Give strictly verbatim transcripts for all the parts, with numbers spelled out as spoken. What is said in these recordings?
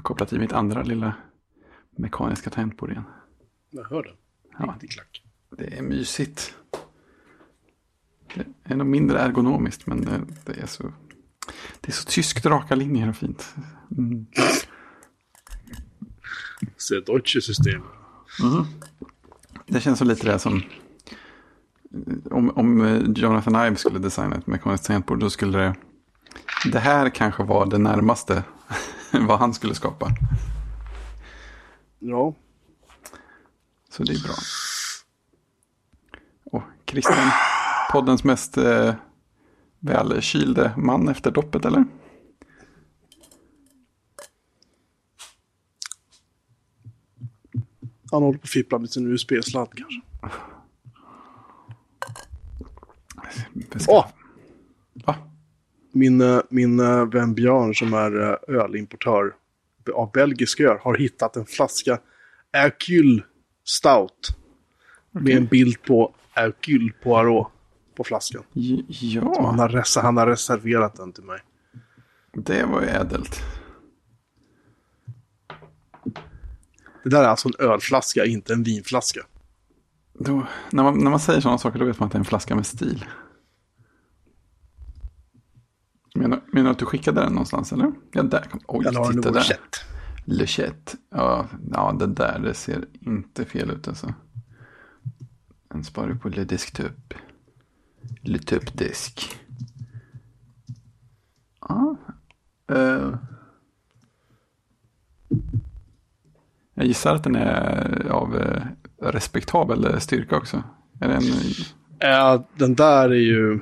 har kopplat i mitt andra lilla mekaniska tangentbord igen. Jag hör det. Ja. Riktigt klack. Det är mysigt. Det är nog mindre ergonomiskt, men det, det är så det är så tyskt raka linjer och fint. Mm. Så deutsche system. Mm. Det känns så lite det som om, om Jonathan Ive skulle designa ett mekaniskt tangentbord, då skulle det det här kanske var det närmaste vad han skulle skapa. Ja. Så det är bra. Och Christian, poddens mest eh, välkylde man efter doppet, eller? Han håller på att fippla med sin U S B-sladd kanske. Åh! Oh! Va? Min, min vän Björn som är ölimportör av belgisk öl har hittat en flaska Hercule Stout. Okay. Med en bild på Hercule Poirot på flaskan. J- ja. Han har, res- han har reserverat den till mig. Det var ju ädelt. Det där är alltså en ölflaska, inte en vinflaska. Då, när, man, när man säger sådana saker, då vet man att det är en flaska med stil. Menar, menar att du skickade den någonstans, eller? Ja, där kom. Oj, eller titta där. Lechette. Lechette. Ja, ja, det där, det ser inte fel ut alltså. Den sparar på Le Desktop. Le Top Desk. Ja. Uh. Jag gissar att den är av uh, respektabel styrka också. Är den... Ja, uh, den där är ju...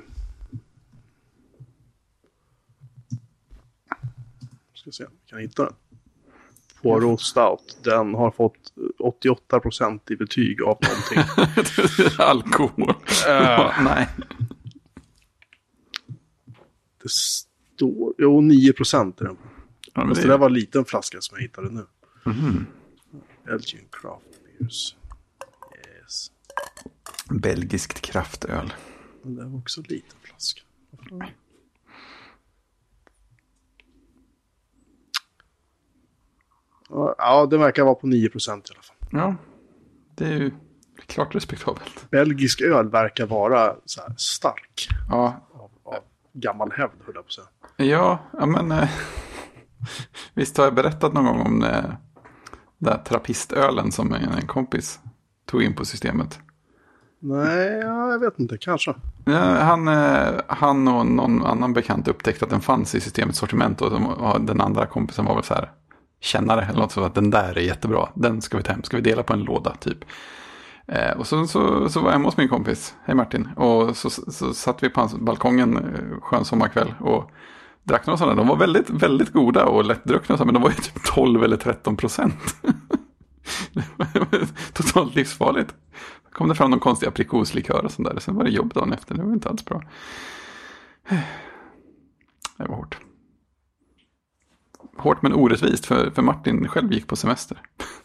Ska se, kan jag hitta den? Poirot Stout, den har fått åttioåtta procent i betyg av någonting. Alkohol. Uh, nej. Det står... Jo, nio procent är den. Ja, det, det där var en liten flaska som jag hittade nu. Mm. Belgian Craft Beers. Yes. Belgiskt kraftöl. Men det var också en liten flaska. Ja, det verkar vara på nio procent i alla fall. Ja, det är ju klart respektabelt. Belgisk öl verkar vara så här stark. Ja. Av, av gammal hävd, höll jag på att säga. Ja, ja men eh, visst har jag berättat någon gång om eh, den där trappistölen som en, en kompis tog in på systemet. Nej, ja, jag vet inte, kanske. Ja, han, eh, han och någon annan bekant upptäckte att den fanns i systemets sortiment, och, och den andra kompisen var väl så här kännare eller något, så att den där är jättebra, den ska vi ta hem, ska vi dela på en låda typ. Eh, och så, så, så var jag hemma hos min kompis, hej Martin, och så, så, så satt vi på hans balkongen eh, skön sommarkväll och drack några sådana. De var väldigt, väldigt goda och lättdruckna, men de var ju typ tolv eller tretton procent. Totalt livsfarligt. Kom det fram någon konstig aprikoslikör och sånt där, sen var det jobb dagen efter, det var inte alls bra. Det var hårt. Hårt men orättvist, för, för Martin själv gick på semester.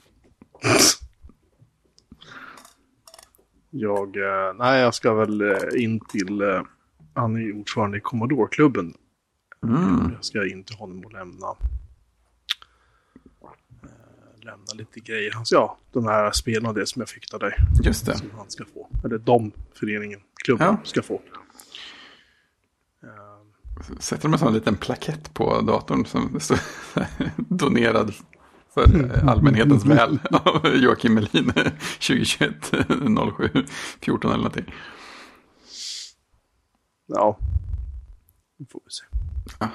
Jag, eh, nej, jag ska väl eh, in till, eh, han är ju ordförande i Commodore-klubben. Mm. Jag ska in till honom och lämna, eh, lämna lite grejer. Hans, ja, de här spelen och det som jag fick av dig. Just det. Som han ska få. Eller de, föreningen, klubben, ja. Ska få. Sätter de en sån liten plakett på datorn som står donerad för allmänhetens väl av Joakim Melin tjugohundratjugoett noll sju fjorton eller någonting. Ja, det får vi se. Ja.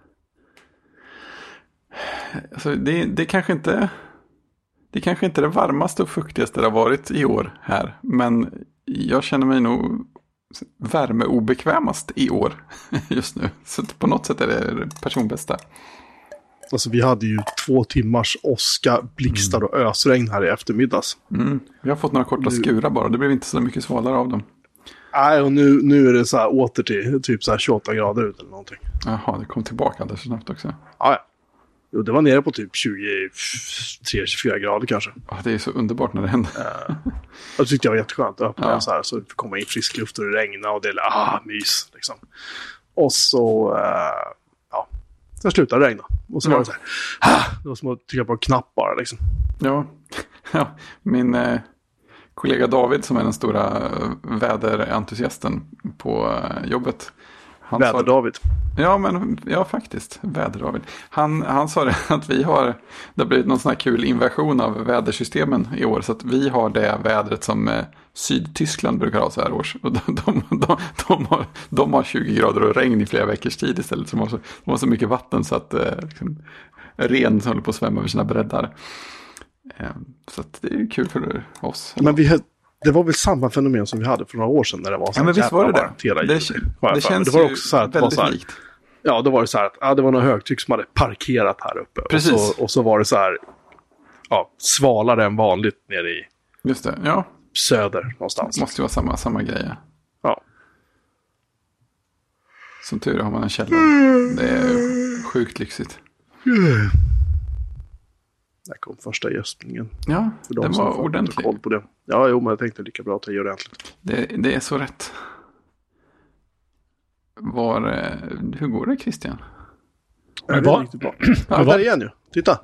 Alltså det, det kanske inte det kanske inte är det varmaste och fuktigaste det har varit i år här, men jag känner mig nog värmeobekvämast i år just nu. Så på något sätt är det personbästa. Alltså vi hade ju två timmars åska, blixtar och ösregn här i eftermiddags. Mm. Vi har fått några korta nu... skurar bara. Det blev inte så mycket svalare av dem. Nej, och nu, nu är det så här åter till typ så här tjugoåtta grader ut eller någonting. Jaha, det kom tillbaka alldeles så snabbt också. Ja, ja. Jo, det var nere på typ tjugotre tjugofyra grader kanske. Ja, det är så underbart när det händer. Uh, jag tyckte det var jätteskönt att öppna ja. så här, så vi får komma in frisk luft och det regna och det är ah, mys liksom. Och så uh, ja, Sen slutade det regna. Och så Ja. var det så här, ah! Det var som att trycka på en knapp bara liksom. Ja, ja. Min eh, kollega David som är den stora eh, väderentusiasten på eh, jobbet. Han sa- Väder-David. Ja, men ja, faktiskt. Väder-David. Han, han sa det att vi har, det har blivit någon sån här kul inversion av vädersystemen i år. Så att vi har det vädret som eh, Sydtyskland brukar ha så här års. Och de, de, de, de, har, de har tjugo grader och regn i flera veckors tid istället. Så de har så, de har så mycket vatten så att eh, liksom, ren håller på att svämma över sina breddar. Eh, så att det är ju kul för oss. Men vi, det var väl samma fenomen som vi hade för några år sedan när det var så Ja, men visst var det det. varmt hela Det, juli. det, det känns det var ju också så här att det var väldigt så här, likt. ja, då var det så här att ja, det var något högtryck som hade parkerat här uppe. Precis. Och så, och så var det så här, ja, svalare än vanligt nere i Just det, ja. söder någonstans. Det måste ju vara samma, samma grej. Ja. Som tur är har man en källa. Det är sjukt lyxigt. Där kom första gäspningen. Ja, För de den som var har fått ordentlig. koll på det. Ja, jo, men jag tänkte lika bra att jag gör det ordentligt. Det, det är så rätt. Var, eh, hur går det, Christian? Jag vet vad? riktigt bra. Ja, Ja, vad? där igen ju. Titta.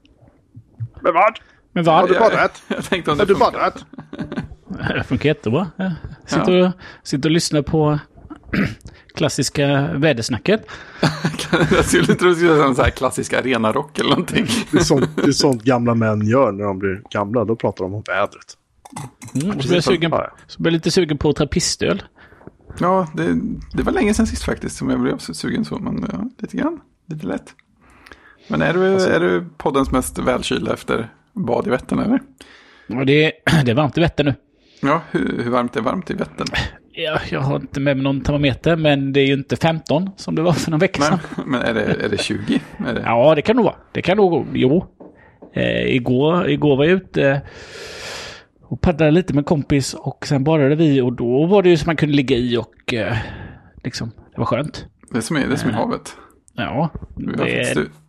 Men vad? Men Har vad? du badat? Jag tänkte om Har det du funkar. badat? Det funkar jättebra. Jag sitter, Ja. och, sitter och lyssnar på klassiska vädersnacket. Jag skulle tro att det skulle vara en sån här klassisk arenarock eller någonting. Det är, sånt, det är sånt gamla män gör när de blir gamla. Då pratar de om vädret. Mm, och så blir jag sugen, Ja, ja. så blir jag lite sugen på trappistöl. Ja, det, det var länge sedan sist faktiskt som jag blev så sugen så. Men ja, lite grann, lite lätt. Men är du, Alltså- är du poddens mest välkylda efter bad i Vättern eller? Och det, det är varmt i Vättern nu. Ja, hur, hur varmt är varmt i Vättern? Ja, jag har inte med mig någon termometer, men det är ju inte femton som det var för några veckor sedan. Men, men är, det, är det tjugo? Är det... Ja, det kan nog vara. Det kan nog, jo. Eh, igår, igår var jag ute och paddlade lite med en kompis och sen badade vi och då var det ju som man kunde ligga i och eh, liksom, det var skönt. Det är som i, det är som i havet. Ja, Vi har det, faktiskt ut-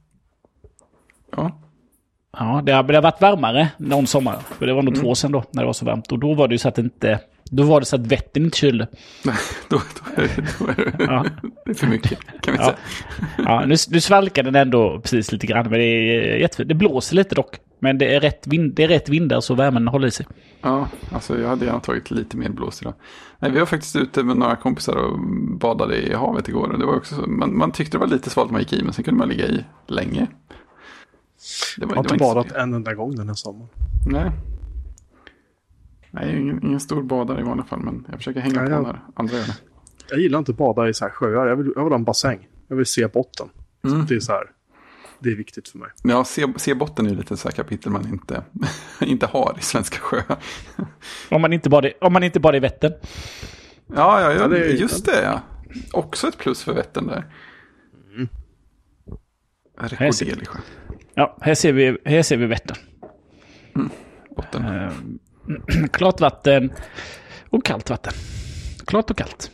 Ja, ja det, har, det har varit varmare någon sommar. För det var nog Mm. två år sedan då, när det var så varmt. Och då var det ju så att inte, då var det så att Vättern inte kylde. då, då, är det, då är det, Ja. det är för mycket kan vi Ja. säga. Ja, nu, nu svalkar den ändå precis lite grann, men det är jättefint. Det blåser lite dock. Men det är rätt, vind, det är rätt vindar så värmen håller i sig. Ja, alltså jag hade gärna tagit lite mer blås idag. Nej, vi var faktiskt ute med några kompisar och badade i havet igår. Och det var också så, man, man tyckte det var lite svalt när man gick i, men sen kunde man ligga i länge. Det var, Jag har det inte var badat så- en enda gång den här sommaren. Nej. Nej, jag är ingen, ingen stor badare i vanliga fall, men jag försöker hänga Nej, på jag- när andra gör det. Jag gillar inte att bada i så här sjöar. Jag vill, jag vill ha en bassäng. Jag vill se botten. Mm. Så det är så här. Det är viktigt för mig. Ja, se, se botten är ju lite så här kapitel man inte, inte har i svenska sjöar. Om man inte badar, om man inte badar i Vättern. Ja, ja, ja, Ja, det är- just det. Ja. Också ett plus för Vättern där. Mm. Rekorderlig sjö. Ja, här ser vi, här ser vi Vättern. Botten. Eh, klart vatten och kallt vatten. Klart och kallt.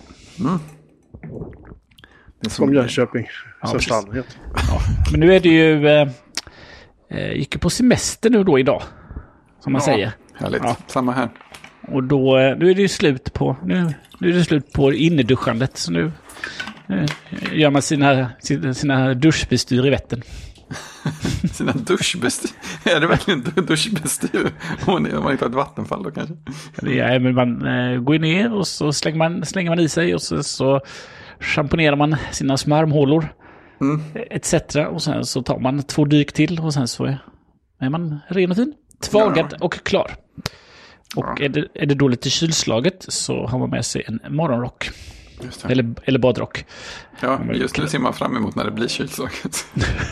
Det är Som Jönköping. Ja, I största precis. allmänhet. Men nu är det ju... Eh, eh, gick ju på semester nu då idag. Som man Ja. säger. Härligt. Ja. Samma här. Och då eh, nu är det ju slut på... Nu, nu är det slut på inneduschandet. Så nu eh, gör man sina, sina, sina duschbestyr i Vättern. Sina duschbestyr. Är det verkligen du- duschbestyr? Om man, om man inte har ett vattenfall då kanske. Det är, men man eh, går ner och så slänger man, slänger man i sig. Och så, så schamponerar man sina smarmhålor. Mm. et cetera. Och sen så tar man två dyk till. Och sen så är, är man ren och fin. Tvagad Ja. och klar. Och Ja. är, det, är det då lite kylslaget så har man med sig en morgonrock. Just det. Eller, eller badrock. Ja, just nu ser man fram emot när det blir kylslaget.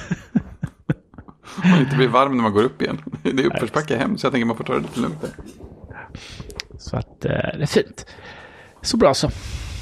Man inte blir varm när man går upp igen. Det är uppförsbacke hem, så jag tänker man får ta det lite lugnt där. Så att eh, det är fint. Så bra så.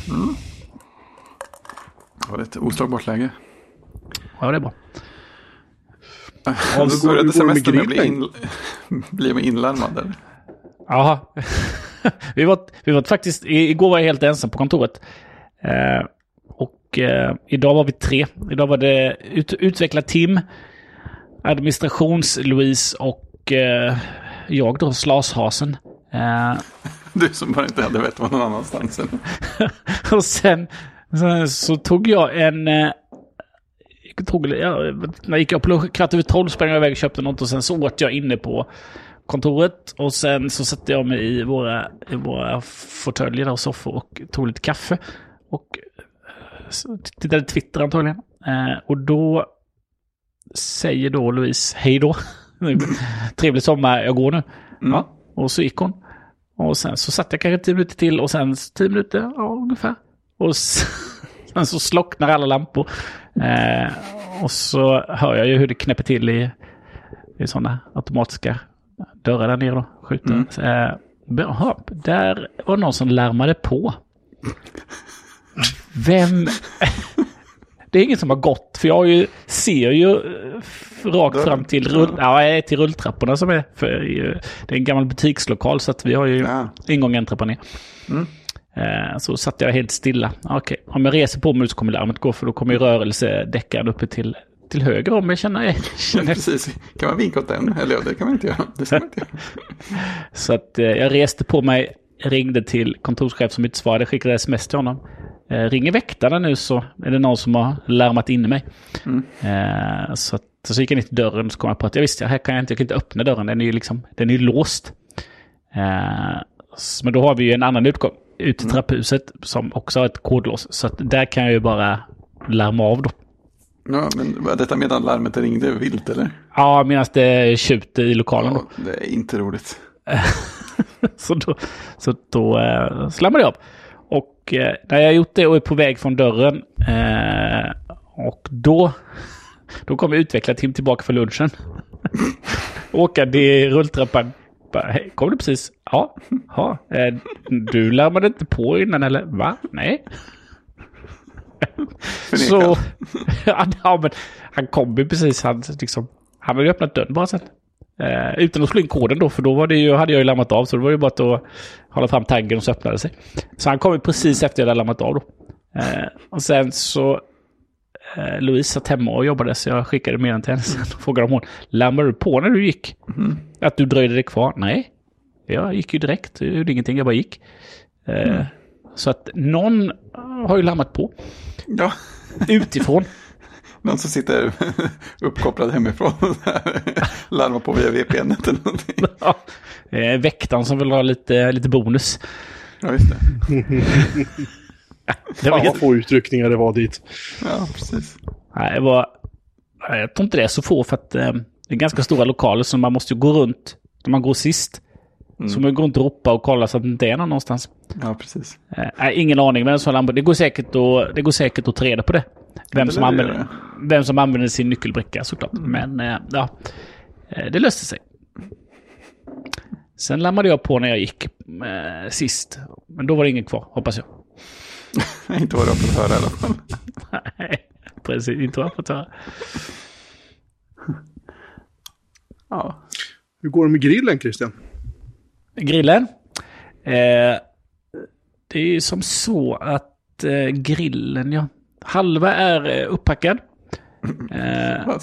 Det var ett oslagbart läge. Ja, det är bra. Ja, hur då går- började hur går det med semestern med att bli, grillen? in, bli med inlarmad. Eller? Jaha. vi, var, vi var faktiskt... i- Igår var jag helt ensam på kontoret. Eh, och eh, idag var vi tre. Idag var det ut, utvecklat Tim, administrations-Louise och eh, jag då, Slashasen. Eh, Du som bara inte hade vett var någon annanstans. Eller? och sen, sen så tog jag en... Eh, jag tog, ja, när gick jag på kvart över tolv, sprang jag iväg och köpte något och sen så åt jag inne på kontoret och sen så satte jag mig i våra, i våra fåtöljer och soffor och tog lite kaffe och tittade Twitter antagligen. Eh, och då säger då Louise, hej då. Trevlig sommar, jag går nu. Mm. Ja, och så gick hon. Och sen så satt jag kanske tio minuter till och sen tio minuter, ja ungefär. Och sen så slocknar alla lampor. Eh, och så hör jag ju hur det knäpper till i, i sådana automatiska dörrar där nere då. Skjuter. Mm. Eh, jaha, där var någon som larmade på. Vem... Det är ingen som har gått, för jag ju, ser ju rakt Dörren. fram till, rull, ja, till rulltrapporna som är, för det är en gammal butikslokal så att vi har ju ja. ingång en trappa ner. Mm. Eh, så satt jag helt stilla. Okej, okay. Om jag reser på mig så kommer larmet gå, för då kommer ju rörelsedäckaren uppe till, till höger om jag känner, jag känner. Precis, kan man vinka åt den? Eller det kan man inte göra. Det ska man inte göra. Så att eh, jag reste på mig, ringde till kontorschef som inte svarade, skickade sms till honom. Eh, ringer väktarna nu så är det någon som har larmat in i mig. Mm. Eh, så, att, så gick jag ner till dörren och så kom jag på att jag visste, här kan jag inte, jag kan inte öppna dörren, den är ju liksom, den är ju låst. Eh, men då har vi ju en annan utgång ut till mm. trapphuset som också har ett kodlås, så att där kan jag ju bara larma av då. Ja, men var detta medan larmet ringde vilt eller? Ja, medan det tjuter i lokalen. Ja, det är inte roligt. så då, så då eh, slammade jag av. Och eh, när jag gjort det och är på väg från dörren eh, och då då kommer utveckla Tim tillbaka för lunchen. Åka det rulltrappan. Hej, kom du precis? Ja. ja. Eh, du larmade inte på innan eller? Va? Nej. Så ja, men han kom ju precis, han, liksom, han hade ju öppnat dörren bara sen. Eh, utan att slå in koden då, för då var det ju, hade jag ju larmat av, så det var ju bara att hålla fram taggen och så öppnade sig. Så han kom ju precis efter jag hade larmat av då. Eh, och sen så eh, Louise satt hemma och jobbade, så jag skickade med den till henne och frågade om hon, larmade du på när du gick? Mm. Att du dröjde dig kvar? Nej, jag gick ju direkt, det gjorde ingenting, jag bara gick. Eh, mm. Så att någon har ju larmat på. Ja. Utifrån. Någon som sitter uppkopplad hemifrån och larmar på via V P N eller någonting. Ja, eh, väktaren som vill ha lite, lite bonus. Ja, just det. ja, det var ja, få utryckningar det var dit. Ja, precis. Nej, det var, jag tror inte det är så få, för att eh, det är ganska stora lokaler så man måste ju gå runt när man går sist. Mm. Så man går inte och ropa och kolla så att det inte är någon någonstans. Ja, precis. Eh, ingen aning, men så det går säkert att, det går säkert att ta reda på det. Vem som, använder, vem som använder sin nyckelbricka såklart. Mm. Men eh, ja, det löste sig. Sen larmade jag på när jag gick eh, sist. Men då var det ingen kvar, hoppas jag. Inte vad du har fått höra i alla fall. Nej, precis. Inte vad jag har fått höra. Ja. Hur går det med grillen, Christian? Grillen? Eh, det är ju som så att eh, grillen, ja. Halva är eh, upppackad. Eh, eh,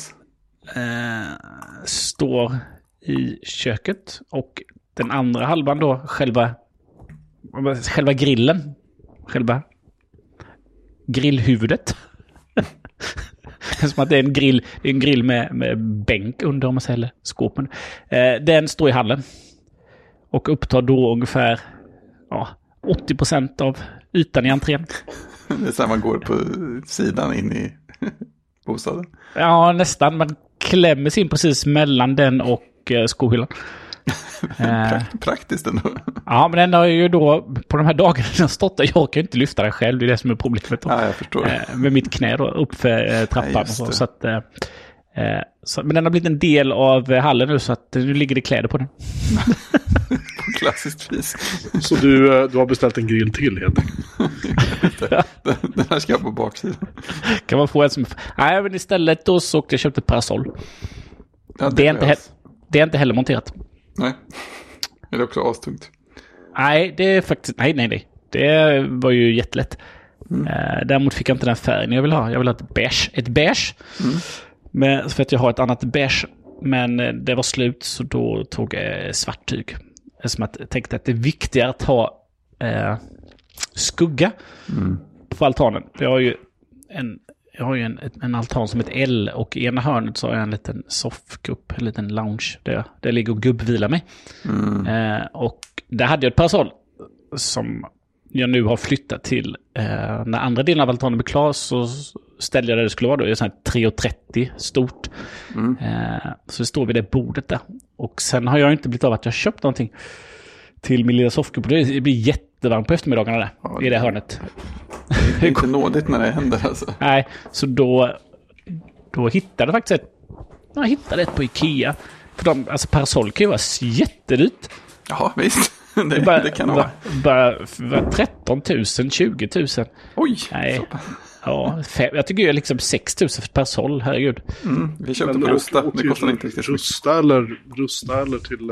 står i köket. Och den andra halvan då, själva, själva grillen. Själva grillhuvudet. Som att det är en grill, det är en grill med, med bänk under, om man säger, skåpen. Eh, den står i hallen. Och upptar då ungefär ja, åttio procent av ytan i entrén. Det är så här man går på sidan in i bostaden. Ja, nästan. Man klämmer sig in precis mellan den och eh, skohyllan. Prakt, praktiskt ändå. Ja, men den har ju då på de här dagarna jag stått där, jag kan inte lyfta den själv, det är det som är problemet då. Ja, jag förstår. Eh, med mitt knä då, upp för eh, trappan. Ja, och så, så att, eh, så, men den har blivit en del av hallen nu, så att nu ligger det kläder på den. På klassiskt vis. Så du, du har beställt en grill till helt enkelt? Ja. Den, den här ska jag på baksidan. Kan man få en som... Nej, men istället då så åkte jag köpte ett parasoll. Ja, det, det, är inte he- det är inte heller monterat. Nej. Är det också astungt? Nej, det är faktiskt... Nej, nej, nej. Det var ju jättelätt. Mm. Uh, däremot fick jag inte den färgen jag vill ha. Jag vill ha ett beige. Ett beige. Mm. Men, för att jag har ett annat beige. Men det var slut, så då tog jag svart tyg. Som att jag tänkte att det är viktigare att ha uh, skugga mm. på altanen. Jag har ju en, jag har ju en, en altan som ett L och i ena hörnet så har jag en liten soffgrupp, en liten lounge där jag, där jag ligger och gubbvilar mig. Mm. Eh, och där hade jag ett parasoll som jag nu har flyttat till. Eh, när andra delen av altanen blir klar så ställde jag där det skulle vara då. Det är sån här tre komma trettio stort. Mm. Eh, så det står vid det bordet där. Och sen har jag inte blivit av att jag köpt någonting till min lilla soffgrupp. Det blir jättevarmt på eftermiddagarna där, ja, i det hörnet. Det är inte nådigt när det händer alltså. Nej, så då, då hittade jag faktiskt ett, jag hittade ett på Ikea. För de, alltså parasoll kan ju vara jättedyrt. Ja, visst. Det, det, bara, det kan det vara. Bara, bara tretton tusen, tjugo tusen. Oj! Nej. Ja, fem, jag tycker ju liksom sex tusen för parasoll, herregud. Mm, vi köpte men, på Rusta, och, och det kostar inte riktigt Rusta eller, Rusta eller till... Uh,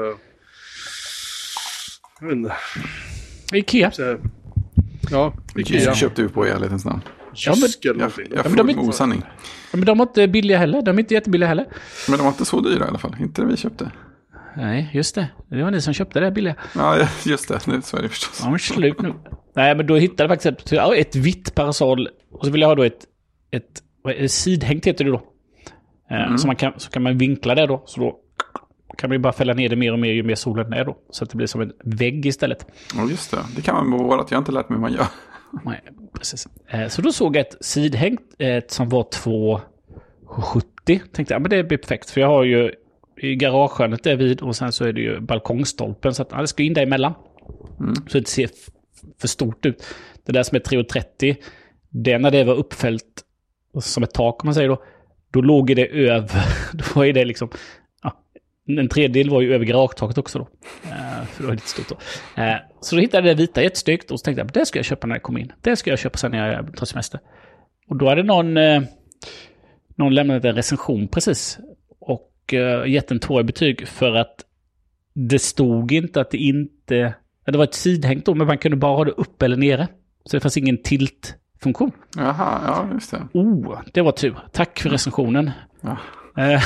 jag vet inte. Ikea. Ja, Ikea. Jag köpte ju på i ärlighetens namn. Ja, men, jag jag, jag får med osanning. Ja, men de var inte billiga heller, de är inte jättebilliga heller. Men de var inte så dyra i alla fall, inte det vi köpte. Nej, just det. Det var ni som köpte det billiga. Ja, just det. Nu, så är det förstås. Ja, men slut nu. Nej, men då hittade jag faktiskt ett, ett vitt parasoll. Och så vill jag ha då ett, ett, ett sidhängt heter det då. Mm. Så, man kan, så kan man vinkla det då. Så då kan man ju bara fälla ner det mer och mer ju mer solen är då. Så att det blir som en vägg istället. Ja, just det. Det kan man med vårat. Jag har inte lärt mig hur man gör. Nej, precis. Så då såg jag ett sidhängt ett som var två sjuttio. Tänkte jag, men det blir perfekt. För jag har ju i garagehörnet där vid och sen så är det ju balkongstolpen så att ja, det ska in där emellan. Mm. Så det ser f- för stort ut. Det där som är tre komma trettio, det när det var uppfällt som ett tak om man säger då, då låg det över, då var det liksom, ja, en tredjedel var ju över garagetaket också då. Uh, för det var lite stort då. Uh, så då hittade jag det vita jättestyggt och så tänkte jag, det ska jag köpa när jag kommer in. Det ska jag köpa sen när jag tar semester. Och då hade någon, uh, någon lämnat en recension precis. Och uh, gett en två i betyg för att det stod inte att det inte... Det var ett sidhängt då, men man kunde bara ha det upp eller nere. Så det fanns ingen tilt-funktion. Jaha, ja just det. Oh, det var tur. Tack för recensionen. Ja. uh,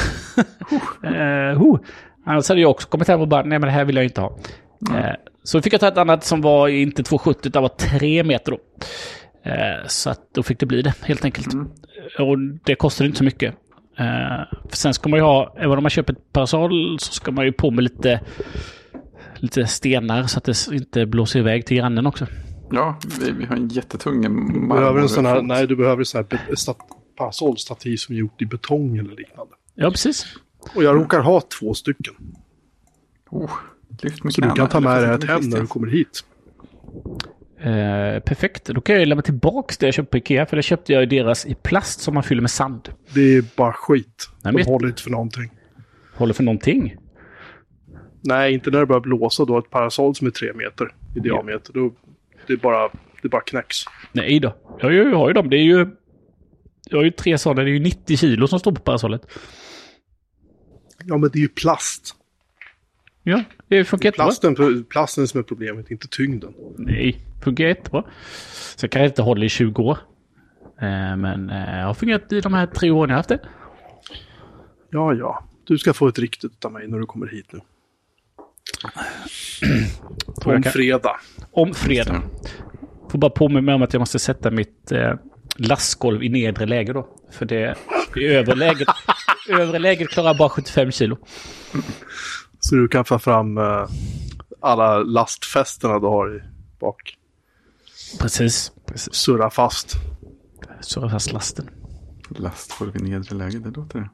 uh, Annars hade jag också kommit hem och bara, nej men det här vill jag inte ha. Mm. Uh, så fick jag ta ett annat som var inte två komma sjuttio, utan var tre meter då. Uh, så att då fick det bli det, helt enkelt. Mm. Och det kostade inte så mycket. Uh, för sen ska man ju ha, även om man köper ett parasoll så ska man ju på med lite lite stenar så att det inte blåser iväg till grannen också. Ja, vi, vi har en jättetung du behöver en sån här, nej, du behöver så här be- stat- parasollstativ som är gjort i betong eller liknande. Ja, precis. Och jag råkar ha två stycken. Oh, lyft med så knäna, du kan ta med dig ett hem när du kommer hit. Uh, perfekt. Då kan jag lämna tillbaka det jag köpte på Ikea. För det köpte jag deras i plast som man fyller med sand. Det är bara skit. Nej, de men... håller inte för någonting. Håller för någonting? Nej, inte när det börjar blåsa då. Ett parasoll som är tre meter i diameter. Då, det, är bara, det är bara knäcks. Nej då. Jag, jag har ju dem. Det är ju... Jag har ju tre sådana. Det är ju nittio kilo som står på parasollet. Ja, men det är ju plast. Ja, det funkar jättebra. Plasten, plasten som är problemet, inte tyngden. Nej, funkar jättebra. Så jag kan inte hålla i tjugo år. Eh, men eh, jag har fungerat i de här tre åren jag haft det. Ja, ja. Du ska få ett riktigt av mig när du kommer hit nu. Om kan... fredag. Om fredag. Får bara påminna mig om att jag måste sätta mitt eh, lastgolv i nedre läge då. För det i övre läget, övre läget klarar bara sjuttiofem kilo. Så du kan få fram uh, alla lastfästerna du har i bak. Precis. Precis. Surra fast. Surra fast lasten. Lastgolv i nedre läge, det låter det.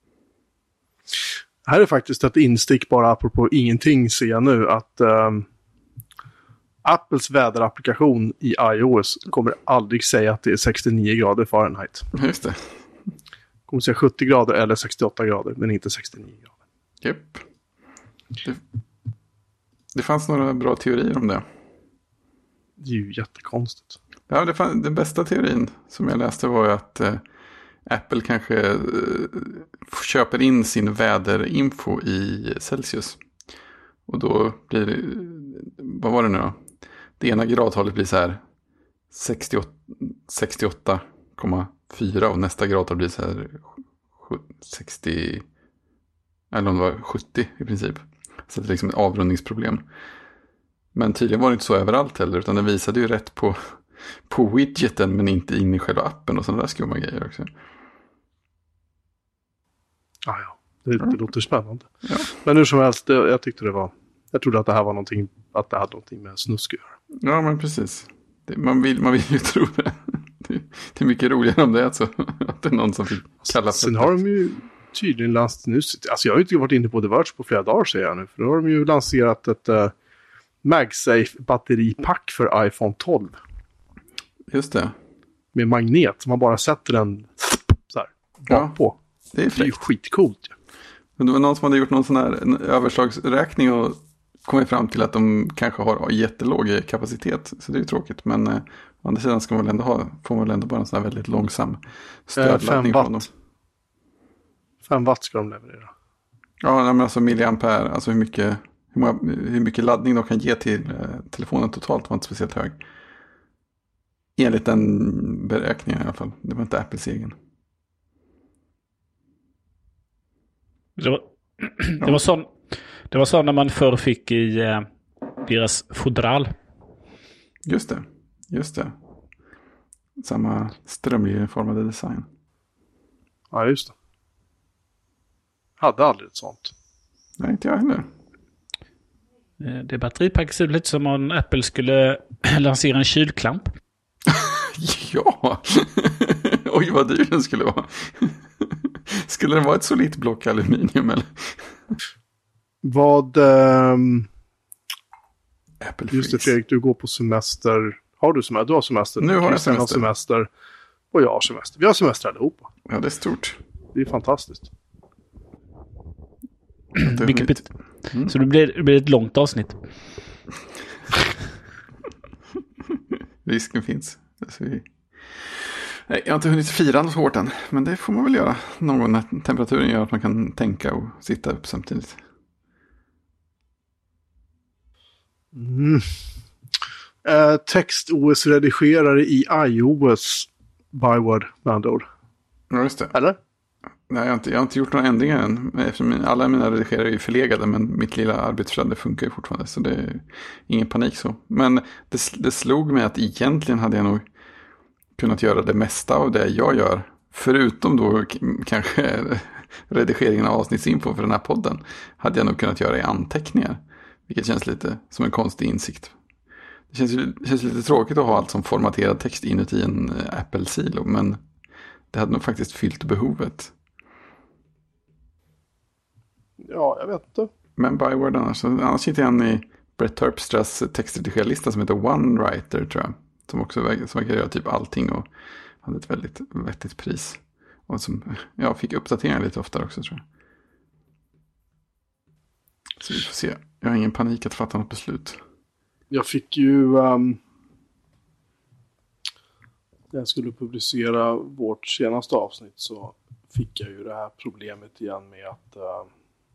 Här är faktiskt ett instick bara apropå ingenting ser jag nu att um, Apples väderapplikation i iOS kommer aldrig säga att det är sextionio grader Fahrenheit. Just det. Kommer säga sjuttio grader eller sextioåtta grader men inte sextionio grader. Japp. Det, det fanns några bra teorier om det. Det är ju jättekonstigt. Ja, det fann, den bästa teorin som jag läste var ju att eh, Apple kanske eh, köper in sin väderinfo i Celsius. Och då blir det, vad var det nu då? Det ena gradtalet blir så här sextioåtta komma fyra och nästa gradtal blir så här sextio, eller om det var sjuttio i princip. Så det är liksom ett avrundningsproblem. Men tydligen var det inte så överallt heller, utan den visade ju rätt på på widgeten men inte in i själva appen och sådana där skumma grejer också. Ah, ja, det, det låter spännande. Ja. Men hur som helst, det, jag tyckte det var... Jag trodde att det här var någonting, att det hade någonting med snusk att göra. Ja, men precis. Det, man, vill, man vill ju tro det. Det, det är mycket roligare om det är så att det är någon som fick kalla Sen har de ju tydligen lanserat... Alltså jag har ju inte varit inne på The Verge på flera dagar, säger jag nu. För då har de ju lanserat ett uh, MagSafe-batteripack för iPhone tolv. Just det. Med magnet. Man bara sätter den så här, ja, på. Det är, det är ju skitcoolt. Ja. Men det var någon som hade gjort någon sån här en överslagsräkning och kommit fram till att de kanske har jättelåg kapacitet. Så det är ju tråkigt. Men eh, å andra sidan ska man väl ändå ha, får man väl ändå bara en sån här väldigt långsam stödladdning eh, från dem. fem watt ska de leverera. Ja, men alltså milliampere. Alltså hur mycket, hur, många, hur mycket laddning de kan ge till eh, telefonen totalt var inte speciellt hög. Enligt den beräkningen i alla fall. Det var inte Apples egen. Det var, det var sån det var så när man förr fick i eh, deras fodral. Just det. Just det. Samma strömlinjeformade design. Ja, just det. Hade aldrig ett sånt. Nej, inte jag heller. Det batteripacket ser lite som om Apple skulle lansera en kylklamp. Ja! Oj, vad dyr den skulle vara. Skulle den vara ett solitt block aluminium eller? Vad... Um... Apple Just det, Freeze. Fredrik, du går på semester. Har du semester? Du har semester. Nu har jag Christian semester. har semester. Och jag har semester. Vi har semester allihopa. Ja, det är stort. Det är fantastiskt. Det Vilket bet- mm. Så det blir, det blir ett långt avsnitt. Risken finns. Alltså vi... Nej, jag har inte hunnit fira något hårt än. Men det får man väl göra någon gång när temperaturen gör att man kan tänka och sitta upp samtidigt. Mm. Uh, Text-O S-redigerare i iOS Byword med andra ord. Ja, just det. Eller? Nej, jag har inte, jag har inte gjort några ändringar än. Eftersom min, alla mina redigerare är ju förlegade, men mitt lilla arbetsflöde funkar ju fortfarande. Så det är ingen panik så. Men det, det slog mig att egentligen hade jag nog kunnat göra det mesta av det jag gör. Förutom då k- kanske redigeringen av avsnittsinfo för den här podden. Hade jag nog kunnat göra i anteckningar. Vilket känns lite som en konstig insikt. Det känns, det känns lite tråkigt att ha allt som formaterad text inuti en Apple-silo. Men det hade nog faktiskt fyllt behovet. Ja, jag vet inte. Men Byword annars. Annars sitter han i Brett Terpstras textredigerarlista som heter OneWriter tror jag. Som också som verkar göra typ allting och hade ett väldigt vettigt pris. Och som ja, fick uppdateringar lite oftare också tror jag. Så vi får se. Jag har ingen panik att fatta något beslut. Jag fick ju... Um, när jag skulle publicera vårt senaste avsnitt så fick jag ju det här problemet igen med att uh,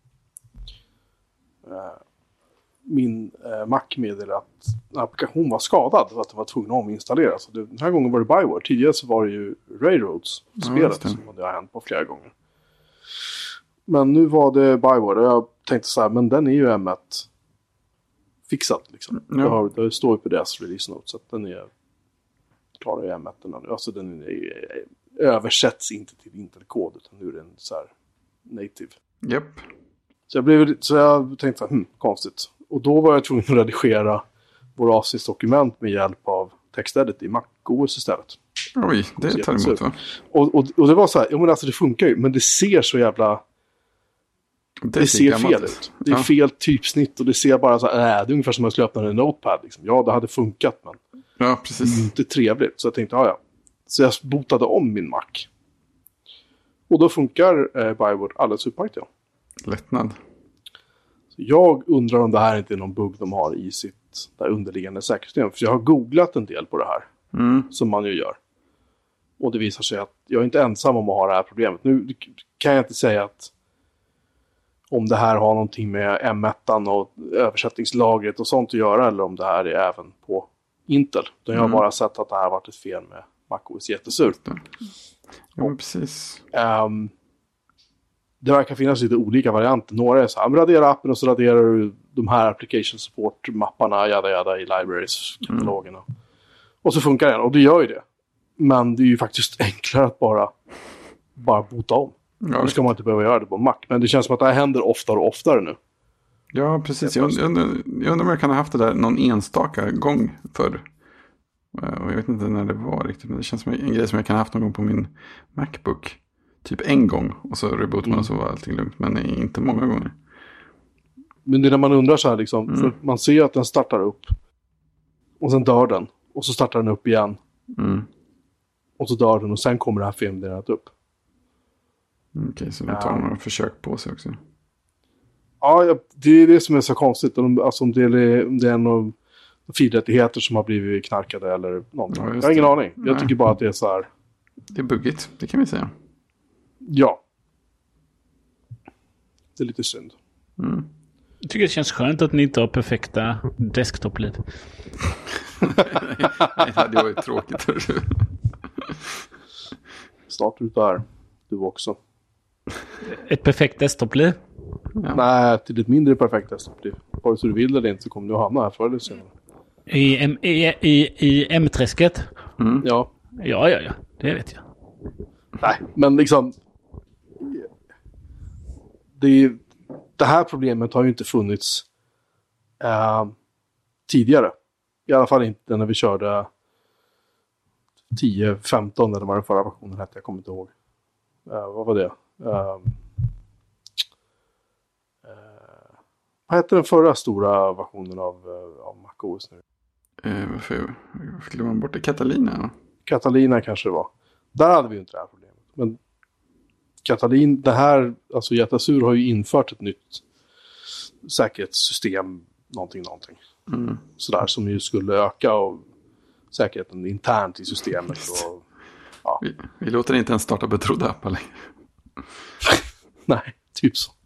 uh, min uh, Mac meddelade att en applikation var skadad och att den var tvungen att ominstallera. Så det, den här gången var det Byword. Tidigare så var det ju Railroads, spelet, ja, som det har hänt på flera gånger. Men nu var det Byword och jag tänkte så här, men den är ju M ett fixad liksom. Ja. Det, har, det står ju på deras release note så att den är klarar ju M ett. Alltså den är, översätts inte till Intel-kod utan nu är den så här native. Japp. Så jag, blev, så jag tänkte, hm, konstigt. Och då var jag tvungen att redigera våra avsnittsdokument med hjälp av TextEdit i MacOS istället. Oj, det tar emot va? Och, och, och det var så här, ja men alltså det funkar ju, men det ser så jävla... Det, det ser fel ut. Det är ja. fel typsnitt och det ser bara så här, äh, det är ungefär som att jag skulle öppna en notepad. Liksom. Ja, det hade funkat, men ja, precis. Det är inte trevligt. Så jag tänkte, ja ja. Så jag botade om min Mac. Och då funkar eh, Byword alldeles utmärkt, ja. Lättnad. Så jag undrar om det här inte är någon bugg de har i sitt där underliggande säkerhetssystem. För jag har googlat en del på det här. Mm. Som man ju gör. Och det visar sig att jag är inte ensam om att ha det här problemet. Nu kan jag inte säga att om det här har någonting med M ett och översättningslagret och sånt att göra. Eller om det här är även på Intel. Utan jag har Mm. bara sett att det här har varit ett fel med MacOS jättesurt. Ja, precis. Um, det verkar finnas lite olika varianter. Några är så här, radera appen och så raderar du de här application support-mapparna, jada jada, i libraries-katalogerna. Mm. Och så funkar den, och det gör ju det. Men det är ju faktiskt enklare att bara, bara bota om. Ja, då ska man inte behöva göra det på Mac. Men det känns som att det här händer oftare och oftare nu. Ja, precis. Jag, jag, undrar, jag undrar om jag kan ha haft det där någon enstaka gång förr. Och jag vet inte när det var riktigt. Men det känns som en grej som jag kan ha haft någon gång på min MacBook. Typ en gång. Och så rebootar man mm. och så var allting lugnt. Men inte många gånger. Men det är när man undrar så här liksom. Mm. För man ser att den startar upp. Och sen dör den. Och så startar den upp igen. Mm. Och så dör den och sen kommer det här filmdelat upp. Okej, okay, så det tar ja. några försök på sig också. Ja, det är det som är så konstigt. Alltså om det är, om det är någon filrättigheter som har blivit knarkade eller någonting. Ja, jag har ingen det. aning. Jag Nej. tycker bara att det är så här. Det är buggigt, det kan vi säga. Ja. Det är lite synd. Mm. Jag tycker det känns skönt att ni inte har perfekta desktop-liv. Nej, det var ju tråkigt. Snart ut där. Du också. Ett perfekt desktop-liv? Ja. Nej, till ett mindre perfekt desktop-liv. Bara så du vill eller inte så kommer du hamna här förr eller senare. I, M- i, i, i M-träsket? Mm. Ja. Ja, ja, ja. Det vet jag. Nej, men liksom... Det, det här problemet har ju inte funnits äh, tidigare. I alla fall inte när vi körde tio femton eller vad den förra versionen hette. Jag kommer inte ihåg. Uh, vad var det? Uh, uh, vad hette den förra stora versionen av, uh, av macOS nu? Uh, varför glömde man bort det? Catalina? Catalina kanske det var. Där hade vi ju inte det här problemet. Men Catalina, det här, alltså Jättasur har ju infört ett nytt säkerhetssystem, någonting, någonting. Mm. Sådär, som ju skulle öka och säkerheten internt i systemet. Och, ja. vi, vi låter inte ens starta betrodda appar längre. Nej, typ så.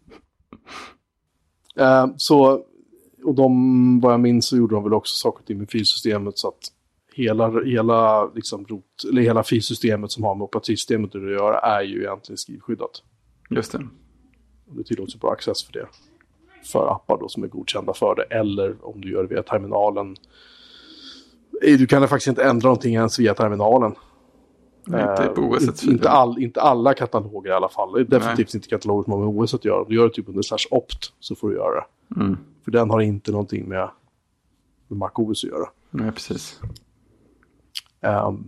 Uh, så. Och de, vad jag minns så gjorde de väl också saker till med filsystemet så att hela, hela, liksom rot, eller hela filsystemet som har med operativsystemet att göra är ju egentligen skrivskyddat. Just det. Och det tillåts ju bara access för det. För appar då som är godkända för det. Eller om du gör det via terminalen. Du kan faktiskt inte ändra någonting ens via terminalen. Nej, inte på O S ett inte, all, inte alla kataloger i alla fall. Det är definitivt Nej. inte kataloger som har med O S att göra. Om du gör det typ under slash opt så får du göra det. Mm. För den har inte någonting med, med macOS att göra. Nej, precis. Um,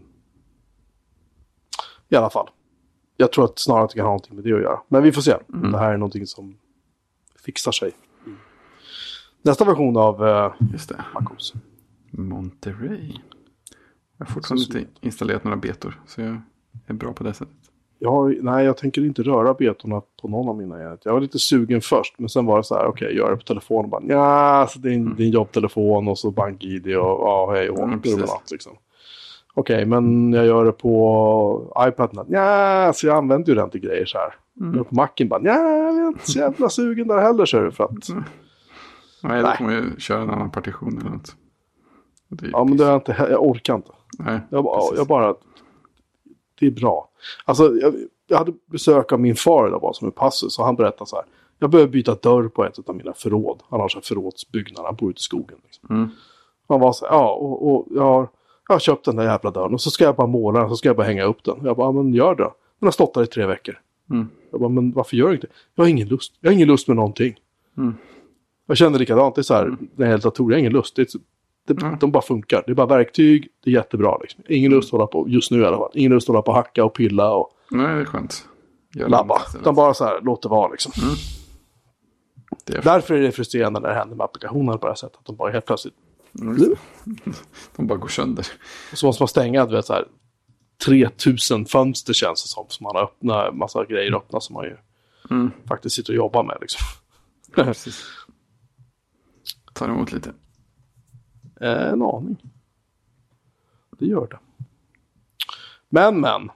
I alla fall. Jag tror att snarare att det kan ha någonting med det att göra. Men vi får se. Mm. Det här är någonting som fixar sig. Nästa version av uh, Just det. macOS. Monterey. Jag har fortfarande inte installerat några betor. Så jag är bra på det sättet. Jag har, nej, jag tänker inte röra betorna på någon av mina enheter. Jag var lite sugen först. Men sen var det så här, okej, okay, gör det på telefon. Och bara, ja, alltså, det är en, mm. en jobbtelefon och så bank-I D och ja, hej och mm, liksom. Okej, okay, men jag gör det på iPaden. Ja, så jag använder ju den till grejer så här. Mm. Jag på Macen bara, ja, jag är inte så jävla sugen där heller, så är det för att... Mm. Nej, då får man ju köra en annan partition eller något. Ja, men det är inte, jag orkar inte. Nej, jag, bara, jag bara... Det är bra. Alltså, jag, jag hade besök av min far idag bara som är passus. Och han berättade så här. Jag behöver byta dörr på ett av mina förråd. Han har så här förrådsbyggnad. Han bor ute i skogen. Liksom. Mm. Han var så här, ja, och, och jag, har, jag har köpt den där jävla dörren. Och så ska jag bara måla den. Så ska jag bara hänga upp den. Jag bara, men gör det. Den har stått där i tre veckor. Mm. Jag bara, men varför gör du inte? Jag har ingen lust. Jag har ingen lust med någonting. Mm. Jag känner likadant. Det är så här, mm. när jag är helt dator, jag har ingen lust. Det är, det, mm. De bara funkar. Det är bara verktyg. Det är jättebra. Liksom. Ingen lust att hålla på, just nu i alla fall. Ingen lust att hålla på och hacka och pilla och... Nej, det är skönt. Gör labba. Utan bara så här, låt det vara liksom. Mm. Det är Därför är det frustrerande när det händer med applikationer på det här sättet. Att de bara helt plötsligt... Mm. De bara går sönder. Och så måste man stänga, du vet, så här, tre tusen fönster känns det som. Som man har öppnat, massa grejer öppna som man ju mm. faktiskt sitter och jobbar med liksom. Precis. Tar emot lite. Eh, en aning. Det gör det. Men, men.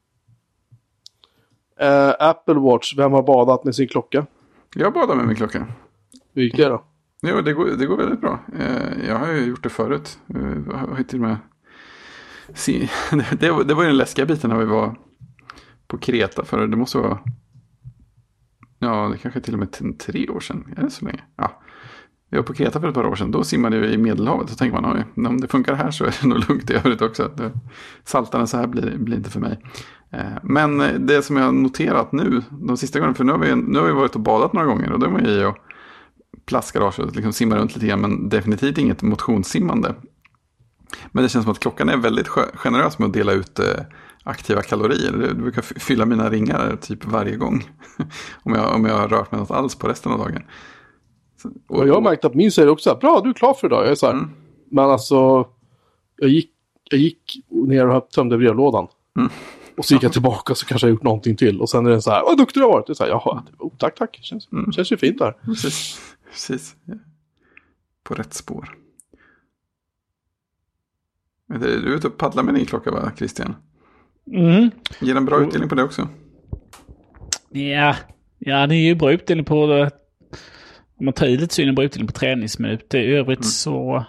Eh, Apple Watch, vem har badat med sin klocka? Jag badar med min klocka. Hur gick det då? Jo, det går, det går väldigt bra. Eh, jag har ju gjort det förut. Jag har till och med... Se, det, var, det var ju den läskiga biten när vi var på Kreta. För det måste vara... Ja, det kanske till och med t- tre år sedan. Är det så länge? Ja. Jag var på Kreta för ett par år sedan. Då simmade jag i Medelhavet. Så tänker man, oj, om det funkar här så är det nog lugnt i övrigt också. Saltarna så här blir, blir inte för mig. Men det som jag har noterat nu, de sista gångerna, för nu har vi, nu har vi varit och badat några gånger. Och då är man i och plaskar och liksom simmar runt lite grann. Men definitivt inget motionssimmande. Men det känns som att klockan är väldigt generös med att dela ut aktiva kalorier. Du brukar fylla mina ringar typ varje gång. om, jag, om jag har rört mig något alls på resten av dagen. Och, och jag har märkt att min säger också att bra, du är klar för idag. Jag är så här, mm. Men alltså, jag gick, jag gick ner och tömde brevlådan. Mm. Och så gick jag tillbaka så kanske jag gjort någonting till. Och sen är det så här, vad duktig du har varit. Det är så här, jaha, oh, tack, tack. Känns, mm. känns ju fint där. Precis, precis. På rätt spår. Du är ute och paddlar med din klocka, va, Christian? Mm. Ger en bra utdelning på det också? Ja, ja det är ju bra utdelning på det. Om man tar i lite så är det en bra utdelning på träningsminuter. I övrigt mm. så...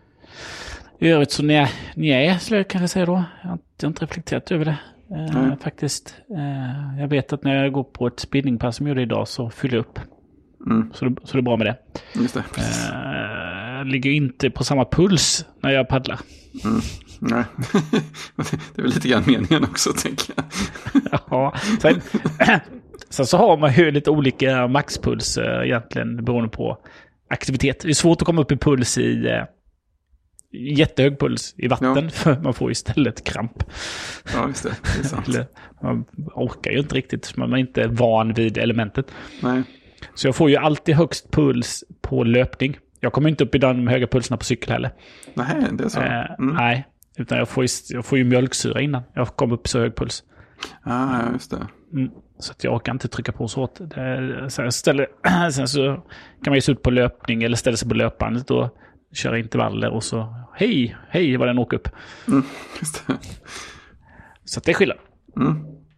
I övrigt så nej, nej skulle jag kanske säga då. Jag har inte, jag har inte reflekterat över det. Eh, faktiskt. Eh, jag vet att när jag går på ett spinningpass som jag gjorde idag så fyller jag upp. Mm. Så, det, så det är bra med det. Just det. Eh, jag ligger inte på samma puls när jag paddlar. Mm. Nej, det är väl lite grann meningen också, tänker jag. Ja, sen, sen så har man ju lite olika maxpuls äh, egentligen beroende på aktivitet. Det är svårt att komma upp i puls i äh, jättehög puls i vatten, ja. För man får istället kramp. Ja, just det. Det är sant. Eller, man orkar ju inte riktigt, man är inte van vid elementet. Nej. Så jag får ju alltid högst puls på löpning. Jag kommer inte upp i den höga pulserna på cykel heller. Nej, det är så. Äh, mm. Nej, utan jag får, ju, jag får ju mjölksyra innan jag kommer upp så hög puls. Ah, ja, just det. Mm. Så att jag orkar inte trycka på så åt. Det, sen, ställer, sen så kan man ju se ut på löpning eller ställa sig på löpbandet och köra intervaller och så hej, hej vad den åker upp. Mm, just det. Så att det är skillnad. Mm.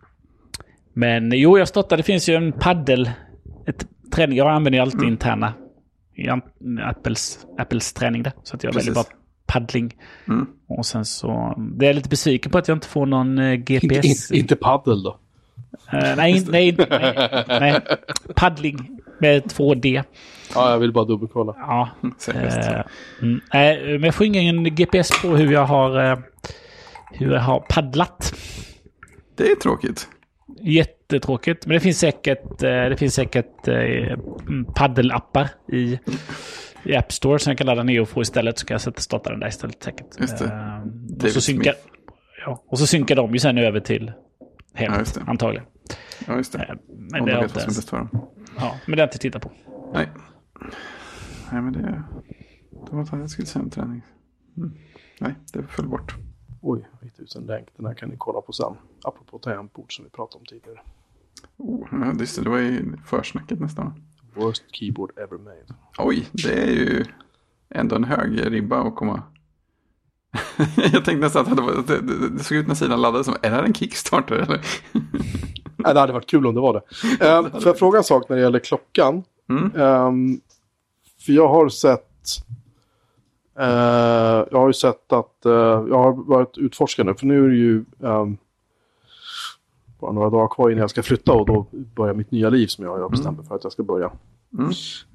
Men jo, jag startade, det finns ju en paddel, ett träning, jag använder ju alltid mm. interna i Apples, Apples träning där. Så att jag väljer bara paddling. Mm. Och sen så, det är lite besviken på att jag inte får någon uh, G P S. Inte, inte paddel då? Uh, nej, nej, nej, nej. Paddling med två D. Ja, jag vill bara dubbelkolla. Ja. Uh, mm, nej, men jag får ingen G P S på hur jag har, uh, hur jag har paddlat. Det är tråkigt. Jättetråkigt, men det finns säkert det finns säkert eh, paddelappar i, i App Store som jag kan ladda ner och få istället, så kan jag sätta starta den där istället säkert. Just det. Uh, och, så synkar, ja, och så synkar de ju sen över till hemmet, ja, antagligen. Ja, just det. Uh, men Om det har inte ens, ja, men det har jag inte tittat på. Nej. Nej, men det det var jag skulle säga en träning. Mm. Nej, det föll bort. Oj, hittade ut en länk. Den här kan ni kolla på sen. Apropå tangentbord som vi pratade om tidigare. Oh, ja, just det. Det var i försnacket nästan. Worst keyboard ever made. Oj, det är ju ändå en hög ribba att komma. Jag tänkte nästan att det, var, det, det, det såg ut när sidan laddade som, är det här en Kickstarter eller? Nej, det hade varit kul om det var det. Uh, får jag fråga en sak när det gäller klockan? Mm. Um, för jag har sett Uh, jag har ju sett att uh, jag har varit utforskande, för nu är det ju um, bara några dagar kvar innan jag ska flytta och då börjar mitt nya liv som jag har bestämt mig för att jag ska börja. Mm.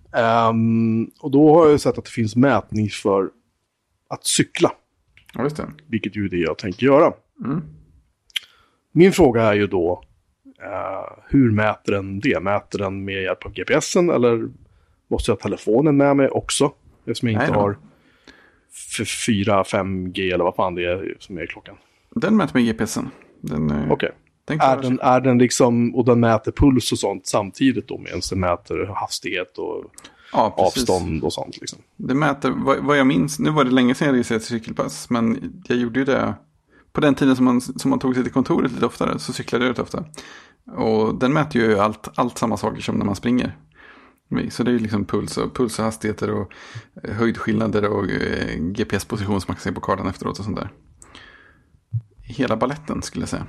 Um, och då har jag sett att det finns mätning för att cykla. Ja, just det. Vilket ju är det jag tänker göra. Mm. Min fråga är ju då uh, hur mäter den det? Mäter den med hjälp av G P S'en eller måste jag ha telefonen med mig också? Eftersom jag inte har för fyra, fem G eller vad fan det är som är klockan. Den mäter med G P S'en. Okej. Okay. Är den, är den liksom, och den mäter puls och sånt samtidigt då medan den mäter hastighet och ja, avstånd och sånt liksom. Det mäter, vad, vad jag minns, nu var det länge sedan jag registrerade cykelpass, men jag gjorde ju det på den tiden som man, som man tog sig till kontoret lite oftare, så cyklade jag rätt ofta. Och den mäter ju allt, allt samma saker som när man springer. Så det är ju liksom puls och, puls och hastigheter och höjdskillnader och eh, G P S-position som man kan se på kartan efteråt och sånt där. Hela balletten skulle jag säga.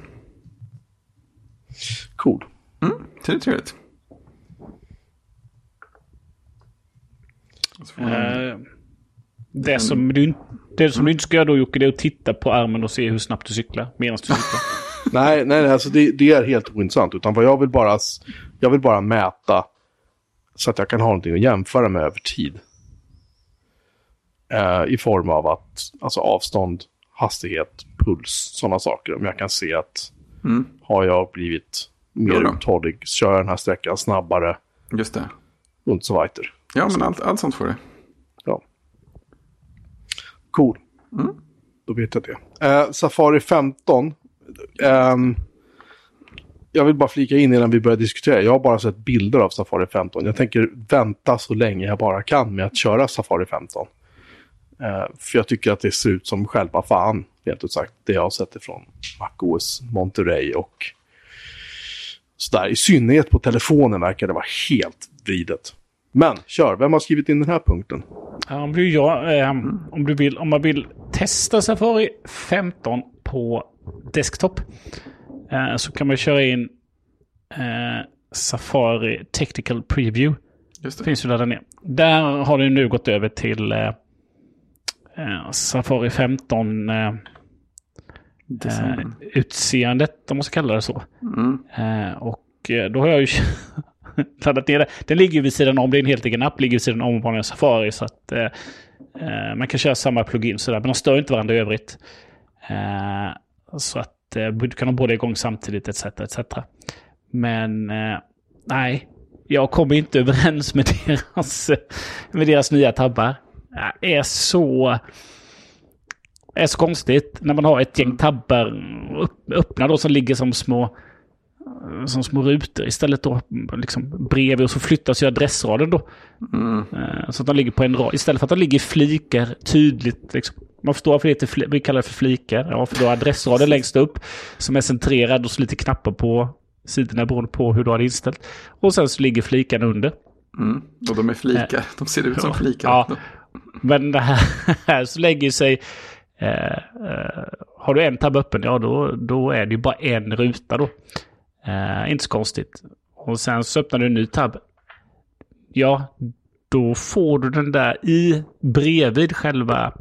Cool. Mm, det är trevligt. Uh, det, som du, det som du inte ska göra då, Jocke, det är att titta på armen och se hur snabbt du cyklar medan du cyklar. nej, nej, nej alltså det, det är helt ointressant. Utan vad jag vill bara, jag vill bara mäta så att jag kan ha någonting att jämföra med över tid. eh, i form av att alltså avstånd, hastighet, puls, sådana saker. Om jag kan se att Mm. har jag blivit mer Jo då. uthållig, kör den här sträckan snabbare Just det. och så vidare. Ja, men allt, allt sånt får du. Ja. Cool. Mm. Då vet jag det. Eh, Safari femton. ehm, jag vill bara flika in innan vi börjar diskutera. Jag har bara sett bilder av Safari femton. Jag tänker vänta så länge jag bara kan med att köra Safari femton. Eh, för jag tycker att det ser ut som själva fan, helt ut sagt. Det jag har sett ifrån macOS Monterey och sådär. I synnerhet på telefonen verkar det vara helt vridet. Men kör, vem har skrivit in den här punkten? Ja, om, du, ja, eh, om, du vill, om man vill testa Safari femton på desktop eh, så kan man köra in eh, Safari Technical Preview. Just det. Finns ju där nere. Där har det nu gått över till eh, eh, Safari femton eh, eh, utseendet, om man ska kalla det så. Mm. Eh, och eh, då har jag ju laddat ner det. Den ligger ju vid sidan om, det är en helt egen app, ligger vid sidan om vanliga Safari så att eh, eh, man kan köra samma plugin sådär, men de stör inte varandra i övrigt. Eh, så att eh, du kan ha båda igång samtidigt et cetera et cetera. Men eh, nej, jag kommer inte överens med deras, med deras nya tabbar. Det är så, är så konstigt när man har ett gäng tabbar upp, öppna då som ligger som små som små rutor istället då liksom bredvid, och så flyttas ju adressraden då. Mm. Så att de ligger på en rad istället för att de ligger i flikar tydligt liksom. Man förstår varför det heter, vi kallar det för flikar. Ja, för då är adressraden längst upp som är centrerad och så lite knappar på sidorna beroende på hur du har det inställt. Och sen så ligger flikarna under. Mm. Och de är flikar. De ser ut som flikar. Ja. Men det här, här så lägger sig eh, eh, har du en tab öppen, ja då, då är det ju bara en ruta då. Eh, inte så konstigt. Och sen så öppnar du en ny tab. Ja, då får du den där i bredvid själva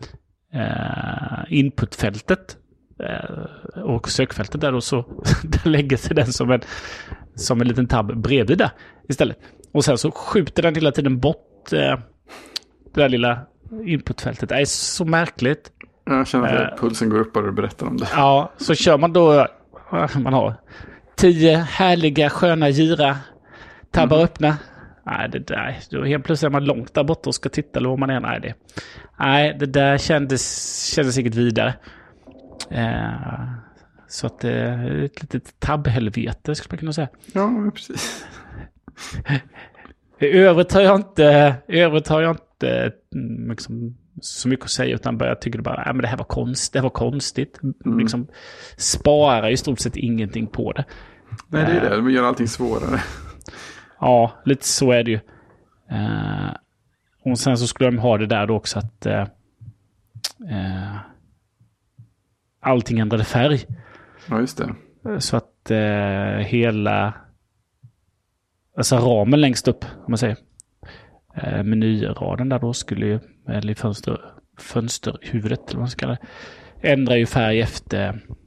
eh, inputfältet eh, och sökfältet där, och så där lägger sig den som en, som en liten tab bredvid där istället. Och sen så skjuter den hela tiden bort eh, det där lilla inputfältet. Det är så märkligt. Jag känner att eh, pulsen går upp och du berättar om det. Ja, så kör man då man har tio härliga sköna gira tabbar mm. öppna. Nej, det där, då helt plötsligt är man långt där borta och ska titta eller vad man är. Nej, det, nej, det där kändes, kändes säkert vidare. Eh, så att det är ett litet tabbhelvete skulle man kunna säga. Ja, precis. I övrigt har jag inte, i övrigt har jag inte liksom, så mycket att säga, utan jag tycker det bara, nej, men det här var konst, det här var konstigt. Mm. Liksom, spara i stort sett ingenting på det. Nej, det är det. De gör allting svårare. Ja, lite så är det ju. Uh, och sen så skulle de ha det där då också att uh, uh, allting ändrade färg. Ja, just det. Så att uh, hela alltså ramen längst upp, om man säger. Uh, menyraden där då skulle ju, eller fönster, fönsterhuvudet eller vad man ska kalla det, ändrar ju färg efter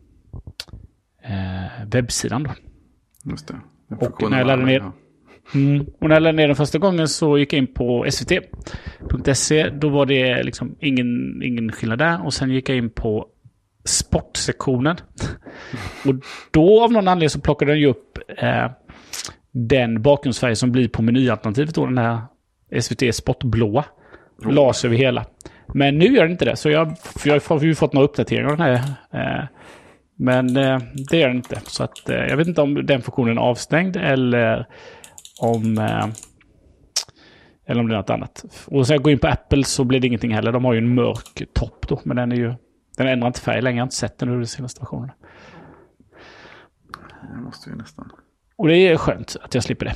uh, webbsidan då. Just det. Och när jag laddade ner Mm. Och när jag laddade ner den första gången så gick jag in på s v t punkt se. Då var det liksom ingen, ingen skillnad där. Och sen gick jag in på sportsektionen. Och då av någon anledning så plockade den ju upp eh, den bakgrundsfärg som blir på menyalternativet. Då den här S V T sportblåa. Oh. Las över hela. Men nu gör den inte det. Så jag, för jag har ju fått några uppdateringar av den här. Eh, men eh, det gör den inte. Så att, eh, jag vet inte om den funktionen är avstängd eller om eh, eller om det är något annat. Och så jag går in på Apple så blir det ingenting heller. De har ju en mörk topp då, men den är ju den ändrar inte färg längre. Jag har inte sett den ur de senaste versionerna. Jag måste ju nästan. Och det är skönt att jag slipper det.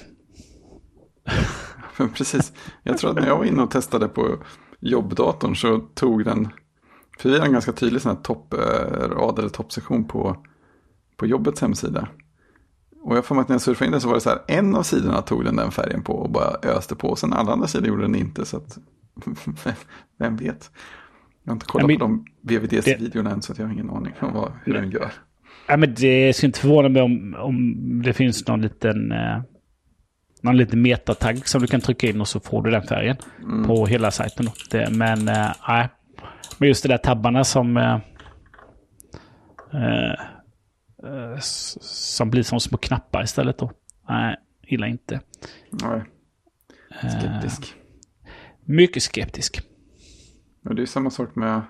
Precis. Jag tror att när jag var inne och testade på jobbdatorn så tog den, för vi har en ganska tydlig sån här topprad eller toppsektion på, på jobbets hemsida. Och jag får mig att när jag surfade in det så var det så här, en av sidorna tog den den färgen på och bara öste på. Och sen alla andra sidor gjorde den inte, så att vem vet. Jag har inte kollat ja, men, på de V V D C-videorna än, så att jag har ingen aning om vad, hur den gör. Ja, men det ska inte förvåna mig om, om det finns någon liten... Eh, någon liten metatagg som du kan trycka in och så får du den färgen mm. på hela sajten. Då. Det, men nej, äh, men just det där tabbarna som äh, äh, som blir som små knappar istället då. Nej, gillar inte. Nej. Skeptisk. Äh, mycket skeptisk. Ja, det är samma sak med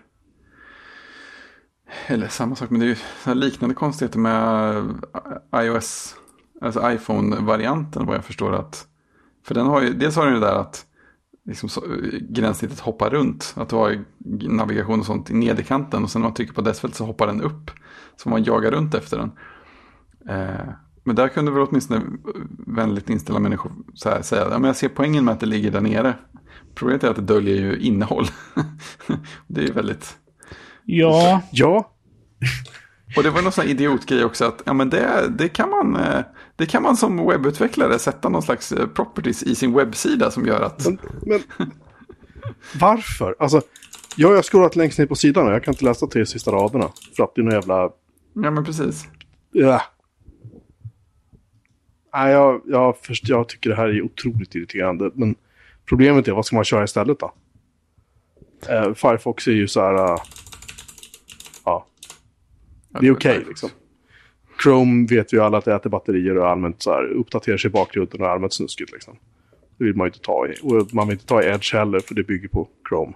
eller samma sak, men det är ju liknande konstigheter med iOS, alltså iPhone-varianten vad jag förstår att, för den har ju, dels har den ju det där att liksom så, gränssnittet hoppar runt, att du har navigation och sånt i nederkanten och sen när man trycker på dessfält så hoppar den upp så man jagar runt efter den. Eh, men där kunde väl åtminstone vänligt inställda människor så här säga, ja, men jag ser poängen med att det ligger där nere. Problemet är att det döljer ju innehåll. Det är ju väldigt... Ja. Ja. Och det var någon sån här idiotgrej också att ja, men det, det, kan man, det kan man som webbutvecklare sätta någon slags properties i sin webbsida som gör att... Men, men varför? Alltså, jag har scrollat längst ner på sidan och jag kan inte läsa tre sista raderna för att det är någon jävla... Ja, men precis. Ja. Nej, jag, jag, först, jag tycker det här är otroligt irriterande. Men problemet är, vad ska man köra istället då? Uh, Firefox är ju så här... Uh, ja. Det är okej okay, liksom. Chrome vet vi ju alla att det äter batterier och allmänt så här, uppdaterar sig i bakgrunden och är allmänt snuskigt liksom. Det vill man ju inte ta i. Och man vill inte ta i Edge heller för det bygger på Chrome.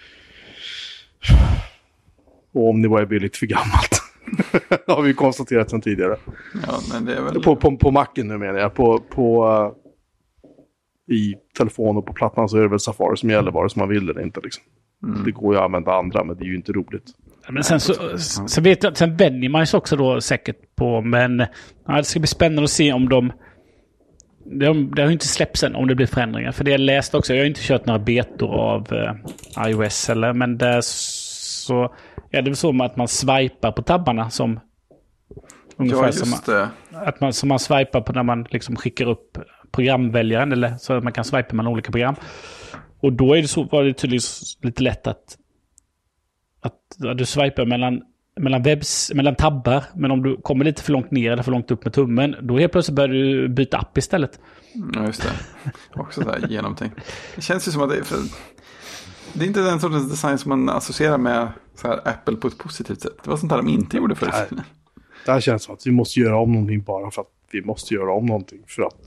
Och Omniweb är lite för gammalt. Det har vi ju konstaterat sedan tidigare. Ja, men det är väl... På, på, på Macen nu menar jag. På, på, uh, i telefon och på plattan så är det väl Safari som gäller vare som man vill eller inte liksom. Mm. Det går ju att använda andra, men det är ju inte roligt. Ja, men sen, så, sen, vet jag, sen vänjer man sig också då säkert på, men ja, det ska bli spännande att se om de det, det har ju inte släppts än om det blir förändringar. För det jag läste också, jag har inte kört några betor av eh, iOS eller, men det så är det väl så att man swipar på tabbarna som ungefär ja, just som man, det. att man, som man swipar på när man liksom skickar upp programväljaren eller så att man kan swipa mellan olika program. Och då är det så, var det tydligen lite lätt att att du swipar mellan, mellan webbs, mellan tabbar, men om du kommer lite för långt ner eller för långt upp med tummen, då helt plötsligt börjar du byta app istället. Ja, just det. Också så här genomtänkt. Det känns ju som att det är, för, det är inte den sortens design som man associerar med så här Apple på ett positivt sätt. Det var sånt här de inte gjorde förut. Det, det här känns som att vi måste göra om någonting bara för att vi måste göra om någonting för att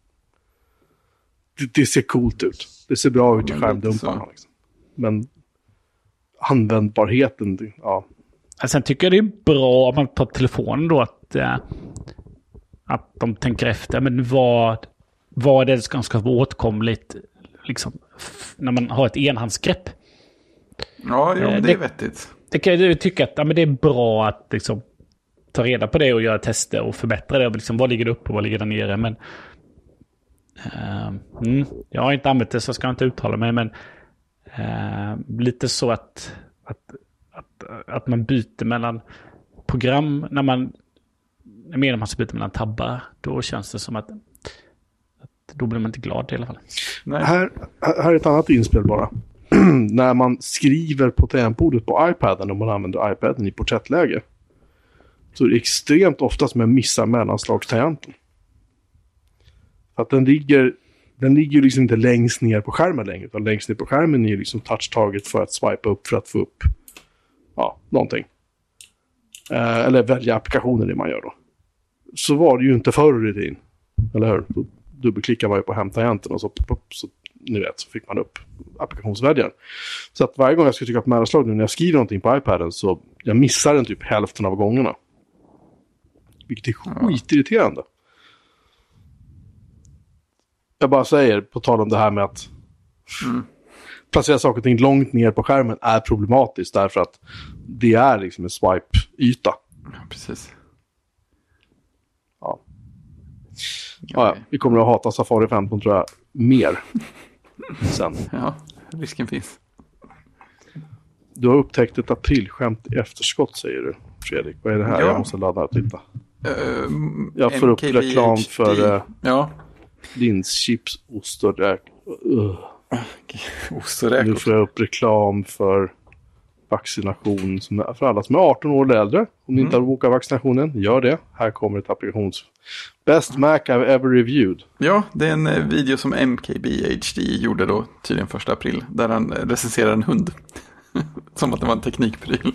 det, det ser coolt ut. Det ser bra ut i skärmdumparna. Liksom. Men användbarheten, ja. Sen tycker jag det är bra om man på telefonen då att, äh, att de tänker efter, men vad, vad är det som ska vara åtkomligt liksom, f- när man har ett enhandsgrepp. Ja, jo, det, det är vettigt. Det kan jag tycka att ja, men det är bra att liksom, ta reda på det och göra tester och förbättra det. Och liksom, vad ligger det uppe och vad ligger där nere? Men, äh, mm, jag har inte använt det så jag ska inte uttala mig, men Uh, lite så att, att, att, att man byter mellan program när man när man ska byta mellan tabbar, då känns det som att, att då blir man inte glad i alla fall. Nej. Här, här är ett annat inspel bara. När man skriver på tangentbordet på iPaden och man använder iPaden i porträttläge så är det extremt ofta som jag missar mellanslagstangenten. För att den ligger Den ligger ju liksom inte längst ner på skärmen längre, utan längst ner på skärmen är ju liksom touchtaget för att swipa upp för att få upp ja, någonting. Eh, eller välja applikationer det man gör då. Så var det ju inte förr i tiden. Eller hur? Då dubbelklickar man ju på hemtangenten och så, så ni vet, så fick man upp applikationsväljaren. Så att varje gång jag ska trycka på mellanslag nu när jag skriver någonting på iPaden så jag missar den typ hälften av gångerna. Vilket är skitirriterande. Jag bara säger, på tal om det här med att mm. placera saker och ting långt ner på skärmen är problematiskt därför att det är liksom en swipe-yta. Ja, precis. Ja. Ja, ja. Vi kommer att hata Safari femton tror jag mer sen. Ja, risken finns. Du har upptäckt ett aprilskämt i efterskott, säger du, Fredrik. Vad är det här? Ja. Jag måste ladda och titta. Uh, jag får upp reklam för... Uh, ja. linschips, ost och räk. Uh. Ost och räkor. Nu får jag upp reklam för vaccination som är för alla som är arton år eller äldre. Om ni mm. inte har bokat vaccinationen, gör det. Här kommer ett applikations... Best Mac I've ever reviewed. Ja, det är en video som M K B H D gjorde då, tydligen första april, där han recenserar en hund. Som att det var en teknikpryl.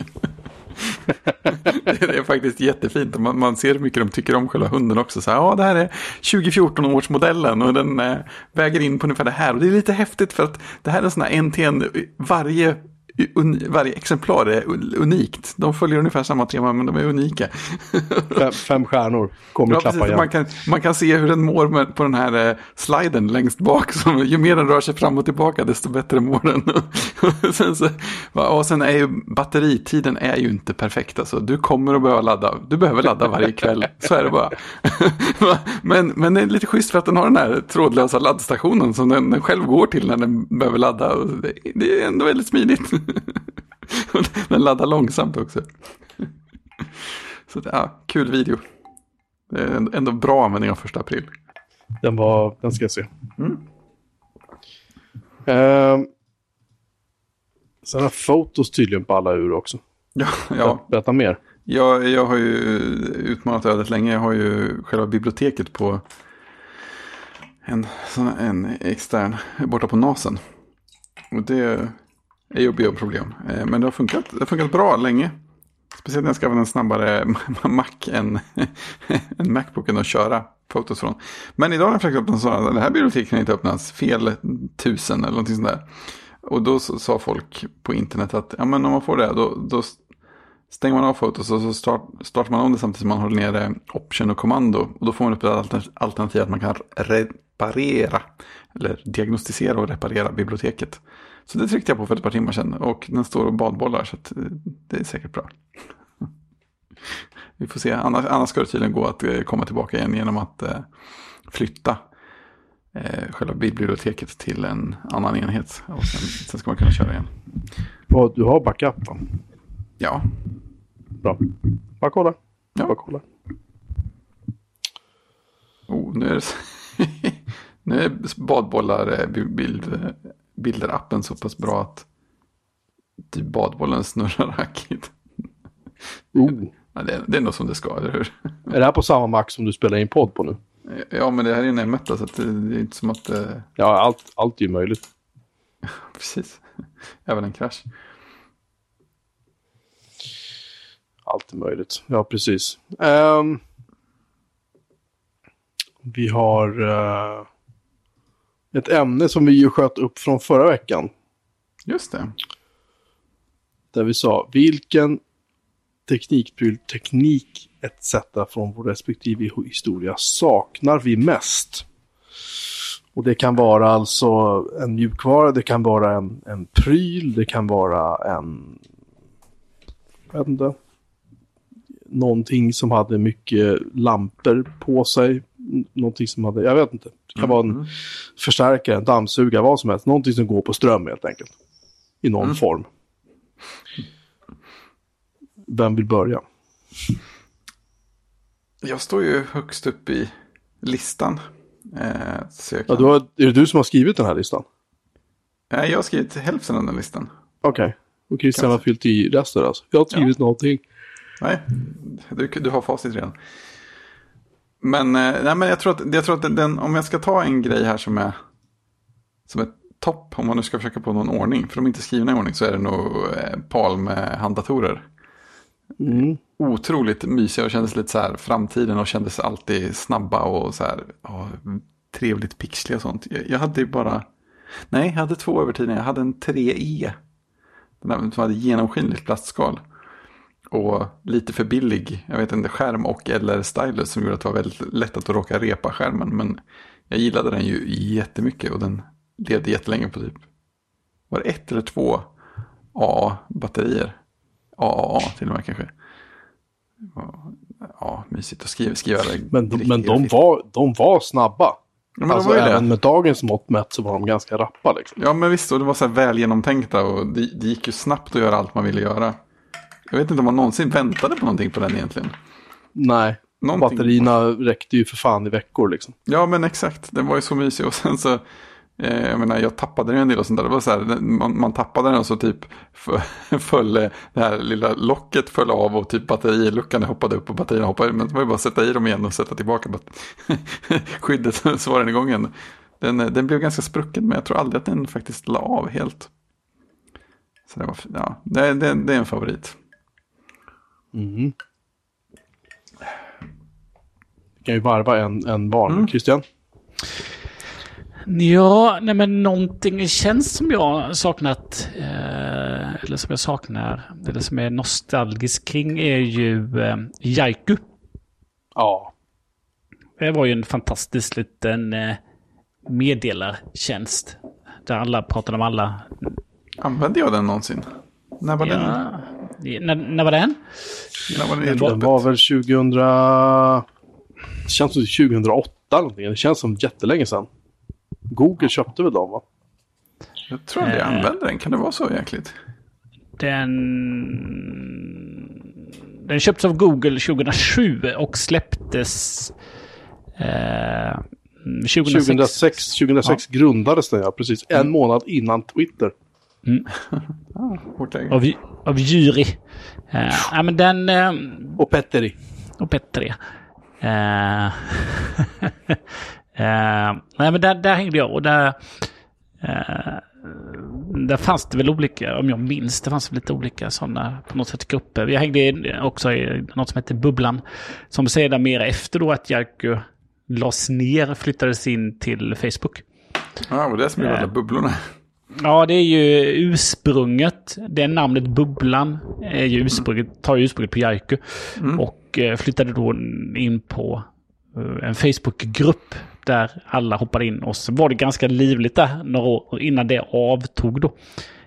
Det är faktiskt jättefint. Man, man ser hur mycket de tycker om själva hunden också. Så här, ja, det här är tjugo fjorton års modellen och den äh, väger in på ungefär det här. Och det är lite häftigt för att det här är sån här en till en, varje Un, varje exemplar är unikt. De följer ungefär samma tema, men de är unika. Fem, fem stjärnor. Kommer ja, klappa igen. Man kan, man kan se hur den mår med, på den här eh, sliden längst bak. Som, ju mer den rör sig fram och tillbaka, desto bättre mår den. sen, så, och sen är ju batteritiden är ju inte perfekt. Alltså. Du kommer att behöva ladda. Du behöver ladda varje kväll. Så är det bara. men, men det är lite schysst för att den har den här trådlösa laddstationen som den, den själv går till när den behöver ladda. Det, det är ändå väldigt smidigt. Den laddar långsamt också. Så det, ja, kul video. Det är ändå bra användning av första april. Den var, den ska jag se. Mm. Uh, sen har fotos tydligen på alla ur också. Ja, ja. Berätta mer. Jag, jag har ju utmanat ödet länge. Jag har ju själva biblioteket på en, en extern borta på Nasen. Och det är jobbiga och problem. Men det har funkat, det har funkat bra länge. Speciellt när jag ska använda en snabbare Mac än en Macbooken att köra fotos från. Men idag har jag försökt öppna sådana. Det här biblioteket kan inte öppnas. Fel tusen eller någonting sånt där. Och då sa folk på internet att ja, men om man får det då, då stänger man av fotos och så start, startar man om det samtidigt som man håller ner option och kommando. Och då får man upp ett alternativ att man kan reparera eller diagnostisera och reparera biblioteket. Så det tryckte jag på för ett par timmar sedan och den står och badbollar så att det är säkert bra. Vi får se, annars, annars ska det tydligen gå att komma tillbaka igen genom att eh, flytta eh, själva biblioteket till en annan enhet och sen, sen ska man kunna köra igen. Och du har backup va? Ja. Bra. Bara kolla. Ja. Bara kolla. Oh, nu är det nu är badbollar bild bilderappen så pass bra att typ badbollen snurrar rackigt. Oh. Ja, det, är, det är nog som det ska, eller hur? Är det här på samma Mac som du spelar in podd på nu? Ja, men det här är ju en M ett så att det, det är inte som att... Uh... Ja, allt, allt är ju möjligt. Precis. Även en krasch. Allt är möjligt. Ja, precis. Um, vi har... Uh... ett ämne som vi ju sköt upp från förra veckan. Just det. Där vi sa, vilken teknikpryl, teknik et cetera från vår respektive historia saknar vi mest? Och det kan vara alltså en mjukvara, det kan vara en, en pryl, det kan vara en... jag vet inte. Någonting som hade mycket lampor på sig. Någonting som hade, jag vet inte. Det kan vara en mm. förstärkare, en dammsugare, vad som helst. Någonting som går på ström helt enkelt. I någon mm. form. Vem vill börja? Jag står ju högst upp i listan. Eh, så jag kan... ja, du har, är det du som har skrivit den här listan? Nej, jag har skrivit hälften av den listan. Okej. Okay. Och Christian har fyllt i resten alltså. Jag har skrivit ja. någonting. Nej, du, du har facit redan. Men, nej, men jag tror att, jag tror att den, om jag ska ta en grej här som är som är topp, om man nu ska försöka på någon ordning, för de är inte skrivna i ordning, så är det nog eh, Palm handdatorer. Mm. Otroligt mysiga och kändes lite så här framtiden och kändes alltid snabba och så här åh, trevligt pixliga och sånt. Jag, jag hade ju bara, nej, jag hade två över tiden. Jag hade en tre E. Den där som hade genomskinligt plastskal. Och lite för billig, jag vet inte, skärm och eller stylus som gjorde att det var väldigt lätt att råka repa skärmen. Men jag gillade den ju jättemycket och den levde jättelänge på typ, var det ett eller två A A-batterier? A A A till och med kanske. Ja, mysigt att skriva. skriva men de, men de, var, de var snabba. Ja, men alltså de var även det. Med dagens mått mätt så var de ganska rappa liksom. Ja, men visst, och det var så här väl genomtänkta och det, det gick ju snabbt att göra allt man ville göra. Jag vet inte om man någonsin väntade på någonting på den egentligen. Nej, någonting. Batterierna räckte ju för fan i veckor liksom. Ja, men exakt. Den var ju så mysig. Och sen så, Eh, jag menar, jag tappade en del och sånt där. Det var så här, man, man tappade den och så typ föll det här lilla locket föll av och typ batteriluckan hoppade upp och batterierna hoppade. Men det var ju bara att sätta i dem igen och sätta tillbaka skyddet så var den igång igen. Den, den blev ganska sprucken, men jag tror aldrig att den faktiskt la av helt. Så det var, ja, det, det, det är en favorit. Mm. Vi kan ju varva en, en barn. Mm. Christian? Ja, nej men någonting känns som jag saknat, eh, eller som jag saknar, eller som är nostalgisk kring är ju eh, Jaiku. Ja. Det var ju en fantastisk liten eh, meddelartjänst där alla pratade om alla. Använde jag den någonsin? När var ja. den? När, när var den? När var den, den, den var väl tjugohundra... Det känns som tjugohundraåtta någonting. Det känns som jättelänge sedan. Google köpte väl dem, va? Jag tror att jag eh, använde den. Kan det vara så jäkligt? Den... Den köptes av Google tjugohundrasju och släpptes... Eh, tjugohundrasex. tjugohundrasex, tjugohundrasex ja. Grundades den, ja. Precis. En mm. månad innan Twitter. Mm. ah, av, av Jyri. Uh, ja, men den... Uh, och Petteri. Och Petteri. Uh, uh, nej, men där, där hängde jag. Och där... Uh, där fanns det väl olika, om jag minns, det fanns lite olika sådana på något sätt grupper. Jag hängde också i något som heter Bubblan. Som sedan mer efter då att Jaiku lades ner, flyttades in till Facebook. Ja, och det som är alla bubblorna. Ja, det är ju ursprunget. Det namnet Bubblan är ju ursprunget, tar ju ursprunget på Jaiku. Mm. Och flyttade då in på en Facebookgrupp där alla hoppade in. Och så var det ganska livligt där några år innan det avtog då.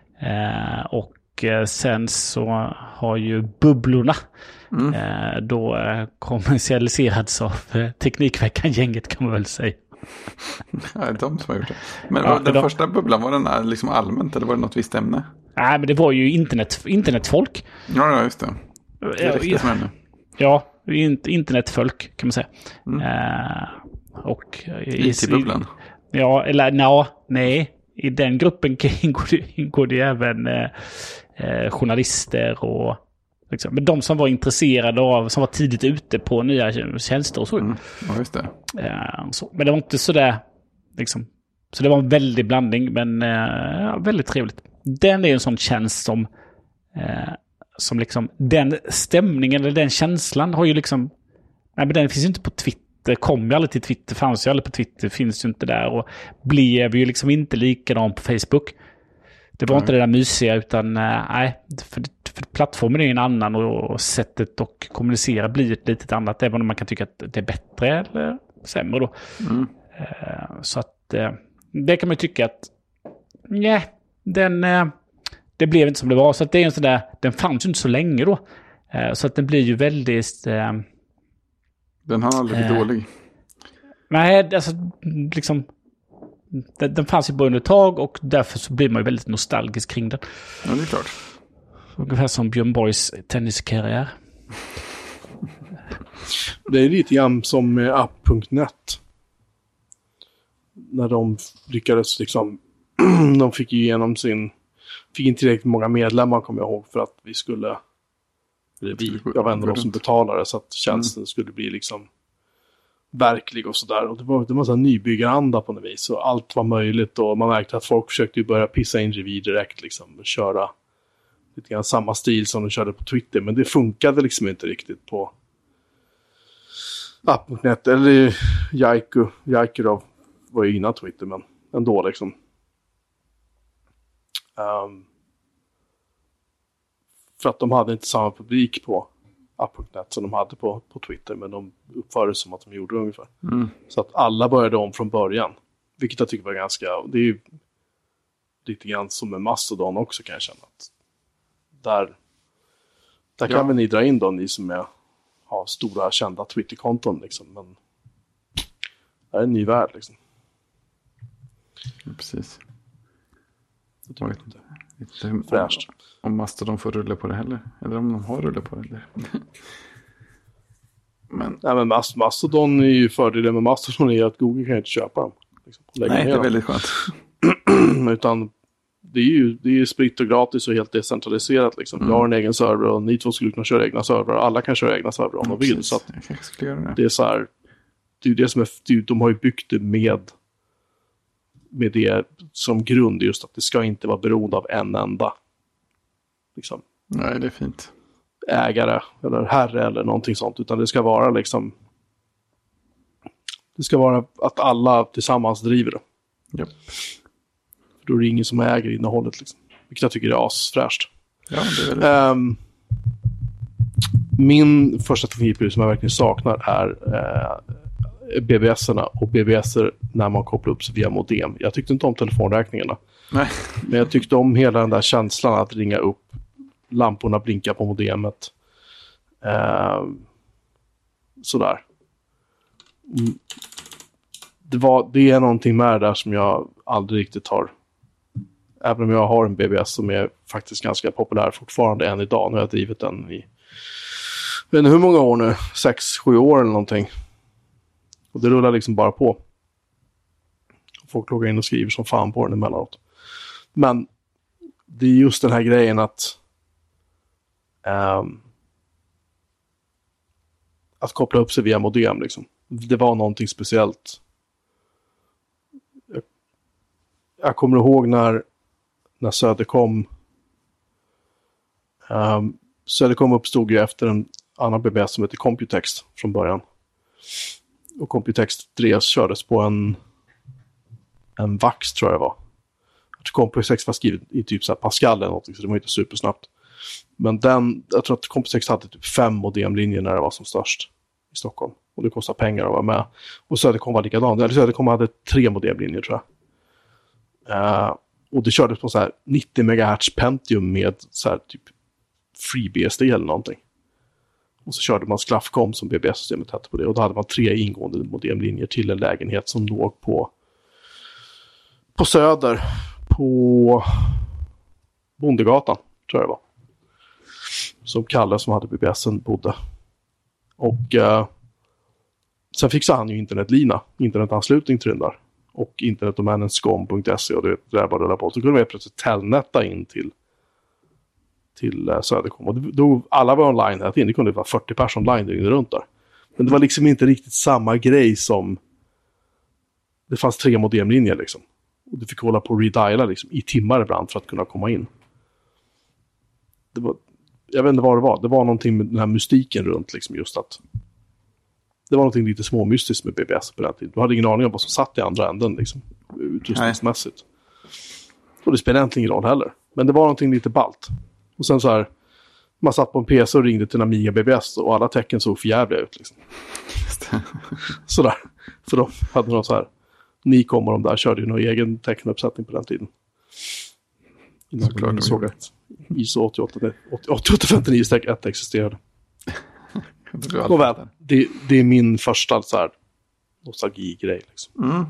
Eh, och sen så har ju bubblorna mm. eh, då kommersialiserats av Teknikveckan-gänget, kan man väl säga. Ja, de som har gjort det. Men ja, den de... första bubblan, var den liksom allmänt eller var det något visst ämne? Nej, men det var ju internet, internetfolk. Ja, just det. Det är riktigt som ämne. Ja, internetfolk kan man säga. Mm. Eh, och I T-bubblan? Ja, eller na, nej. I den gruppen ingår det, ingår det även eh, eh, journalister och liksom, men de som var intresserade av, som var tidigt ute på nya tjänster och så. Mm. Ja, just det. Eh, så. Men det var inte så där liksom, så det var en väldig blandning, men eh, väldigt trevligt. Den är en sån tjänst som eh, som liksom, den stämningen eller den känslan har ju liksom, nej, men den finns ju inte på Twitter, kom ju aldrig till Twitter, fanns ju aldrig på Twitter, finns ju inte där och blev ju liksom inte likadan på Facebook. Det var mm. inte det där mysiga, utan nej, för, för plattformen är en annan och, och sättet att kommunicera blir ett litet annat, även om man kan tycka att det är bättre eller sämre då. Mm. Uh, så att uh, det kan man ju tycka att nej, den uh, det blev inte som det var, så att det är en sån där, den fanns ju inte så länge då. Uh, så att den blir ju väldigt uh, den har aldrig blivit uh, dålig. Nej, alltså liksom den, den fanns ju bara under ett tag och därför så blir man ju väldigt nostalgisk kring den. Ja, det är klart. Ungefär som Björn Borgs tenniskarriär. Det är lite grann som app punkt net. När de lyckades liksom de fick igenom sin fick inte tillräckligt många medlemmar, kommer jag ihåg, för att vi skulle eller vi, jag var ändå de som betalade, så att tjänsten mm. skulle bli liksom verklig och sådär. Och det var, det var en nybyggaranda på något vis. Och allt var möjligt och man märkte att folk försökte ju börja pissa in revir direkt liksom. Och köra lite grann samma stil som de körde på Twitter. Men det funkade liksom inte riktigt på app punkt net eller Jaiku. Jaiku då var ju innan Twitter, men ändå liksom. Um, för att de hade inte samma publik på app punkt net som de hade på, på Twitter, men de uppförde som att de gjorde ungefär. Mm. Så att alla började om från början. Vilket jag tycker var ganska, det är ju lite grann som med Mastodon också, kan jag känna. Att där där ja. Kan väl ni dra in då, ni som är, har stora kända Twitter-konton liksom, men det är en ny värld liksom. Ja, precis. Jag vet inte. Inte fräscht. Om Mastodon får rulla på det heller. Eller om de har rullat på det. Eller. men... Nej, men Mastodon är ju fördelen med Mastodon är att Google kan inte köpa dem. Liksom, nej, det är väldigt skönt. Utan det är ju det är spritt och gratis och helt decentraliserat. Liksom. Mm. Jag har en egen server och ni två skulle kunna köra egna servrar. Alla kan köra egna servrar om de vill. Så att det är så här, det är ju det som är, det är, de har ju byggt det med med det som grund, just att det ska inte vara beroende av en enda liksom. Nej, det är fint. Ägare eller herre eller någonting sånt, utan det ska vara liksom det ska vara att alla tillsammans driver det. Japp. För då är det ingen som äger innehållet liksom. Vilket jag tycker är asfräscht. Ja, det är väldigt um, min första teknikpryl som jag verkligen saknar är uh, B B S-erna och B B S-er när man kopplar upp sig via modem. Jag tyckte inte om telefonräkningarna. Nej. Men jag tyckte om hela den där känslan att ringa upp, lamporna blinkar på modemet. Uh, sådär. Mm. Det, var, det är någonting med det där som jag aldrig riktigt har. Även om jag har en B B S som är faktiskt ganska populär fortfarande än idag. Nu har jag drivit den i jag vet inte hur många år nu. Sex, sju år eller någonting. Och det rullar liksom bara på. Folk loggar in och skriver som fan på den emellanåt. Men det är just den här grejen att um, att koppla upp sig via modem liksom. Det var någonting speciellt. Jag, jag kommer ihåg när när Södercom um, Södercom uppstod ju efter en annan B B S som heter Computext från början. Och Computext drevs, kördes på en en Vax tror jag det var. Jag tror Computext var skrivet i typ så här Pascal eller något, så det var inte supersnabbt. Men den, jag tror att Computext hade typ fem modemlinjer när det var som störst i Stockholm. Och det kostade pengar att vara med. Och Södercom var likadant. Eller Södercom hade tre modemlinjer tror jag. Uh, och det kördes på så här nittio megahertz Pentium med så här typ FreeBSD eller någonting. Och så körde man Sclafcom som B B S-systemet hette på det. Och då hade man tre ingående modemlinjer till en lägenhet som låg på på Söder. På Bondegatan, tror jag det var. Som Kalle som hade B B S-en bodde. Och eh, sen fixade han ju internetlina. Internetanslutning till den där. Och internetdomänen scom punkt se och det där bara rulla på. Så kunde man plötsligt telnetta in till till uh, Södercom. Och då, alla var online hela tiden. Det kunde vara fyrtio personer online dygnet runt där. Men det var liksom inte riktigt samma grej som det fanns tre modemlinjer liksom. Och du fick hålla på och rediala liksom, i timmar ibland för att kunna komma in. Det var, jag vet inte vad det var. Det var någonting med den här mystiken runt liksom, just att det var någonting lite småmystiskt med B B S på den tiden. Du hade ingen aning om vad som satt i andra änden liksom, utrustningsmässigt. Och det spelade egentligen ingen roll heller. Men det var någonting lite ballt. Och sen så här, man satt på en P C och ringde till en Amiga B B S och alla tecken såg för jävliga ut liksom. Sådär. För de hade någon så här, ni kommer de där, körde ju någon egen teckenuppsättning på den tiden. Innan jag såg att I S O åttioåtta femtionio ett existerade. Och väl, det, det är min första så här nostalgi-grej liksom. Mm.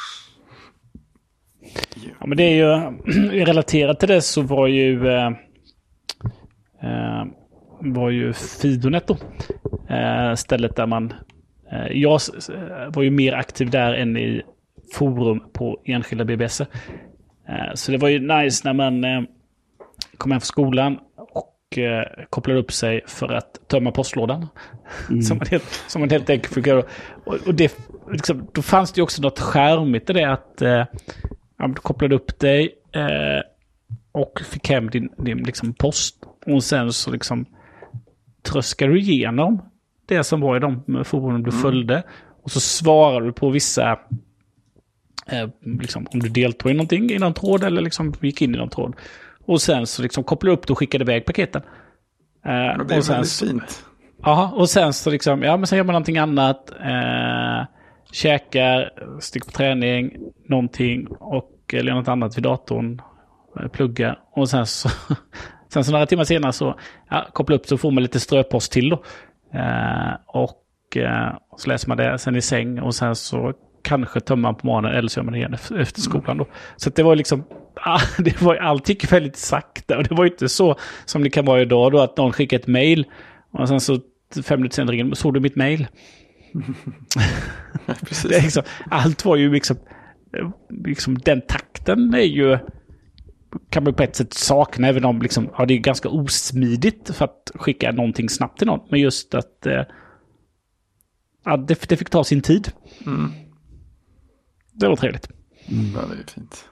Ja, men det är ju relaterat till det så var ju eh, eh, var ju Fidonet då. Eh, stället där man eh, jag var ju mer aktiv där än i forum på enskilda B B S. Eh, så det var ju nice när man eh, kom hem från skolan och eh, kopplade upp sig för att tömma postlådan. Mm. som, man helt, som man helt enkelt fick göra. Och, och det, liksom, då fanns det ju också något charmigt i det att eh, ja, du kopplade upp dig eh, och fick hem din, din liksom, post. Och sen så liksom tröskade du igenom det som var i de forumen du mm. följde. Och så svarade du på vissa eh, liksom, om du deltog i någonting i någon tråd eller liksom gick in i någon tråd. Och sen så liksom kopplade du upp och skickade iväg paketen. Eh, ja, det är och sen väldigt så, fint. Ja, och sen så liksom, ja men sen gör man någonting annat. Eh, käkar, stick på träning, någonting och eller något annat vid datorn, plugga och sen så sen så några timmar senare så ja, koppla upp så får man lite ströpost till då. Eh, och eh, så läser man det sen i säng och sen så kanske tömmer man på morgonen eller så gör man det igen efter skolan då. Så att det var liksom ah, det var allt gick väldigt sakta och det var ju inte så som det kan vara idag då att någon skickar ett mejl och sen så fem minuter senare ringer såg du mitt mejl. Det är liksom, allt var ju liksom, liksom den takten kontakten är ju, kan man på ett sätt sakna, även om liksom, ja, det är ganska osmidigt för att skicka någonting snabbt till någon. Men just att eh, ja, det, det fick ta sin tid. Mm. Det var trevligt. Mm. Ja, det är fint.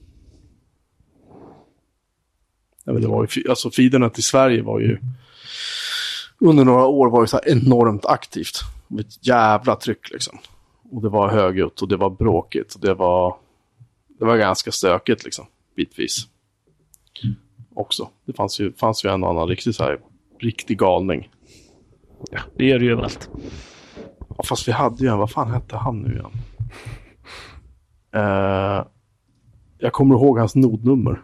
Ja, men det var ju, alltså feedernet i Sverige var ju under några år var ju så här enormt aktivt. Med ett jävla tryck liksom. Och det var högljutt och det var bråkigt. Och det var det var ganska stökigt liksom, bitvis. Också. Det fanns ju, fanns ju en annan riktig så här, riktig galning. Ja, det gör det ju överallt. Ja, fast vi hade ju en, vad fan hette han nu igen? Uh, jag kommer ihåg hans nodnummer.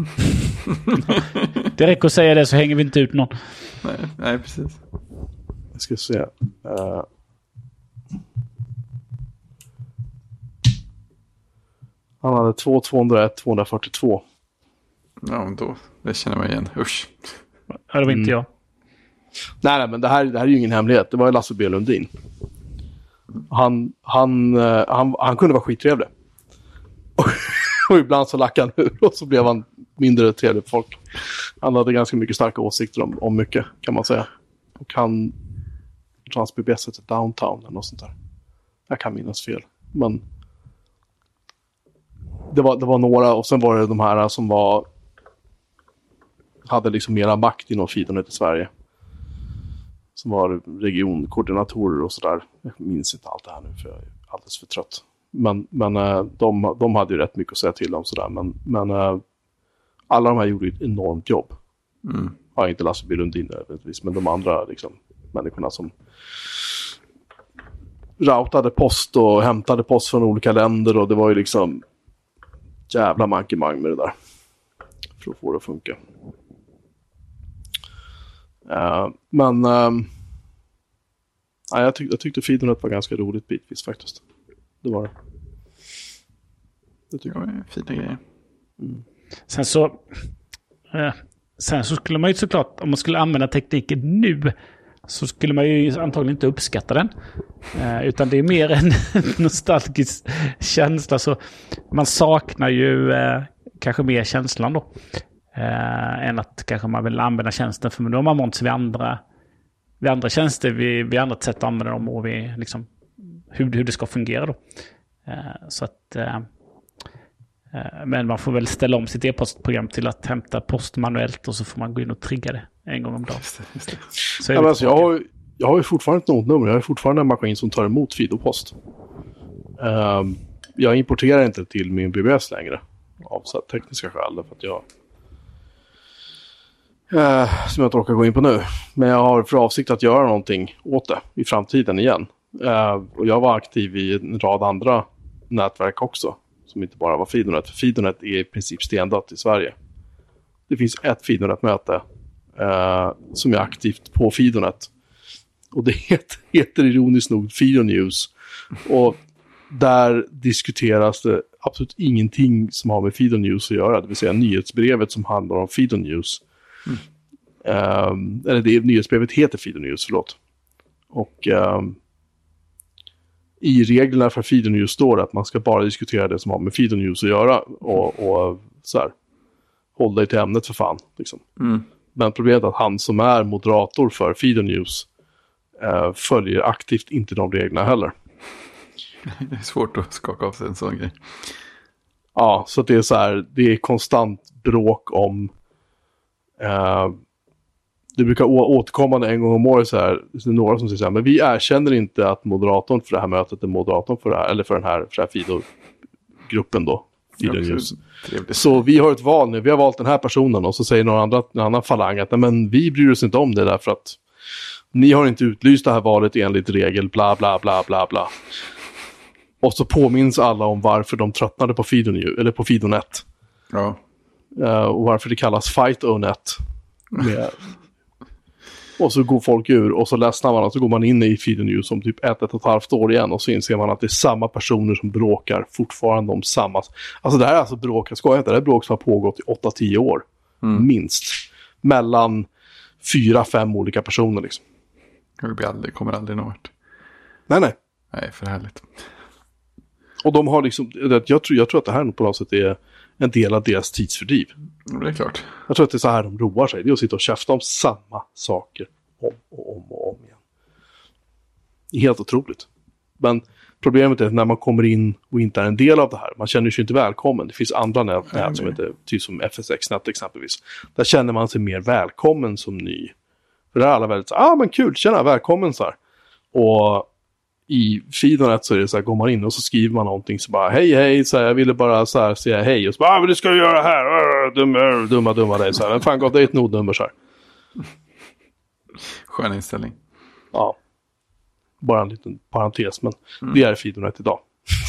Det räcker att säga det så hänger vi inte ut någon. Nej, nej precis. Jag ska se. Uh, han hade två tvåhundraett tvåhundrafyrtiotvå. Ja, men då, det känner man igen. Usch. Ja, det var inte jag. Nej, nej, men det här, det här är ju ingen hemlighet. Det var ju Lasse B. Lundin. Han, han, uh, han, han kunde vara skittrevlig. Och ibland så lackade han ur och så blev han mindre trevlig för folk. Han hade ganska mycket starka åsikter om, om mycket, kan man säga. Och han hans B B S till Downtown eller något sånt där. Jag kan minnas fel. Men det var, det var några, och sen var det de här som var hade liksom mera makt inom feedernet i Sverige. Som var regionkoordinatorer och sådär. Jag minns inte allt det här nu för jag är alldeles för trött. Men, men de, de hade ju rätt mycket att säga till om sådär. Men, men alla de här gjorde ju ett enormt jobb. Mm. Ja, inte Lasse B. Lundin men de andra liksom, människorna som routade post och hämtade post från olika länder. Och det var ju liksom jävla mankemang med det där. För att få det att funka. Uh, men uh, ja, jag, tyck- jag tyckte feedernet var ganska roligt bitvis faktiskt. Det var det. Det tycker jag. Det var fina grejer. Mm. Sen så eh, sen så skulle man ju såklart, om man skulle använda tekniken nu så skulle man ju antagligen inte uppskatta den. Eh, utan det är mer en nostalgisk känsla. Så man saknar ju eh, kanske mer känslan då. Eh, än att kanske man vill använda tjänsten. För då har man vant sig vid andra, vid andra tjänster, vid, vid andra sätt att använda dem och vid, liksom, hur, hur det ska fungera då. Eh, så att eh, men man får väl ställa om sitt e-postprogram till att hämta post manuellt och så får man gå in och trigga det en gång om dagen. Just det, just det. Så ja, alltså, jag, har, jag har ju fortfarande ett notnummer. Jag har fortfarande en maskin som tar emot Fido-post. Um, jag importerar inte till min B B S längre av så tekniska skäl för att jag uh, som jag inte orkar gå in på nu. Men jag har för avsikt att göra någonting åt det i framtiden igen. Uh, och jag var aktiv i en rad andra nätverk också. Som inte bara var Fidonet. För Fidonet är i princip stendött i Sverige. Det finns ett Fidonet-möte eh, som är aktivt på Fidonet. Och det heter, heter ironiskt nog Fidonews. Och där diskuteras det absolut ingenting som har med Fidonews att göra. Det vill säga nyhetsbrevet som handlar om Fidonews. Mm. Eh, eller det nyhetsbrevet heter Fidonews, förlåt. Och Eh, i reglerna för Fidonews står det att man ska bara diskutera det som har med Fidonews att göra och, och så här, håll dig till ämnet för fan. Liksom. Mm. Men problemet är att han som är moderator för Fidonews eh, följer aktivt inte de reglerna heller. Det är svårt att skaka av sig en sån grej. Ja, så det är så här, det är konstant bråk om eh, det brukar å- återkommande en gång om året så här, det är några som säger så här, men vi erkänner inte att moderatorn för det här mötet är moderatorn för det här, eller för den här, för den här Fido-gruppen då. Fido-news. Så vi har ett val nu, vi har valt den här personen och så säger någon andra, en annan falang att men vi bryr oss inte om det därför att ni har inte utlyst det här valet enligt regel, bla bla bla bla bla. Och så påminns alla om varför de tröttnade på Fido-news, eller på Fidonet. Ja. Uh, och varför det kallas Fight-O-Net. Med och så går folk ur och så ledsnar man och så går man in i Fidonews om typ ett, ett och ett halvt år igen och så inser man att det är samma personer som bråkar fortfarande om samma. Alltså det här är alltså bråk, jag skojar inte, det här är bråk som har pågått i åtta till tio år. Mm. Minst. Mellan fyra, fem olika personer liksom. Det blir aldrig, kommer aldrig något. Nej, nej. Nej, för härligt. Och de har liksom, jag tror, jag tror att det här på något sätt är en del av deras tidsfördriv. Det är klart. Jag tror att det är så här de roar sig. Det är att sitta och käfta om samma saker om och om och om igen. Det är helt otroligt. Men problemet är att när man kommer in och inte är en del av det här, man känner sig inte välkommen. Det finns andra nät, nät som heter, typ som F S X-nät exempelvis. Där känner man sig mer välkommen som ny. För där är alla väldigt så ah men kul, tjena, välkommen så här. Och i Fidonet så är det så här, går man in och så skriver man någonting så bara hej hej, så här, jag ville bara så här säga hej och så bara, ah, men det ska du göra här, dumma dumma dumma dig så här, men fan gav det ett nodnummer så här. Skön inställning. Ja. Bara en liten parentes, men mm. det är Fidonet idag.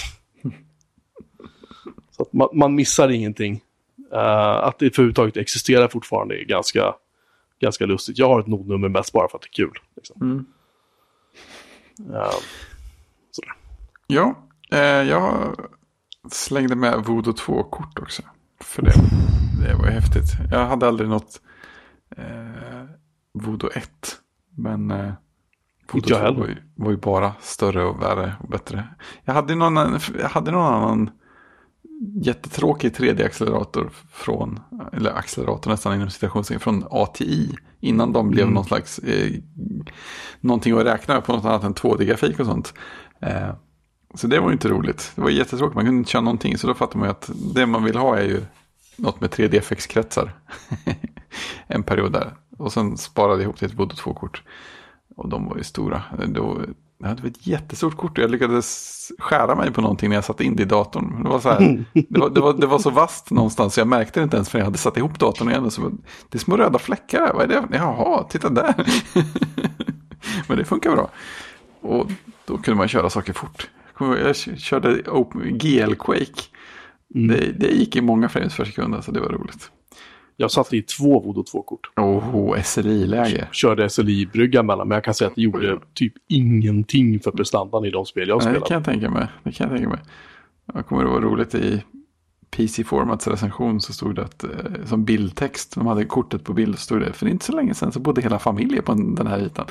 Så att man, man missar ingenting. Uh, att det överhuvudtaget existerar fortfarande är ganska, ganska lustigt. Jag har ett nodnummer mest bara för att det är kul. Liksom. Mm. Uh, sådär. Ja, eh, jag slängde med Voodoo två-kort också. För det, det var ju häftigt. Jag hade aldrig något eh, Voodoo ett. Men eh, Voodoo två var ju, var ju bara större och värre och bättre. Jag hade någon, jag hade någon annan jättetråkig tre D-accelerator från, eller accelerator nästan inom citationstecken, från A T I innan de blev mm. någon slags eh, någonting att räkna på något annat än två D-grafik och sånt. Eh, så det var ju inte roligt. Det var jättetråkigt, man kunde inte köra någonting, så då fattar man ju att det man vill ha är ju något med tre D-F X-kretsar en period där. Och sen sparade jag ihop till ett Voodoo två-kort. Och de var ju stora. Då, det hade ett jättestort kort och jag lyckades skära mig på någonting när jag satte in det i datorn. Det var så här, det var, det var, det var så vast någonstans så jag märkte det inte ens för jag hade satt ihop datorn igen. Och så, det är små röda fläckar, vad är det? Jaha, titta där. Men det funkar bra. Och då kunde man köra saker fort. Jag körde G L Quake. Mm. Det, det gick i många frames per sekund, så det var roligt. Jag satte i två Voodoo två-kort. Åh, oh, S L I-läge. Körde S L I-brygga mellan, men jag kan säga att det gjorde typ ingenting för prestandan i de spel jag spelade. Nej, det kan jag tänka mig. Det kan jag tänka mig. Jag kommer att vara roligt i P C-formats recension så stod det att, eh, som bildtext, de hade kortet på bild, stod det, för det är inte så länge sedan så bodde hela familjen på den här ytan.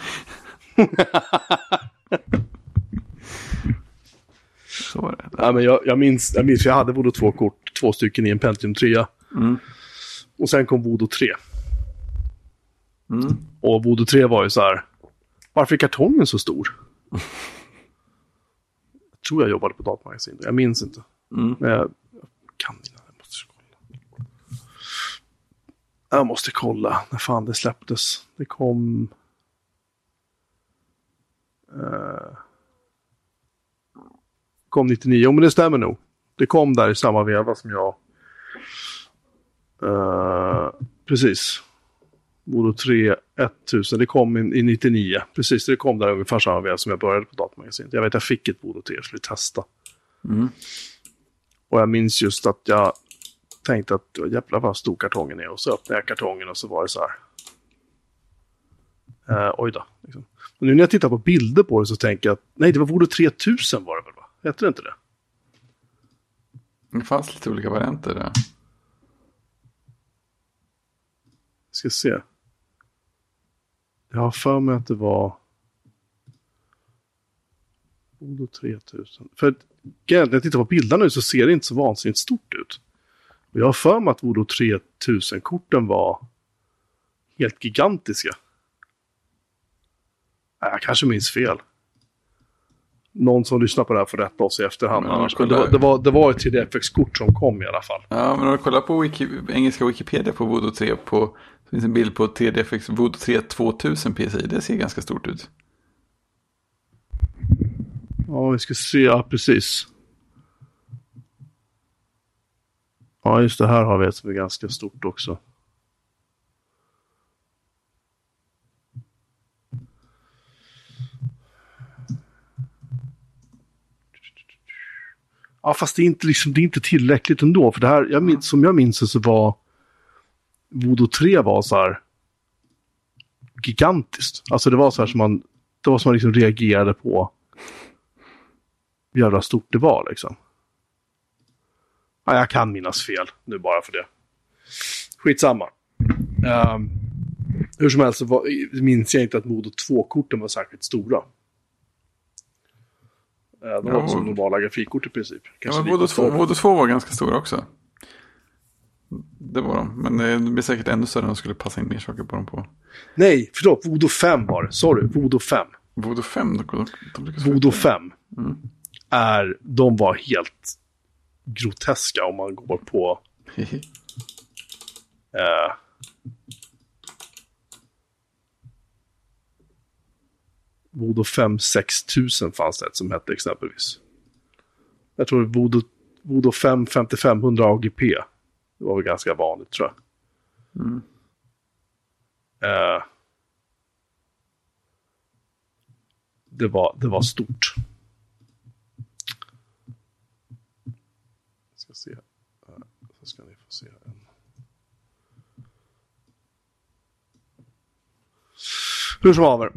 Så var det. Ja, men jag, jag minns, jag minns, jag hade Voodoo två-kort, två stycken i en Pentium tre. Mm. Och sen kom Voodoo tre. Mm. Och Voodoo tre var ju så här, varför är kartongen så stor? Jag tror jag jobbade på datamagasin. Jag minns inte. Mm. Men jag, jag kan inte. Jag måste kolla. Jag måste kolla när fan det släpptes. Det kom... Uh, kom nittionio. Jo, men det stämmer nog. Det kom där i samma veva som jag... Uh, precis. Voodoo tre tusen, det kom i, i nittionio. Precis, det kom där ungefär samma veva som jag började på datamagasinet. Jag vet, jag fick ett Voodoo tre, jag skulle testa. Mm. Och jag minns just att jag tänkte att jävlar vad stor kartongen är. Och så öppnade jag kartongen och så var det så här. Uh, oj då. Liksom. Och nu när jag tittar på bilder på det så tänker jag att nej, det var Voodoo tre tusen var det väl, va? Hette det inte det? Det fanns lite olika varianter där. Ska se. Jag har för mig att det var Voodoo tre tusen. För när jag tittar på bilderna nu så ser det inte så vansinnigt stort ut. Och jag har för mig att Voodoo tre tusen-korten var helt gigantiska. Nej, jag kanske minns fel. Någon som lyssnar på det här får rätta oss i efterhand. Men, men det, var, det, var, det var ett tre D F X-kort som kom i alla fall. Ja, men om du kollar på Wiki, engelska Wikipedia på Voodoo tre, på, det finns en bild på tre D F X Voodoo tre tvåtusen P C I. Det ser ganska stort ut. Ja, vi ska se. Ja, precis. Ja, just det här har vi ett som är ganska stort också. Ja, fast det är inte, liksom, det är inte tillräckligt ändå. För det här, jag minns, som jag minns det så var Voodoo tre var så här gigantiskt. Alltså det var så här som man, det var som man liksom reagerade på hur jävla stort det var liksom. Ja, jag kan minnas fel nu bara för det. Skitsamma. Um, hur som helst så var, minns jag inte att Voodoo två-korten var särskilt stora. De var som normala grafikkort i princip. Ja, men Voodoo två var ganska stora också. Det var de. Men det blir säkert ännu större om de skulle passa in mer saker på dem på. Nej, förlåt. Voodoo fem var det. Sorry, Voodoo fem. Voodoo fem? De, de, de Voodoo fem mm. är... De var helt groteska om man går på... eh, Voodoo fem sex tusen fanns det ett som hette exempelvis. Jag tror Voodoo, Voodoo fem femtiofem hundra A G P. Det var väl ganska vanligt, tror jag. Mm. Uh, det, var, det var stort. Jag ska se. Uh, så ska ni få se en. Hur som haver.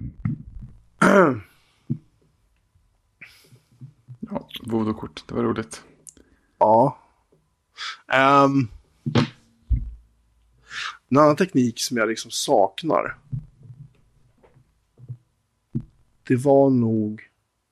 Ja, Voodoo-kort. Det var roligt. Ja. Um, en annan teknik som jag liksom saknar. Det var nog...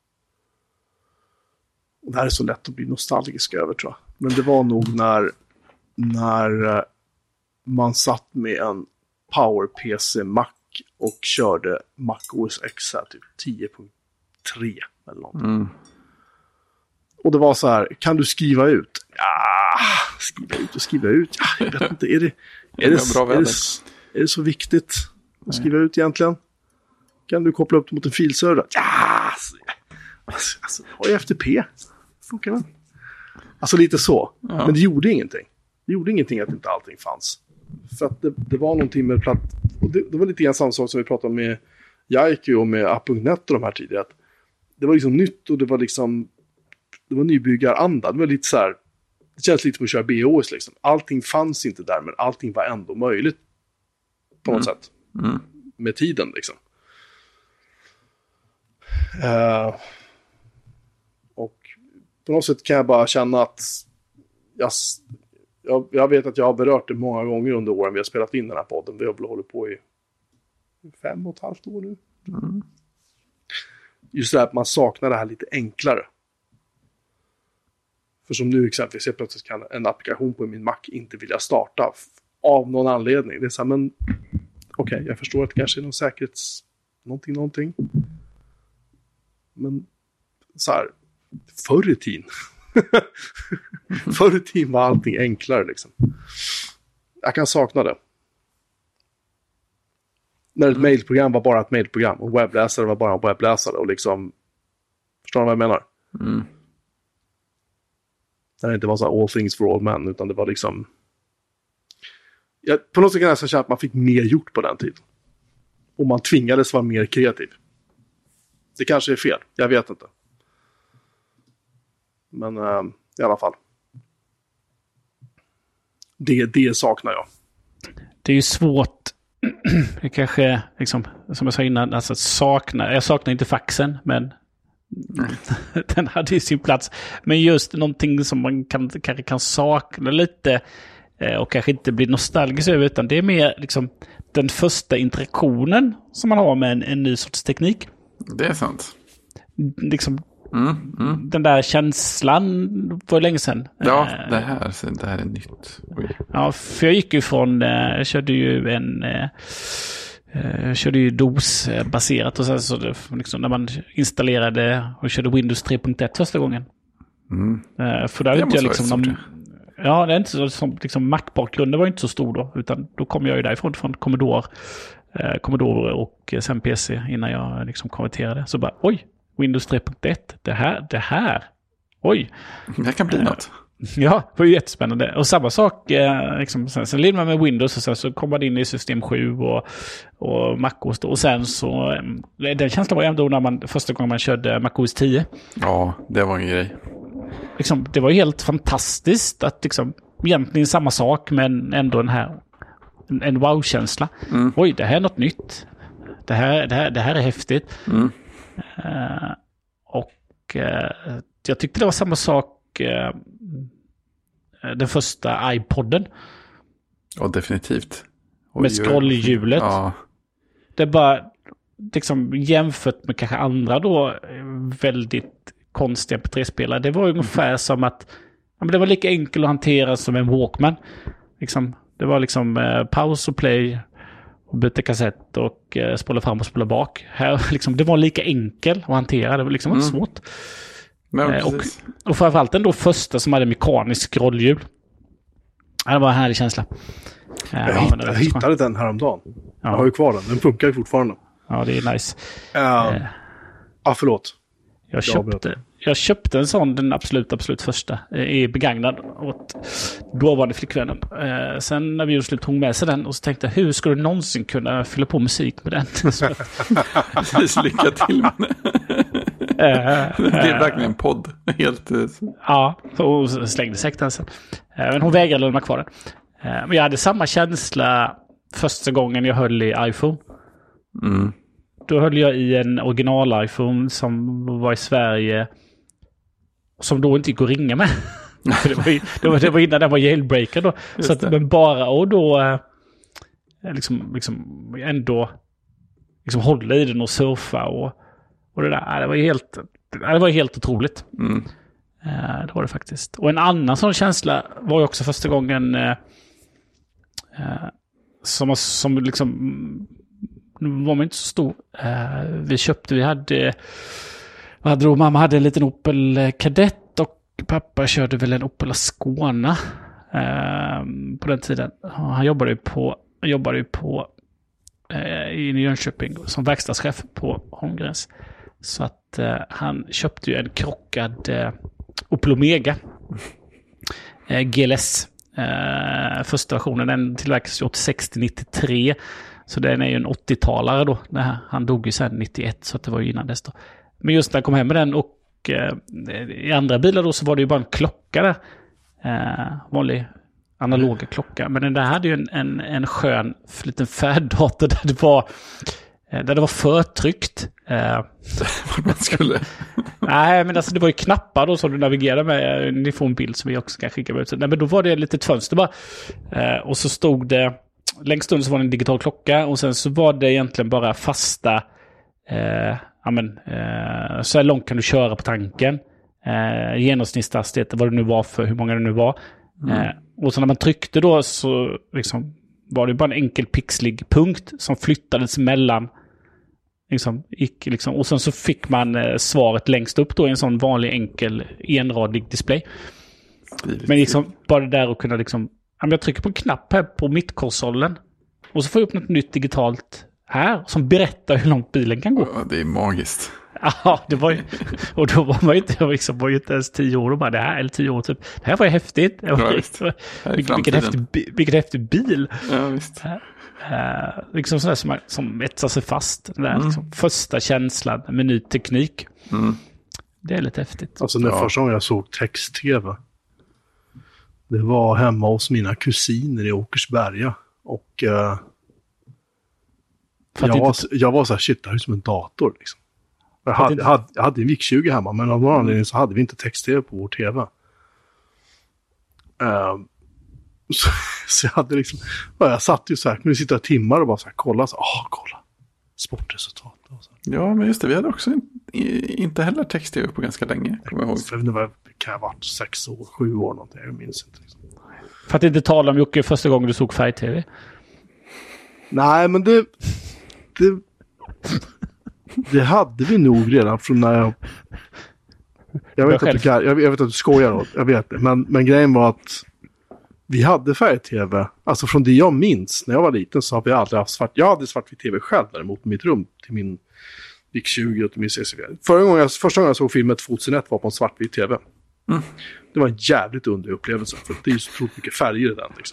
Det här är så lätt att bli nostalgisk över, tror jag. Men det var nog när, när man satt med en Power-P C Mac och körde Mac O S X här, typ tio punkt tre eller något. Mm. Och det var så här, kan du skriva ut? Ja, skriva ut och skriva ut. Ja, jag vet inte, är det, är det, är det, är det så viktigt att skriva ut egentligen? Kan du koppla upp det mot en filserver? Ja, alltså, alltså, har jag F T P? Funkar det? Alltså lite så. Ja. Men det gjorde ingenting. Det gjorde ingenting att inte allting fanns. För att det, det var någonting med platt... Och det, det var lite grann samma sak som vi pratade om med Jaiku och med app punkt net och de här tidigare. Det var liksom nytt och det var liksom... Det var nybyggaranda. Det var lite så här... Det känns lite som att köra B O S liksom. Allting fanns inte där, men allting var ändå möjligt. På något mm. sätt. Mm. Med tiden liksom. Uh, och på något sätt kan jag bara känna att... Jag, jag, jag vet att jag har berört det många gånger under åren vi har spelat in den här podden. Vi har väl hållit på i fem och ett halvt år nu. Mm. Just det här att man saknar det här lite enklare. För som nu exempelvis, jag plötsligt kan en applikation på min Mac inte vilja starta av någon anledning. Det är så här, men okej, okay, jag förstår att det kanske är någon säkerhets... Någonting, någonting. Men så här, förr i tiden. förr i tiden var allting enklare liksom. Jag kan sakna det. När ett mailprogram var bara ett mailprogram och webbläsare var bara en webbläsare och liksom, förstår ni vad jag menar? Mm. När det inte var så här all things for all men, utan det var liksom... Jag, på något sätt kan jag känna att man fick mer gjort på den tiden. Och man tvingades vara mer kreativ. Det kanske är fel, jag vet inte. Men äh, i alla fall. Det, det saknar jag. Det är ju svårt. Det kanske, liksom, som jag sa innan, alltså sakna. Jag saknar inte faxen, men mm. den hade ju sin plats. Men just någonting som man kan, kanske kan sakna lite och kanske inte bli nostalgisk över, utan det är mer liksom den första interaktionen som man har med en, en ny sorts teknik. Det är sant. Liksom mm, mm. den där känslan för länge sedan. Ja, det här, det här är nytt. Oj. Ja, för jag gick ju från, jag körde ju en... Jag körde ju DOS-baserat och sen så det, liksom, när man installerade och körde Windows tre punkt ett första gången. Mm. För där inte jag liksom någon, ja, det är inte så som liksom Mac-bakgrunden var inte så stor då, utan då kom jag ju därifrån från Commodore, eh, Commodore och sen P C innan jag liksom konverterade. Så bara, oj, Windows tre punkt ett, det här, det här. Oj. Det kan bli eh, något. Ja, det var ju jättespännande. Och samma sak, eh, liksom, sen, sen lirade man med Windows och sen så kom man in i system sju och, och MacOS då. Och sen så, eh, den känslan var ju ändå när man, första gången man körde MacOS tio. Ja, det var en grej. Liksom, det var ju helt fantastiskt att liksom, egentligen samma sak men ändå den här, en, en wow-känsla. Mm. Oj, det här är något nytt. Det här, det här, det här är häftigt. Mm. Uh, och uh, jag tyckte det var samma sak uh, den första iPodden. Ja, definitivt. Oj, med scrollhjulet. Ja. Det är bara liksom jämfört med kanske andra då väldigt konstig M P tre-spelare. Det var ju ungefär som att ja, men det var lika enkelt att hantera som en Walkman. Liksom, det var liksom eh, paus och play och byta kassett och eh, spola fram och spola bak. Här, liksom, det var lika enkelt att hantera. Det var liksom inte Mm. svårt. Men, Eh, och, och framförallt den då första som hade mekanisk scrollhjul. Ja, det var en härlig känsla. Eh, Jag, ja, hitt, men det var jag så hittade den häromdagen. Ja. Jag har ju kvar den. Den funkar ju fortfarande. Ja, det är nice. Ja, Eh, ah, förlåt. jag, köpte, jag köpte en sån, den absolut, absolut första, eh, i begagnad åt dåvarande flickvännen. Eh, sen när vi gjorde slut tog med sig den och så tänkte jag, hur skulle du någonsin kunna fylla på musik med den? Så att, precis, lycka till med det. eh, Det är verkligen en podd. Helt... eh, Ja, och slängde säkert den sen. Eh, Men hon vägrade lämna kvar den. Eh, Men jag hade samma känsla första gången jag höll i iPhone. Mm. Då höll jag i en original iPhone som var i Sverige. Som då inte gick att ringa med. För det, var, ju- det, var, det var innan den var jailbreaker då. Så att, men bara och då eh, liksom, liksom ändå liksom hålla i den och surfa och, och det där. Det var ju helt, det var helt otroligt. Mm. Eh, det var det faktiskt. Och en annan sån känsla var ju också första gången eh, eh, som, som liksom nu var man inte så stor. Eh, vi köpte, vi hade vad hade då, mamma hade en liten Opel Kadett och pappa körde väl en Opel Ascona eh, på den tiden. Han jobbade ju på, han jobbade ju på eh, i Jönköping som verkstadschef på Holmgrens. Så att eh, han köpte ju en krockad eh, Opel Omega eh, G L S. Eh, första versionen, den tillverkades ju åttiosex till nittiotre. Så den är ju en åttiotalare då. Det här. Han dog ju sen nittioett, så att det var ju innan dess då. Men just när jag kom hem med den och eh, i andra bilar då så var det ju bara en klocka där. Eh, vanlig analoga klocka. Men den där hade ju en, en, en skön liten färddator där det var eh, där det var förtryckt. Eh, Vad man skulle... nej, men alltså det var ju knappar då som du navigerade med. Ni får en bild som vi också kan skicka ut. Nej, men då var det ett litet fönster bara. Eh, och så stod det längst under så var det en digital klocka och sen så var det egentligen bara fasta eh, ja men, eh, så här långt kan du köra på tanken. Eh, genomsnittshastighet, vad det nu var för hur många det nu var. Mm. Eh, och så när man tryckte då så liksom, var det bara en enkel pixlig punkt som flyttades mellan liksom, gick, liksom, och sen så fick man eh, svaret längst upp då i en sån vanlig enkel enradig display. Stiligt. Men liksom bara det där att kunna liksom, jag trycker på en knapp här på mittkonsolen och så får jag upp något nytt digitalt här som berättar hur långt bilen kan gå. Ja, det är magiskt. Ja, det var ju, och då var man ju inte, jag liksom var ju inte ens tio år och bara det här, eller tio år typ. Det här var ju häftigt. Det var, Ja, visst. vilken, vilken, häftig, vilken häftig bil. Ja, visst. Uh, liksom sådär som, som etsar sig fast. Den där Mm. liksom, första känslan med ny teknik. Mm. Det är lite häftigt. Alltså den Ja. första gången jag såg text-tv. Det var hemma hos mina kusiner i Åkersberga. Och eh, För att jag, var, inte- jag var så här, shit, det här är som en dator liksom. Jag För att hade, inte- jag hade, jag hade en V I C tjugo hemma, men av någon anledning så hade vi inte text-tv på vår tv. Eh, så, så jag hade liksom, ja, jag satt ju så här, kunde sitta timmar och bara så här, kolla, så, åh, kolla, sportresultat. Och så. Ja, men just det. Vi hade också in, i, inte heller text-tv på ganska länge, kommer jag ihåg. Jag vet inte vad det kan ha varit, sex år, sju år någonting, jag minns inte. Liksom. För att inte tala om Jocke första gången du såg färg-tv. Nej, men det, det... Det hade vi nog redan från när jag... Jag vet, att du, kan- jag, jag vet att du skojar åt, jag vet det. Men, men grejen var att vi hade färg-tv. Alltså från det jag minns när jag var liten så har vi aldrig haft svart... Jag hade svartvit tv själv däremot i mitt rum till min V I C tjugo och till min C C V. Förra gången jag, första gången jag såg filmen tvåtusenett var på en svartvit tv. Mm. Det var en jävligt underlig upplevelse. För det är ju så otroligt mycket färger i den liksom.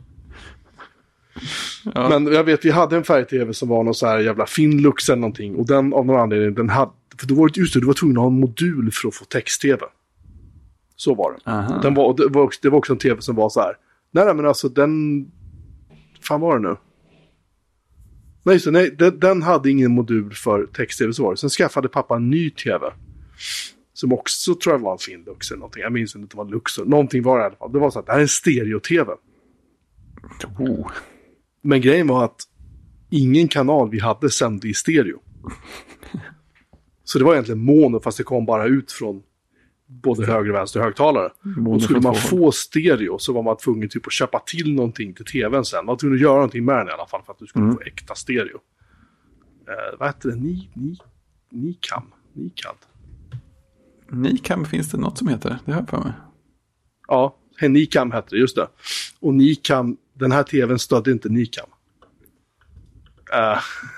Ja. Men jag vet, vi hade en färg-tv som var någon så här jävla Finlux eller någonting. Och den av någon anledning, den hade... För då var det just det, du var tvungen att ha en modul för att få text-tv. Så var det. Aha. Den var, det, var också, det var också en tv som var så här. Nej, nej men alltså den... Fan var det nu? Nej, just det, nej den, den hade ingen modul för text-tv, så var det. Sen skaffade pappa en ny tv. Som också tror jag var en Finlux eller någonting. Jag minns inte, det var Luxor. Någonting var det i alla fall. Det var så att det här är en stereo-tv. Oh. Men grejen var att ingen kanal vi hade sände i stereo. Så det var egentligen mono fast det kom bara ut från både höger och vänster högtalare. Och skulle man få stereo så var man tvungen typ att köpa till någonting till tvn sen. Man var tvungen att göra någonting med den i alla fall för att du skulle mm. få äkta stereo. Eh, vad heter det? Ni, ni, Nicam? Nicad? Nicam finns det något som heter, det har jag för mig. Ja, Nicam hette det, just det. Och Nicam, den här tvn stödde inte Nicam. Uh,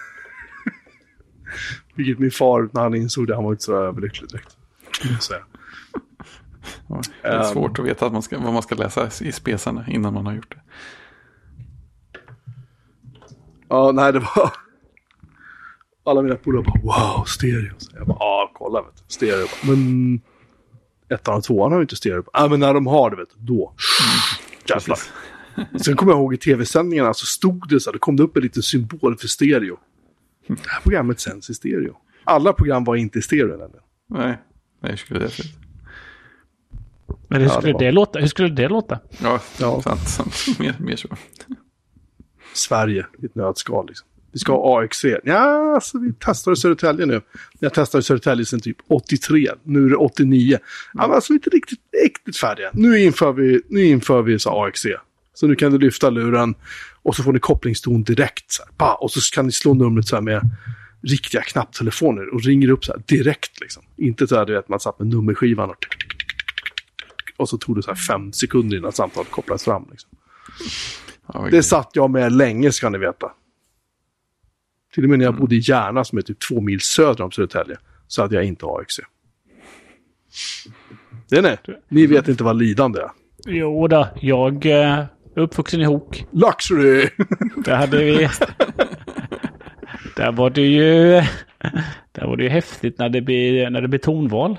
vilket min far, när han insåg det, han var inte så överlycklig direkt. Så. Ja, det är svårt um, att veta att man ska, vad man ska läsa i spesarna innan man har gjort det. Ja, nej, det var... Alla mina polare bara, wow, stereo. Så jag bara, ja, kolla, vet du, stereo. Men ettan och tvåan har ju inte stereo. Ja, men när de har det, vet du, då. Jävlar. Sen kommer jag ihåg i tv-sändningarna så stod det så här, det kom det upp en liten symbol för stereo. Det här programmet sänds i stereo. Alla program var inte i stereo nämligen. Nej, nej, skulle det se ut. Men hur skulle, ja, det, det låta? hur skulle det låta? Ja, ja. sant, sant. Mer, mer så. Sverige i ett nötskal liksom. Vi ska ha A X C. Ja, alltså vi testar i Södertälje nu. Jag testar i Södertälje sedan typ åttiotre. Nu är det åttionio. Ja, men alltså vi är inte riktigt, riktigt färdiga. Nu inför vi, nu inför vi så A X C. Så nu kan du lyfta luren och så får ni kopplingston direkt. Så här, bah, och så kan ni slå numret så här med riktiga knapptelefoner och ringer upp så här direkt. Liksom. Inte så här, du vet, man satt med nummerskivan och, och så tog det så här fem sekunder innan samtalet kopplades fram. Liksom. Oh, det satt jag med länge, ska ni veta. Till och med när jag bodde i Järna som är typ två mil söder om Södertälje så hade jag inte A X C. Det är nej. Ni vet inte vad lidande är. Jo då, jag är uppvuxen i Hok. Luxury! Där hade vi... där var det ju... där var det ju häftigt när det blev, när det blev tonval.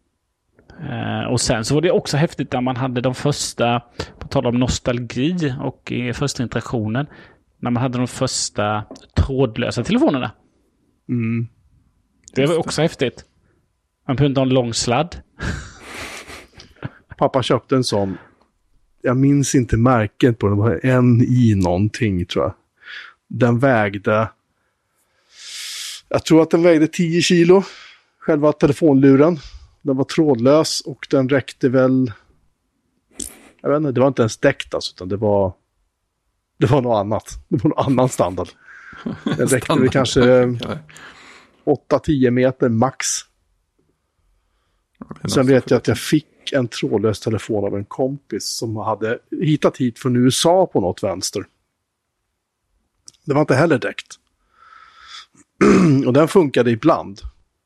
Uh, och sen så var det också häftigt när man hade de första, på tal om nostalgi och i första interaktionen, när man hade de första trådlösa telefonerna. Mm. Det var också häftigt. Man behövde ha en lång sladd. Pappa köpte en sån. Jag minns inte märket på den. Det var en i någonting, tror jag. Den vägde... Jag tror att den vägde tio kilo. Själva telefonluren. Den var trådlös och den räckte väl... Jag vet inte, det var inte ens däckt alltså, utan det var... Det var något annat. Det var någon annan standard. Den räckte väl kanske åtta tio meter max. Sen vet jag att jag fick en trådlös telefon av en kompis som hade hittat hit från U S A på något vänster. Det var inte heller däckt. Och den funkade ibland.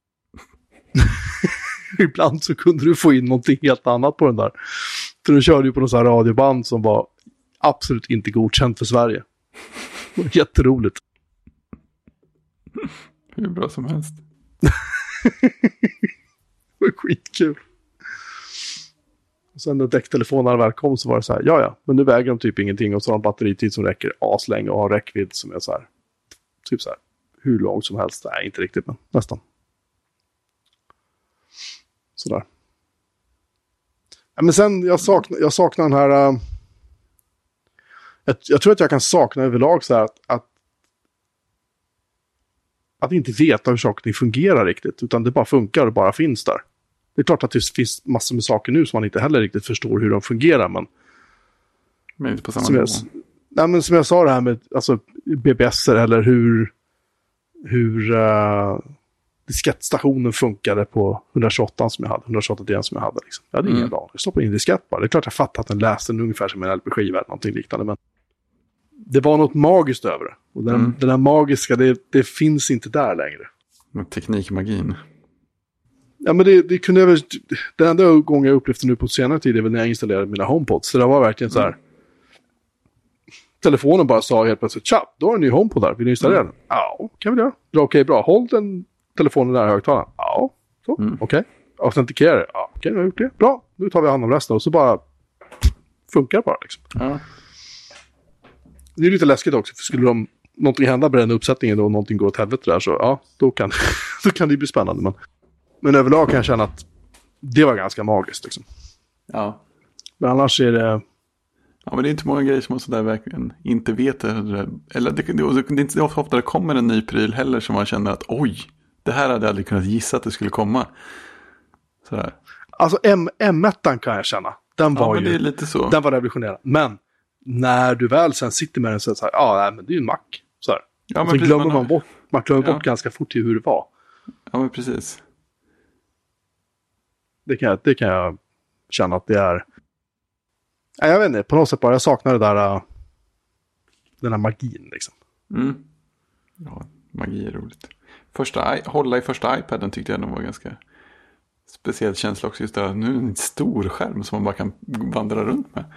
Ibland så kunde du få in någonting helt annat på den där. Så du körde ju på någon sån här radioband som var absolut inte godkänt för Sverige. Det var jätteroligt. Hur bra som helst. Det var skitkul. Och sen när däcktelefonerna väl kom så var det så här, ja ja, men nu väger de typ ingenting och så har de batteritid som räcker aslänge och har räckvidd som är så här, typ så här, hur lång som helst. Nej, inte riktigt, men nästan. Sådär. Ja, men sen, jag saknar, jag saknar den här... Uh, jag, jag tror att jag kan sakna överlag så här att, att att inte veta hur saker fungerar riktigt, utan det bara funkar och bara finns där. Det är klart att det finns massor med saker nu som man inte heller riktigt förstår hur de fungerar, men... Men inte på samma som jag, nej, men som jag sa det här med alltså, B B S eller hur hur uh, diskettstationen funkade på etthundratjugoåtta som jag hade, etthundratjugoåtta D som jag hade. Liksom. Jag hade mm. ingen aning. Jag stoppade in diskett bara. Det är klart jag fattar att den läste den ungefär som en L P-skiva eller någonting liknande, men det var något magiskt över det. Och den, mm. den här magiska, det, det finns inte där längre. Teknikmagin. Ja, men det, det kunde jag väl... Den enda gången jag upplevde nu på senare tid är väl när jag installerade mina HomePods. Så det var verkligen så här... Mm. Telefonen bara sa helt plötsligt, tja, då har du en ny HomePod där. Vill du installera mm. den? Ja, kan vi göra. Okej, okay, bra. Håll den telefonen där i högtalaren. Ja, så. Mm. Okej. Okay. Autentikera. Ja, okej, okay, nu har jag gjort det. Bra. Nu tar vi hand om resten. Och så bara... Funkar bara liksom. Ja. Det är lite läskigt också, för skulle de, någonting hända med den uppsättningen och någonting går åt helvete där, så ja, då kan, då kan det bli spännande. Men, men överlag kan jag känna att det var ganska magiskt. Liksom. Ja. Men annars är det... Ja, men det är inte många grejer som man sådär verkligen inte vet. Eller, eller det, det, det är inte ofta det kommer en ny pryl heller som man känner att oj, Det här hade jag aldrig kunnat gissa att det skulle komma. Sådär. Alltså M- M ett kan jag känna. Den var ja, men ju det är lite så. Den var revolutionerande. Men när du väl sen sitter med den så är det så här, ja, nej, men det är ju en Mac. Så här. Ja, och så precis, glömmer man, man bort, man glömmer ja. bort ganska fort till hur det var. Ja, men precis. Det kan jag, det kan jag känna att det är. Nej, jag vet inte, på något sätt bara, jag saknar det där, uh, den här magin liksom. Mm. Ja, magi är roligt. Första, hålla i första iPaden tyckte jag nog var ganska speciell känsla också. Just det, nu är det en stor skärm som man bara kan vandra runt med.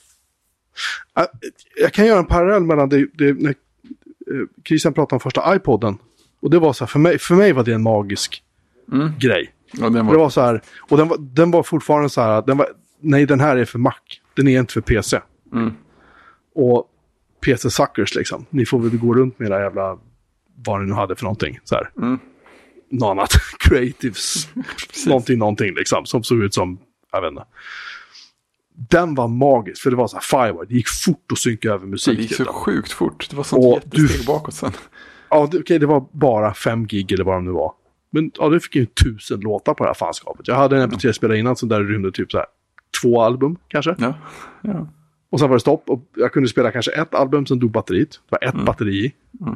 Jag kan göra en parallell mellan det, det när Christian pratade om första iPoden. Och det var så här, för mig, för mig var det en magisk mm. grej. Ja, den var... Det var så här, och den var, den var fortfarande så här, den var, nej, den här är för Mac. Den är inte för P C. Mm. Och P C-suckers liksom. Ni får väl gå runt med era jävla, vad ni nu hade för någonting. Så här. Mm. Något annat. Creatives. någonting, någonting liksom. Som såg ut som, jag vet inte. Den var magisk, för det var så här firewire. Det gick fort att synka över musik. Det gick så sjukt fort. Det var sånt och jättesteg du... bakåt sen. Ja, det, okay, det var bara fem gig eller vad det nu var. Men ja, det fick ju tusen låtar på det här fanskapet. Jag hade en M P tre-spelare innan som där rymde typ så här två album kanske. Ja, ja. Och sen var det stopp. Och jag kunde spela kanske ett album, sen dog batteriet. Det var ett mm. batteri i. Mm.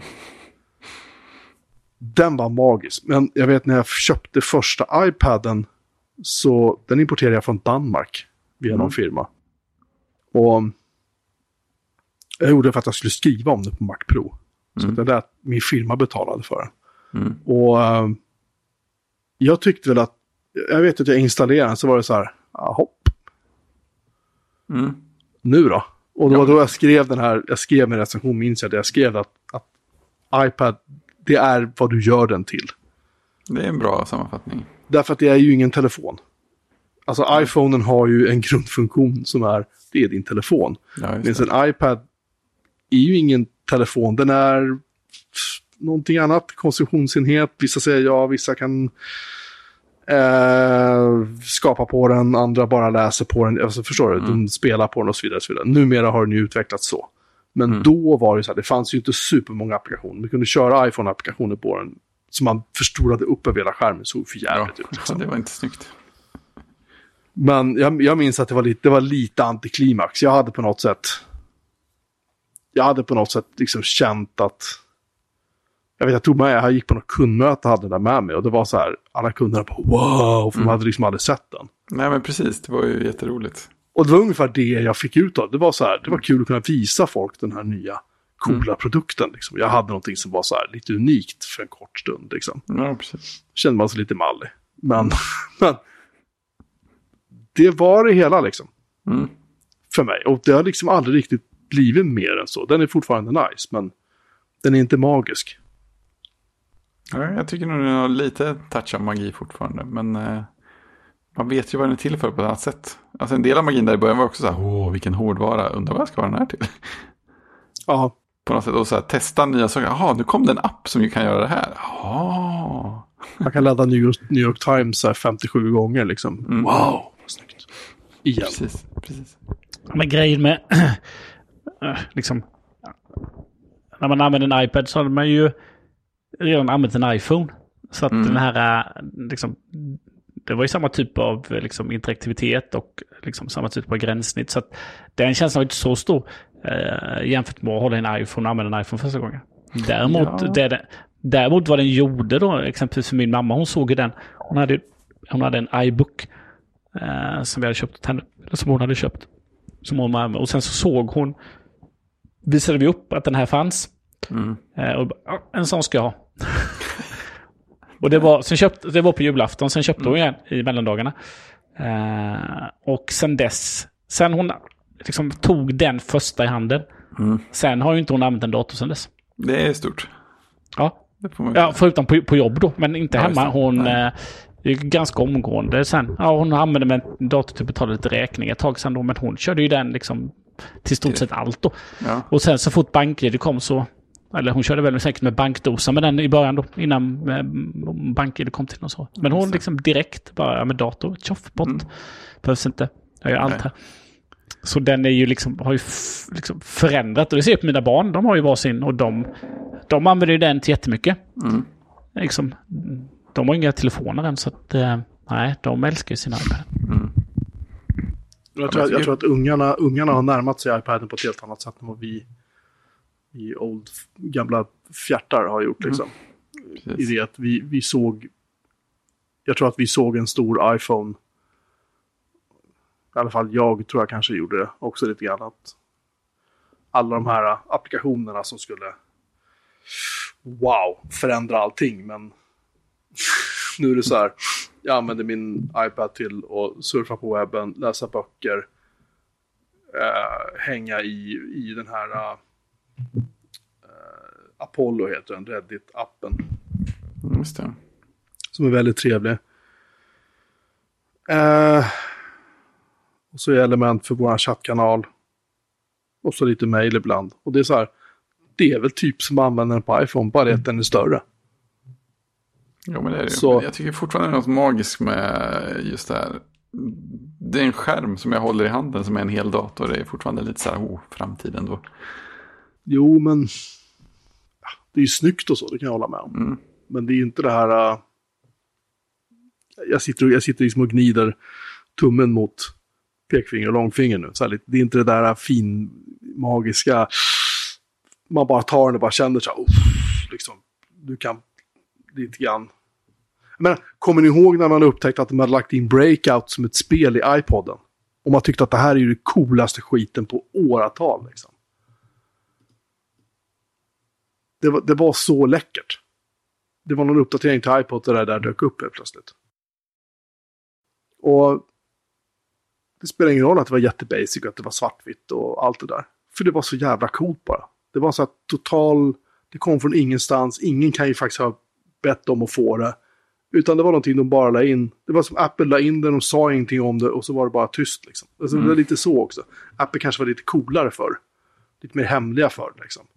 Den var magisk. Men jag vet när jag köpte första iPaden, så den importerade jag från Danmark via mm. någon firma. Och jag gjorde det för att jag skulle skriva om det på Mac Pro. Så mm. det där min firma betalade för den. Mm. Och uh, jag tyckte väl att, jag vet att jag installerade den, så var det så här, ah, hopp. Mm. Nu då? Och det var ja. då jag skrev den här, jag skrev en recension, minns jag det, jag skrev att, att iPad, det är vad du gör den till. Det är en bra sammanfattning. Därför att det är ju ingen telefon. Alltså mm. iPhonen har ju en grundfunktion som är, det är din telefon. Ja, men en iPad är ju ingen telefon, den är någonting annat, konstruktionsenhet. Vissa säger ja, vissa kan eh, skapa på den, andra bara läser på den. Alltså, förstår du? Mm. De spelar på den och så vidare, och så vidare. Numera har den ju utvecklats så. Men mm. då var det så här, det fanns ju inte supermånga applikationer. Man kunde köra iPhone-applikationer på den som man förstorade upp över hela skärmen, så för jävligt ja. ut. Liksom. Det var inte snyggt. Men jag, jag minns att det var lite, det var lite antiklimax. Jag hade på något sätt jag hade på något sätt liksom känt att jag vet, jag tog med, jag gick på något kundmöte och hade den där med mig, och det var så här, alla kunderna på wow, för mm. de hade liksom aldrig sett den. Nej, men precis, det var ju jätteroligt. Och det var ungefär det jag fick ut av det. var så här, det var kul att kunna visa folk den här nya coola mm. produkten liksom. Jag hade någonting som var så här lite unikt för en kort stund liksom. Ja, precis. Kände man sig lite mallig. Men, men det var det hela liksom. Mm. För mig. Och det har liksom aldrig riktigt blivit mer än så. Den är fortfarande nice, men den är inte magisk. Ja, jag tycker nog den har lite touch av magi fortfarande. Men eh, man vet ju vad den är till för på ett annat sätt. Alltså en del av magin där i början var också så här, åh, vilken hårdvara, undrar vad jag ska vara den här till. Ja. På något sätt, och så här, testa nya saker. Jaha, nu kom det en app som ju kan göra det här. Jaha. Man kan ladda New York, New York Times så här femtiosju gånger liksom. Mm. Wow, vad snyggt. Igen. Precis, precis. Men grejen med liksom när man använder en iPad så har man ju redan använt en iPhone. Så att mm. den här liksom, det var ju samma typ av liksom, interaktivitet och liksom, samma typ av gränssnitt. Så att den känslan var inte så stor eh, jämfört med att hålla en iPhone och använda en iPhone första gången. Däremot, ja. det, däremot vad den gjorde då, exempelvis för min mamma, hon såg ju den. Hon hade, hon hade en iBook eh, som vi hade köpt åt henne, eller som hon hade köpt. Som hon med, och sen så såg hon, visade vi upp att den här fanns. Mm. Eh, och ja, en sån ska jag ha. Och det var, sen köpt, det var på julafton, sen köpte mm. hon igen i mellandagarna. Eh, och sen dess, sen hon liksom tog den första i handen, mm. sen har ju inte hon använt en dator sen dess. Det är stort. Ja, det får man ja förutom på, på jobb då, men inte ja, hemma. Hon eh, är ganska omgående sen. Ja, hon använde med en dator till att betala lite räkning ett tag sen då, men hon körde ju den liksom till stort sett allt då. Ja. Och sen så fort BankID kom så, eller hon körde väl säkert med bankdosa med den i början då, innan eh, BankID kom till och så. Men hon liksom direkt bara med dator, tjoff, bort. Mm. Behövs inte. Jag gör allt här. Så den är ju liksom, har ju f- liksom förändrat. Och det ser jag på mina barn, de har ju varsin och de, de använder ju den till jättemycket. Mm. liksom, de har inga telefoner än, så att eh, nej, de älskar ju sina iPad. Mm. Jag tror, jag tror att ungarna, ungarna har närmat sig iPaden på ett helt annat sätt än vad vi i old gamla fjärtar har gjort. Liksom. Mm. I det att vi, vi såg, jag tror att vi såg en stor iPhone. I alla fall jag tror jag kanske gjorde det också lite grann. Att alla de här applikationerna som skulle wow, förändra allting. Men nu är det så här, jag använder min iPad till att surfa på webben, läsa böcker, äh, hänga i, i den här äh, Apollo heter den, Reddit-appen. Just det. Som är väldigt trevlig. Äh, och så är element för vår chattkanal. Och så lite mail ibland. Och det är så här, det är väl typ som man använder den på iPhone, bara att den är större. Ja, men det är det. Så... Jag tycker fortfarande det är något magiskt med just det här. Det är en skärm som jag håller i handen som är en hel dator. Det är fortfarande lite så här, oh, framtiden då. Jo, men det är ju snyggt och så, det kan jag hålla med om. Mm. Men det är ju inte det här... Uh... Jag sitter, jag sitter liksom och gnider tummen mot pekfinger och långfinger nu. Så här, det är inte det där fin, magiska... Man bara tar den och bara känner så här, oh, liksom, du kan lite grann. Men kommer ni ihåg när man upptäckte att de hade lagt in Breakout som ett spel i iPoden? Och man tyckte att det här är ju det coolaste skiten på åratal. Liksom. Det, var, det var så läckert. Det var någon uppdatering till iPod där det där dök upp helt plötsligt. Och det spelar ingen roll att det var jättebasic och att det var svartvitt och allt det där. För det var så jävla coolt bara. Det var så att total... Det kom från ingenstans. Ingen kan ju faktiskt ha bett om att få det. Utan det var någonting de bara la in. Det var som Apple la in det, de sa ingenting om det och så var det bara tyst. Liksom. Alltså, mm. Det var lite så också. Apple kanske var lite coolare för. Lite mer hemliga för. Liksom.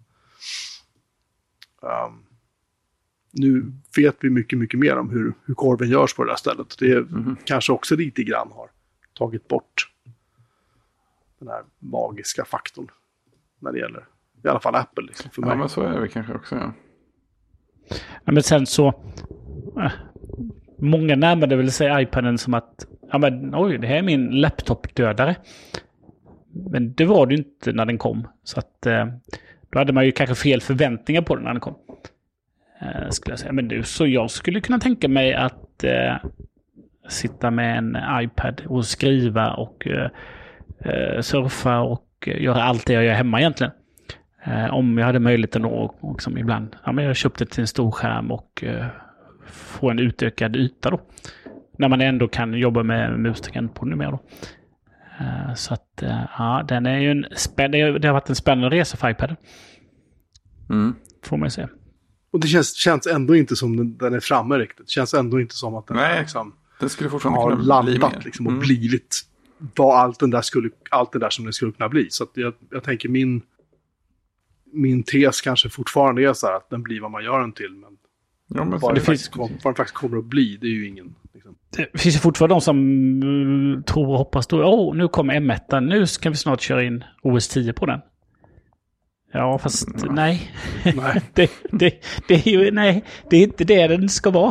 Um, nu vet vi mycket, mycket mer om hur, hur korven görs på det där stället. Det mm. kanske också lite grann har tagit bort den här magiska faktorn när det gäller i alla fall Apple liksom, för mig. Ja, men så är det kanske också, ja. Ja, men sen så äh, många närmade väl sig iPaden som att ja, men, oj, det här är min laptop-dödare. Men det var det ju inte när den kom. Så att äh, då hade man ju kanske fel förväntningar på den när den kom. Äh, skulle jag säga. Men nu, så jag skulle kunna tänka mig att äh, sitta med en iPad och skriva och äh, surfa och äh, göra allt det jag gör hemma egentligen. Eh, om jag hade möjligheten då, och liksom ibland, ja, men jag köpte till en stor skärm och eh, få en utökad yta då. När man ändå kan jobba med mustangentbord numera då. Eh, så att, eh, ja, den är ju en spän- det, har, det har varit en spännande resa för iPad. Mm. Får man säga. Och det känns, känns ändå inte som den, den är framme riktigt. Det känns ändå inte som att den Nej, liksom, det skulle fortfarande har kunna landat bli liksom, och mm. blivit vad allt, den där skulle, allt det där som det skulle kunna bli. Så att jag, jag tänker min min tes kanske fortfarande är så här att den blir vad man gör den till. Men ja, men vad, det det finns... kom, vad den faktiskt kommer att bli, det är ju ingen... Liksom. Det finns ju fortfarande de som uh, tror och hoppas då, åh, oh, nu kommer M ett, nu ska vi snart köra in O S tio på den. Ja, fast mm. nej. nej. det, det, det är ju, nej, det är inte det den ska vara.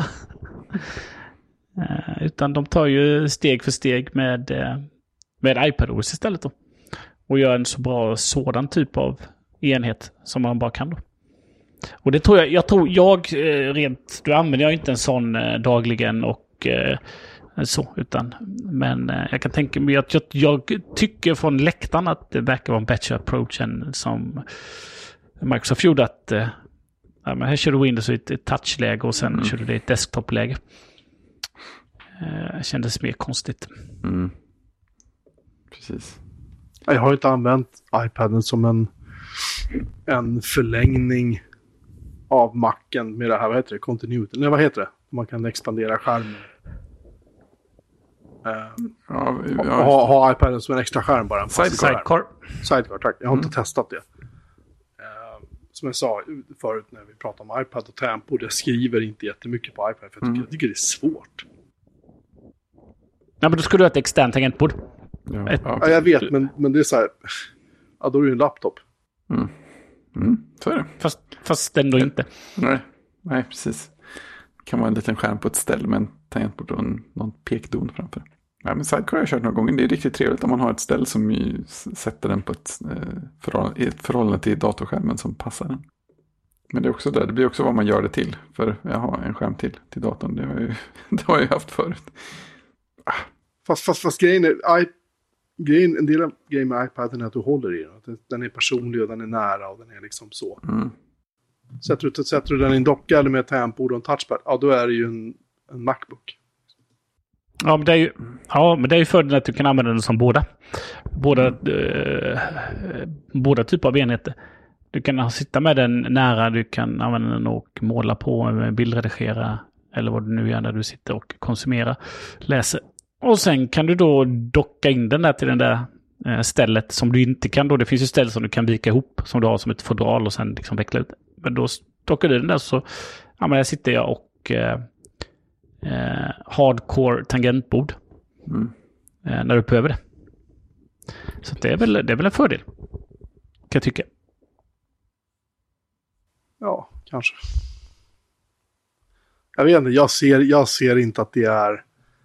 uh, utan de tar ju steg för steg med, uh, med iPadOS istället då. Och gör en så bra sådan typ av enhet som man bara kan då. Och det tror jag, jag tror jag rent, du använder jag inte en sån eh, dagligen och eh, så, utan men eh, jag kan tänka mig att jag, jag tycker från läktaren att det verkar vara en bättre approach än som Microsoft gjorde att eh, ja, men här kör du Windows i ett, ett touchläge och sen mm. kör du det i ett desktopläge. Eh, kändes mer konstigt. Mm. Precis. Jag har inte använt iPaden som en en förlängning av Macen med det här, vad heter det? Continuity. Nej, vad heter det? Man kan expandera skärmen. Uh, ja, ja, ha, ha iPaden som en extra skärm bara. Sidecar. Sidecar. Sidecar, tack. Jag har inte mm. testat det. Uh, som jag sa förut när vi pratade om iPad och Tempo, jag skriver inte jättemycket på iPad för jag tycker, mm. jag tycker det är svårt. Ja, men då skulle du ha ett externt tangentbord. Ja, ett... ja, jag vet, men, men det är så här, ja, då är det ju en laptop. Mm. Mm, så är det. Fast, fast ändå inte. Nej, nej, precis. kan vara en liten skärm på ett ställ med en tangentbord och en, någon pekdon framför. Ja, men Sidecar har jag kört några gånger. Det är riktigt trevligt om man har ett ställ som ju sätter den på ett, eh, förhåll- ett förhållande till datorskärmen som passar den. Men det är också där, det blir också vad man gör det till. För jag har en skärm till till datorn. Det har jag ju, det har jag ju haft förut. Ah. Fast, fast, fast grejen är, I, grejen, en del av grejen med iPaden är att du håller i den. Den är personlig och den är nära och den är liksom så. Mm. Sätter, du, sätter du den i en docka eller med ett tangentbord och en touchpad, ja då är det ju en, en MacBook. Ja, men det är ju, ja, men det är ju fördelen att du kan använda den som båda. Båda, eh, båda typer av enheter. Du kan sitta med den nära, du kan använda den och måla på, bildredigera eller vad du nu gör när du sitter och konsumerar, läser. Och sen kan du då docka in den där till den där eh, stället som du inte kan då. Det finns ju ställen som du kan vika ihop som du har som ett fodral och sen liksom veckla ut. Men då dockar du den där så ja, men där sitter jag och eh, eh, hardcore tangentbord Mm. eh, när du behöver det. Så det är väl, det är väl en fördel kan jag tycka. Ja, kanske. Jag vet inte, jag ser, jag ser inte att det är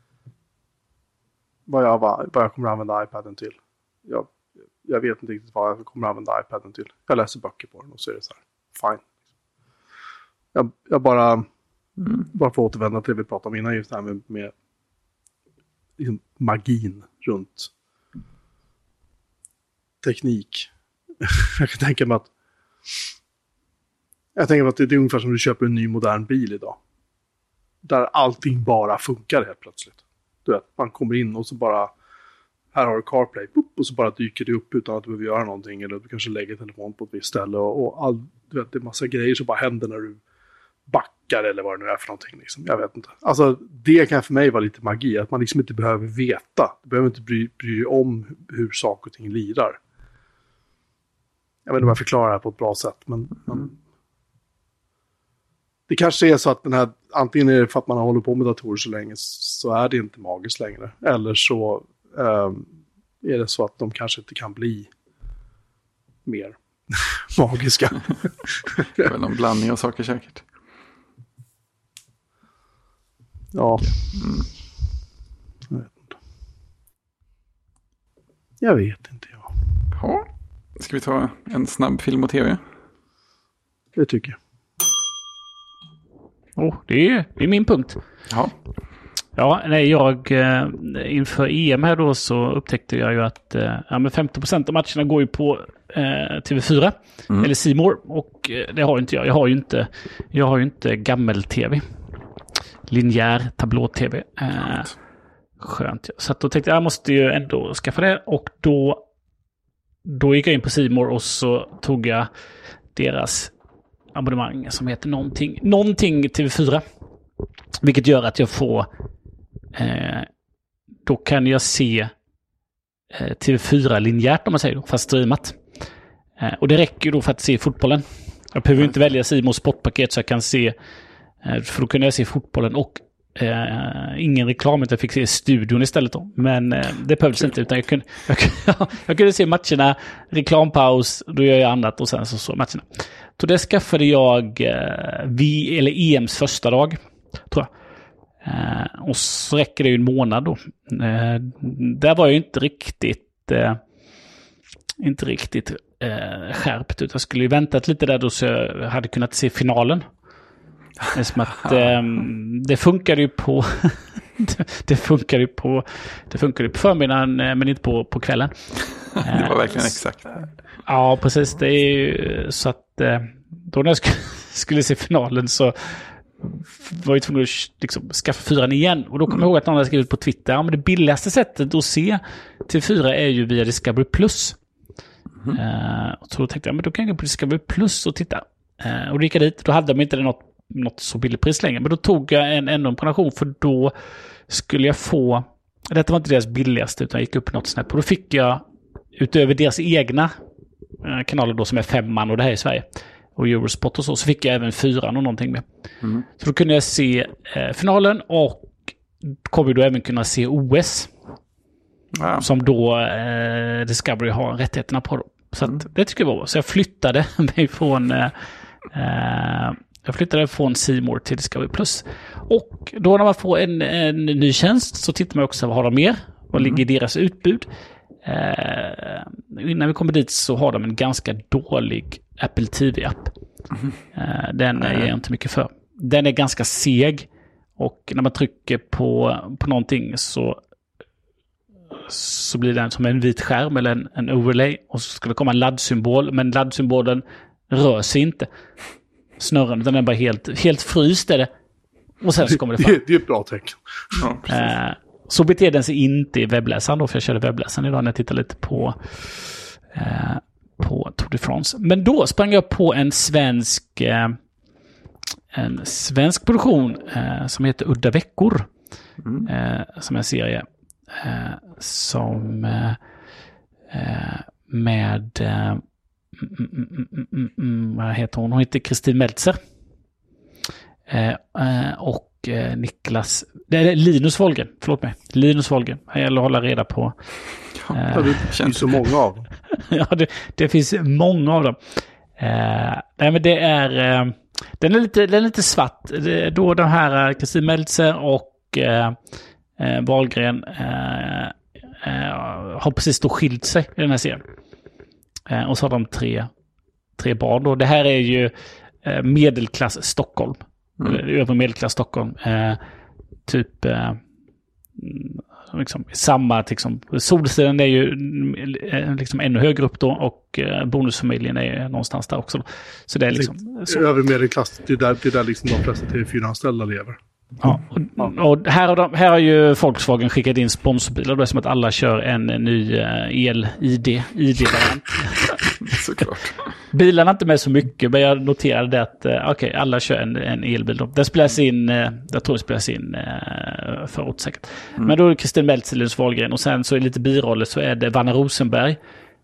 vad jag, vad jag kommer att använda iPaden till. Jag, jag vet inte riktigt vad jag kommer att använda iPaden till. Jag läser böcker på den och så är det så här. Fine. Jag, jag bara, mm. bara får återvända till det vi pratade om innan, just det här med, med liksom magin runt teknik. Jag kan tänka mig att jag tänker att det är ungefär som du köper en ny modern bil idag. Där allting bara funkar helt plötsligt. Du vet, man kommer in och så bara här har du CarPlay och så bara dyker det upp utan att du behöver göra någonting. Eller du kanske lägger telefon på ett visst ställe och, och all, du vet, det är massa grejer som bara händer när du backar eller vad det nu är för någonting. Liksom. Jag vet inte. Alltså det kan för mig vara lite magi. Att man liksom inte behöver veta. Du behöver inte bry, bry dig om hur saker och ting lirar. Jag vet inte om jag förklarar det här på ett bra sätt. Men, men det kanske är så att den här, antingen är det för att man har hållit på med datorer så länge så är det inte magiskt längre. Eller så um, är det så att de kanske inte kan bli mer magiska. Det är väl en blandning av saker säkert. Ja. Mm. Jag vet inte. Jag vet inte, ja. Ja. Ska vi ta en snabb film och tv? Det tycker jag. Oh, det är, det är min punkt. Ja. Ja, nej, jag eh, inför E M här då så upptäckte jag ju att eh, ja, men femtio procent av matcherna går ju på eh, T V fyra mm. eller C More och eh, det har ju inte jag. Jag har ju inte, jag har ju inte gammel-tv. Linjär tablå-tv. Eh, skönt. Så att då tänkte jag jag måste ju ändå skaffa det och då då gick jag in på C More och så tog jag deras abonnemang som heter någonting, någonting T V fyra. Vilket gör att jag får eh, då kan jag se eh, T V fyra linjärt om man säger då, fast streamat. Eh, och det räcker ju då för att se fotbollen. Jag behöver inte välja C More sportpaket så jag kan se eh, för då kunde jag se fotbollen och eh, ingen reklam utan jag fick se studion istället då. Men eh, det behövdes inte utan jag kunde, jag, kunde, jag kunde se matcherna, reklampaus, då gör jag annat och sen så så matcherna. Så det skaffade jag eh, vi, eller E M:s första dag, tror jag. Eh, och så räcker det ju en månad då. Eh, där var jag ju inte riktigt eh, inte riktigt eh, skärpt. Utan jag skulle ju väntat lite där då så jag hade kunnat se finalen. Det är som att eh, det funkade ju på det funkade ju på det funkade ju på förmiddagen men inte på, på kvällen. Det var verkligen exakt. Ja, precis. Det är ju så att eh, då när jag skulle, skulle se finalen så var jag tvungen att liksom skaffa fyran igen. Och då kommer jag ihåg att någon hade skrivit på Twitter ja, men det billigaste sättet att se T V fyra är ju via Discovery Plus. Mm. Uh, och så tänkte jag, men då kan jag gå på Discovery Plus och titta. Uh, och då gick jag dit. Då hade de inte något, något så billigt pris längre. Men då tog jag en, en prenumeration för då skulle jag få, detta var inte deras billigaste utan jag gick upp något snabbt. Och då fick jag utöver deras egna uh, kanaler då som är femman och det här är i Sverige. Och Eurosport och så, så fick jag även fyran och någonting med. Mm. Så då kunde jag se eh, finalen och kommer då även kunna se O S. Wow. Som då eh, Discovery har rättigheterna på. Då. Så mm. att, det tycker jag var. Så jag flyttade mig från eh, Jag flyttade från C More till Discovery Plus. Och då när man får en, en ny tjänst så tittar man också vad har de mer. Vad mm. ligger i deras utbud. Eh, innan vi kommer dit så har de en ganska dålig Apple T V-app. Mm. Eh, den är jag inte mycket för. Den är ganska seg. Och när man trycker på, på någonting så, så blir den som en vit skärm eller en, en overlay. Och så ska det komma en laddsymbol. Men laddsymbolen rör sig inte. Snurren, den är bara helt, helt fryst är det. Och sen så kommer det fram. Det, det är ett bra tecken. Ja, eh, så beter den sig inte i webbläsaren då, för jag körde webbläsaren idag när jag tittade lite på eh, på Tour de France. Men då sprang jag på en svensk eh, en svensk produktion eh, som heter Udda veckor. Mm. Eh, som en serie eh, som eh, eh, med eh, mm, mm, mm, mm, mm, vad heter hon? Hon heter Kristin Meltzer. Eh, eh, och eh, Niklas det är Linus Wolgren, förlåt mig. Linus Wolgren. Jag gäller att hålla reda på. Eh, ja, det finns så många av dem. Ja, det, det finns många av dem. Eh, nej, men det är eh, den är lite den är lite svart. Det, då den här Kristin Meltzer och eh, eh, Wahlgren eh, eh, har precis då skilt sig i den här serien. Eh, och så har de tre tre barn då. Det här är ju eh, medelklass Stockholm. Mm. Över medelklass Stockholm. Eh, typ eh, liksom, samma liksom, Solsidan är ju eh, liksom ännu högre upp då och eh, bonusfamiljen är någonstans där också. Så det är liksom så. Över medelklass, det är där, det är där liksom de flesta T V fyra-anställda lever. Ja, och, och här, har de, här har ju Volkswagen skickat in sponsorbilar. Det är som att alla kör en ny el-I D I D-variant. Såklart. Bilarna är inte med så mycket, men jag noterade det att okej, okay, alla kör en, en elbil. Den spelas in, jag tror det spelas in förut säkert. Mm. Men då är det Kristin Meltzer, Linus Wahlgren och sen så är det lite biroller så är det Vanna Rosenberg.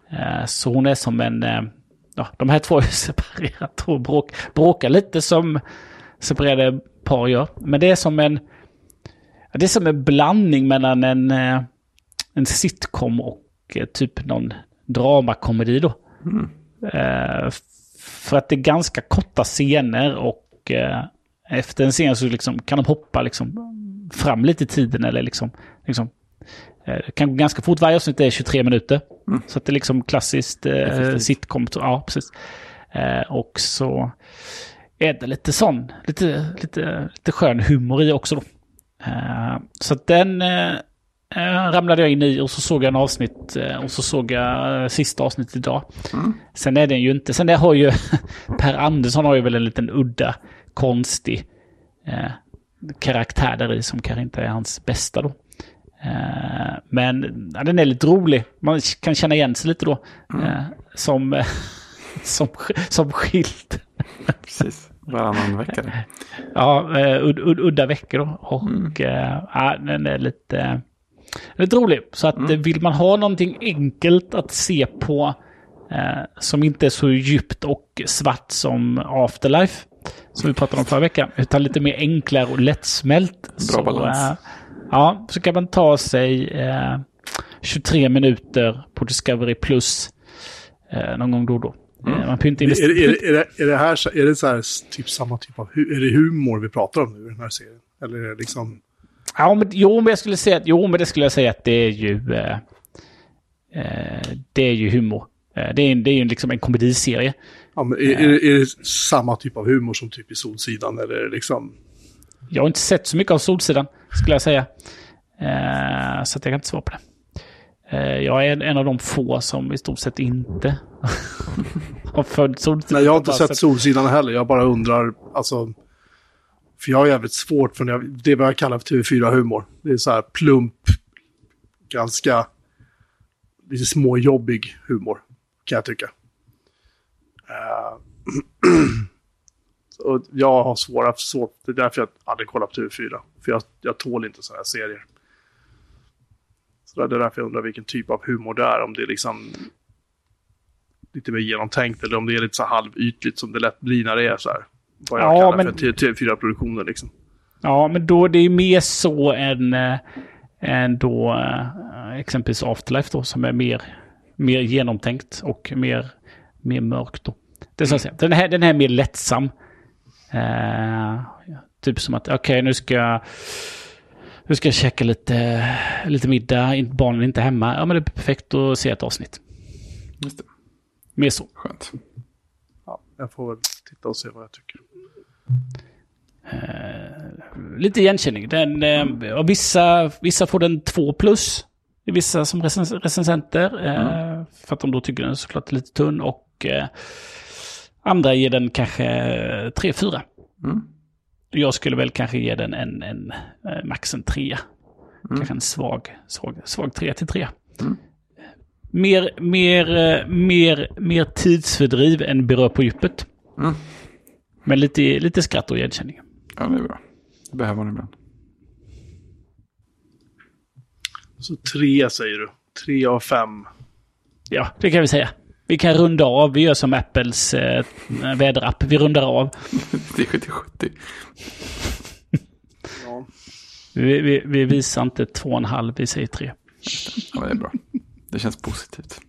Så hon är som en, ja, de här två är separerat och bråk, bråkar lite som separerade par gör. Men det är som en det är som en blandning mellan en en sitcom och typ någon dramakomedi då. Mm. Uh, för att det är ganska korta scener och uh, efter en scen så liksom kan de hoppa liksom fram lite i tiden eller liksom, liksom uh, kan gå ganska fort. Varje avsnitt är tjugotre minuter. Mm. Så att det är liksom klassiskt uh, sitcom. Ja, precis. Uh, och så är det lite sån, lite, lite, lite skön humor i också då. Uh, så att den uh, uh, ramlade jag in i och så såg jag en avsnitt uh, och så såg jag uh, sista avsnittet idag. Mm. Sen är den ju inte, sen det har ju Per Andersson har ju väl en liten udda, konstig uh, karaktär där i som kanske inte är hans bästa då. Uh, men uh, den är lite rolig. Man kan känna igen sig lite då. Mm. Uh, som, uh, som, som skilt. Precis, varannan vecka. Ja, uh, ud, ud, udda veckor då. Och mm. uh, ja, den är lite, uh, lite rolig. Så att mm. vill man ha någonting enkelt att se på uh, som inte är så djupt och svart som Afterlife som vi pratade om förra veckan, utan lite mer enklare och lättsmält. Bra så, balans. Uh, ja, så kan man ta sig uh, tjugotre minuter på Discovery Plus uh, någon gång då och då. Mm. Man inte är, är, är, är, det, är det här är det så här typ samma typ av är det humor vi pratar om nu i den här serien eller är det liksom ja men jo men jag skulle säga att jo men det skulle jag säga att det är ju eh, eh, det är ju humor. Eh, det är det är ju liksom en komediserie. Ja men är, eh. är, det, är det samma typ av humor som typ i Solsidan eller liksom jag har inte sett så mycket av Solsidan skulle jag säga. Eh, så att jag kan inte svara på det. Jag är en av de få som i stort sett inte har följt Solsidan. Nej, jag har inte sett Solsidan heller. Jag bara undrar, alltså, för jag är jävligt svårt för jag, det är vad jag kallar för T V fyra-humor. Det är så här plump, ganska lite småjobbig humor, kan jag tycka. Uh, och jag har svåra, svårt, det är därför jag aldrig kollar på T V fyra. För jag, jag tål inte sådana här serier. Så det är därför jag undrar vilken typ av humor det är. Om det är liksom lite mer genomtänkt eller om det är lite så halvytligt som det lätt blir när det är så här. Vad jag ja, kallar men, för T V fyra-produktionen liksom. Ja, men då det är mer så än, än då exempelvis Afterlife då som är mer, mer genomtänkt och mer, mer mörkt då. Det är så att säga. Den här, den här är mer lättsam. Eh, typ som att okej, okay, nu ska jag nu ska jag checka lite, lite middag, barnen är inte hemma. Ja, men det är perfekt att se ett avsnitt. Just det. Mer så. Skönt. Ja, jag får väl titta och se vad jag tycker. Uh, lite igenkänning. Den, uh, vissa, vissa får den två plus. Det är vissa som recens- recensenter. Uh, mm. För att de då tycker den är såklart lite tunn. Och uh, andra ger den kanske tre fyra. Mm. Jag skulle väl kanske ge den en, en uh, max en tre. Mm. Kanske en svag, svag, svag tre till tre. Mm. Mer, mer, mer, mer tidsfördriv än berör på djupet. Mm. Men lite, lite skratt och igenkänning. Ja, det är bra. Det behöver man ibland. Så tre säger du. Tre av fem. Ja, det kan vi säga. Vi kan runda av. Vi gör som Apples eh, väderapp. Vi rundar av. Det är sjuttio sjuttio. Ja. Vi, vi, vi visar inte två och en halv. Vi säger tre. Ja, det är bra. Det känns positivt.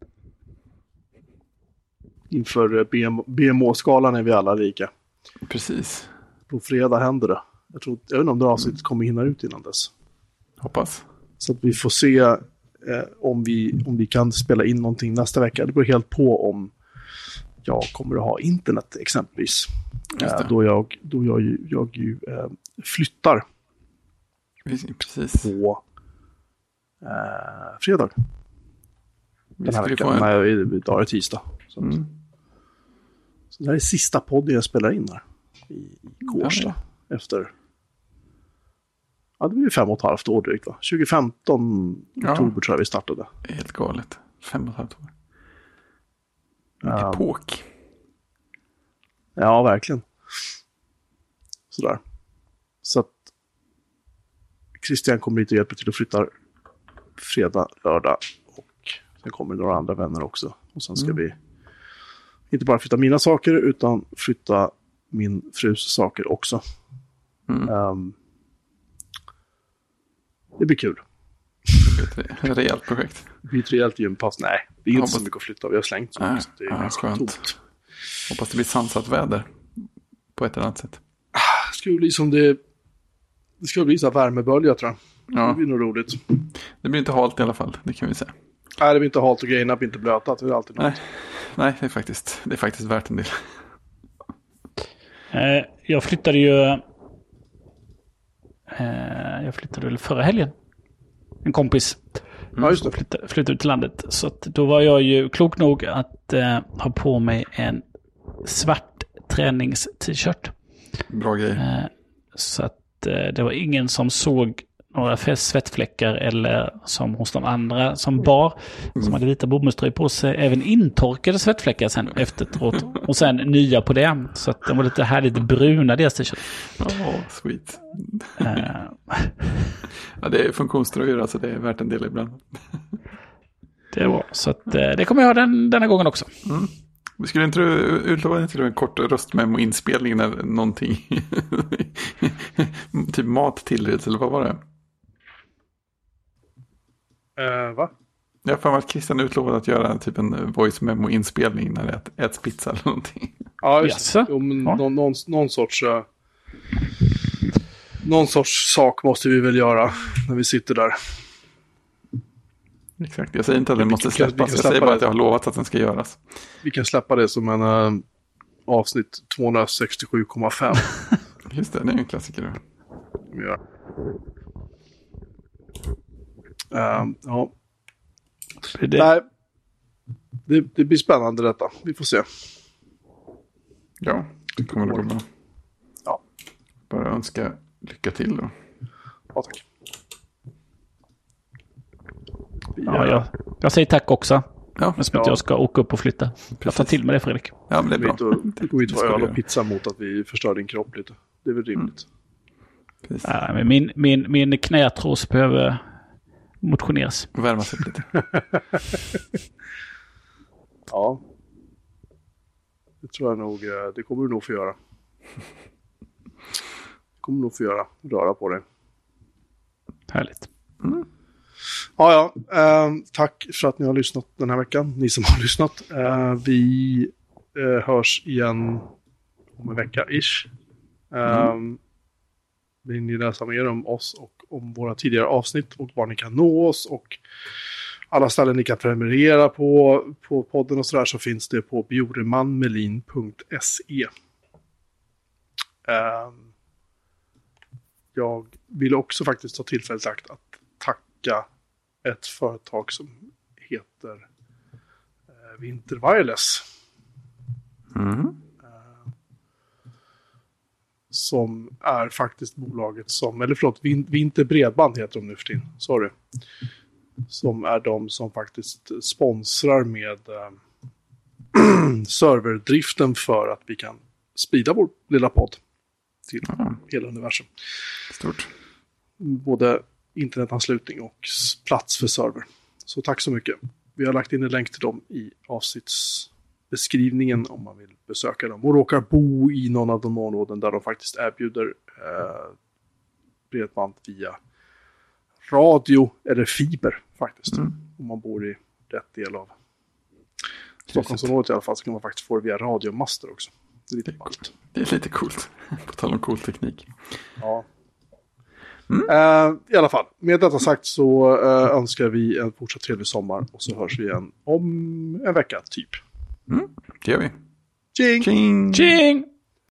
Inför B M O-skalan är vi alla lika. Precis. På fredag händer det. Jag, tror, jag vet inte om det avsnittet kommer hinna ut innan dess. Hoppas. Så att vi får se eh, om, vi, om vi kan spela in någonting nästa vecka. Det beror helt på om jag kommer att ha internet exempelvis. Eh, då jag, då jag, jag, jag ju, eh, flyttar. Precis. På eh, fredag. Den här veckan. En... Nej, idag är det tisdag. Så, mm. så det här är sista podden jag spelar in här. I Kårsta. Ja, efter... Ja, det blir fem och ett halvt år drygt, va? tjugo femton ja. Oktober tror jag vi startade. Helt galet. Fem och ett halvt år. En um, epok. Ja, verkligen. Sådär. Så att Christian kommer hit och hjälper till att flytta fredag, lördag och sen kommer några andra vänner också. Och sen ska mm. vi inte bara flytta mina saker utan flytta min frus saker också. Mm. Um, det blir kul. Ett rejält projekt. Det blir ett rejält gympass. Nej, det är inte hoppas... så mycket att flytta. Vi har slängt så, äh, så det är äh, ganska skönt. tomt. Hoppas det blir sansat väder på ett eller annat sätt. Det skulle bli som det det skulle bli så här värmebölja, tror jag. Ja. Det blir nog roligt. Det blir inte halt i alla fall, det kan vi säga. Nej, det blir inte halt och grejerna blir inte blöta. Det är alltid något. Nej, Nej det, är faktiskt, det är faktiskt värt en del. Eh, jag flyttade ju eh, jag flyttade väl förra helgen. En kompis mm. ja, just det. Flyttade, flyttade till landet. Så att då var jag ju klok nog att eh, ha på mig en svart tränings-t-shirt. Bra grej. Eh, så att eh, det var ingen som såg några svettfläckar eller som hos de andra som bar mm. som hade vita bomullströjor på sig, även intorkade svettfläckar sen efteråt och sen nya på det, så att de var lite härligt bruna deras t-shirt. Ja, oh, sweet. Uh. Ja, det är funktionströjor, alltså det är värt en del ibland. Det var så att det kommer jag ha den, denna gången också. Mm. Vi skulle inte utlova till en kort röstmemo-inspelning när någonting typ mat tillreds, eller vad var det? Uh, va? Jag har för mig att Christian utlovade att göra typ en voice memo-inspelning när det ät, äts pizza eller någonting. Ja, just det. Jo, men ja. någon, någon, någon sorts uh, någon sorts sak måste vi väl göra när vi sitter där. Exakt, jag säger inte att den måste släppas, jag säger bara det. Att jag har lovat att den ska göras. Vi kan släppa det som en uh, avsnitt tvåhundrasextiosju komma fem. Just det, det är en klassiker. Ja. Um, ja. Det... Nej, det, det blir spännande detta. Vi får se. Ja, det kommer att gå bra. Ja. Bara önska lycka till då. Ja, tack. Ja, jag, jag säger tack också. Ja, men som ja. att jag ska åka upp och flytta. Precis. Jag tar till med det, Fredrik. Ja, men det är bra. Det går inte att vara öl och pizza mot att vi förstör din kropp lite. Det är väl rimligt. Mm. Ja, men min, min, min knätros behöver motioneras. Värma sig lite. Ja. Det tror jag nog. Det kommer du nog få göra. Det kommer du nog få göra. Röra på dig. Härligt. Mm. Ja, ja. Eh, tack för att ni har lyssnat den här veckan. Ni som har lyssnat. Eh, vi eh, hörs igen om en vecka-ish. Mm. Um, vill ni läsa mer om oss och om våra tidigare avsnitt och var ni kan nå oss och alla ställen ni kan prenumerera på, på podden och sådär, så finns det på bjoremanmelin punkt se. Um, jag vill också faktiskt ta tillfället i akt att tacka ett företag som heter uh, Winter Wireless. Mm. Uh, som är faktiskt bolaget som, eller förlåt, Winter Bredband heter de nu för tiden, sorry. Som är de som faktiskt sponsrar med uh, serverdriften för att vi kan sprida vår lilla podd till Mm. hela universum. Stort. Både internetanslutning och plats för server. Så tack så mycket. Vi har lagt in en länk till dem i avsnittsbeskrivningen om man vill besöka dem och råkar bo i någon av de områden där de faktiskt erbjuder eh, bredband via radio eller fiber faktiskt. Mm. Om man bor i rätt del av Stockholmsområdet i alla fall, så kan man faktiskt få det via radiomaster också. Det är lite coolt. Det är lite coolt. På tal om cool teknik. Ja. Mm. Uh, I alla fall, med detta sagt så uh, önskar vi en fortsatt trevlig sommar och så hörs vi igen om en vecka typ. Mm. Det gör vi. Tjing! Tjing! Tjing!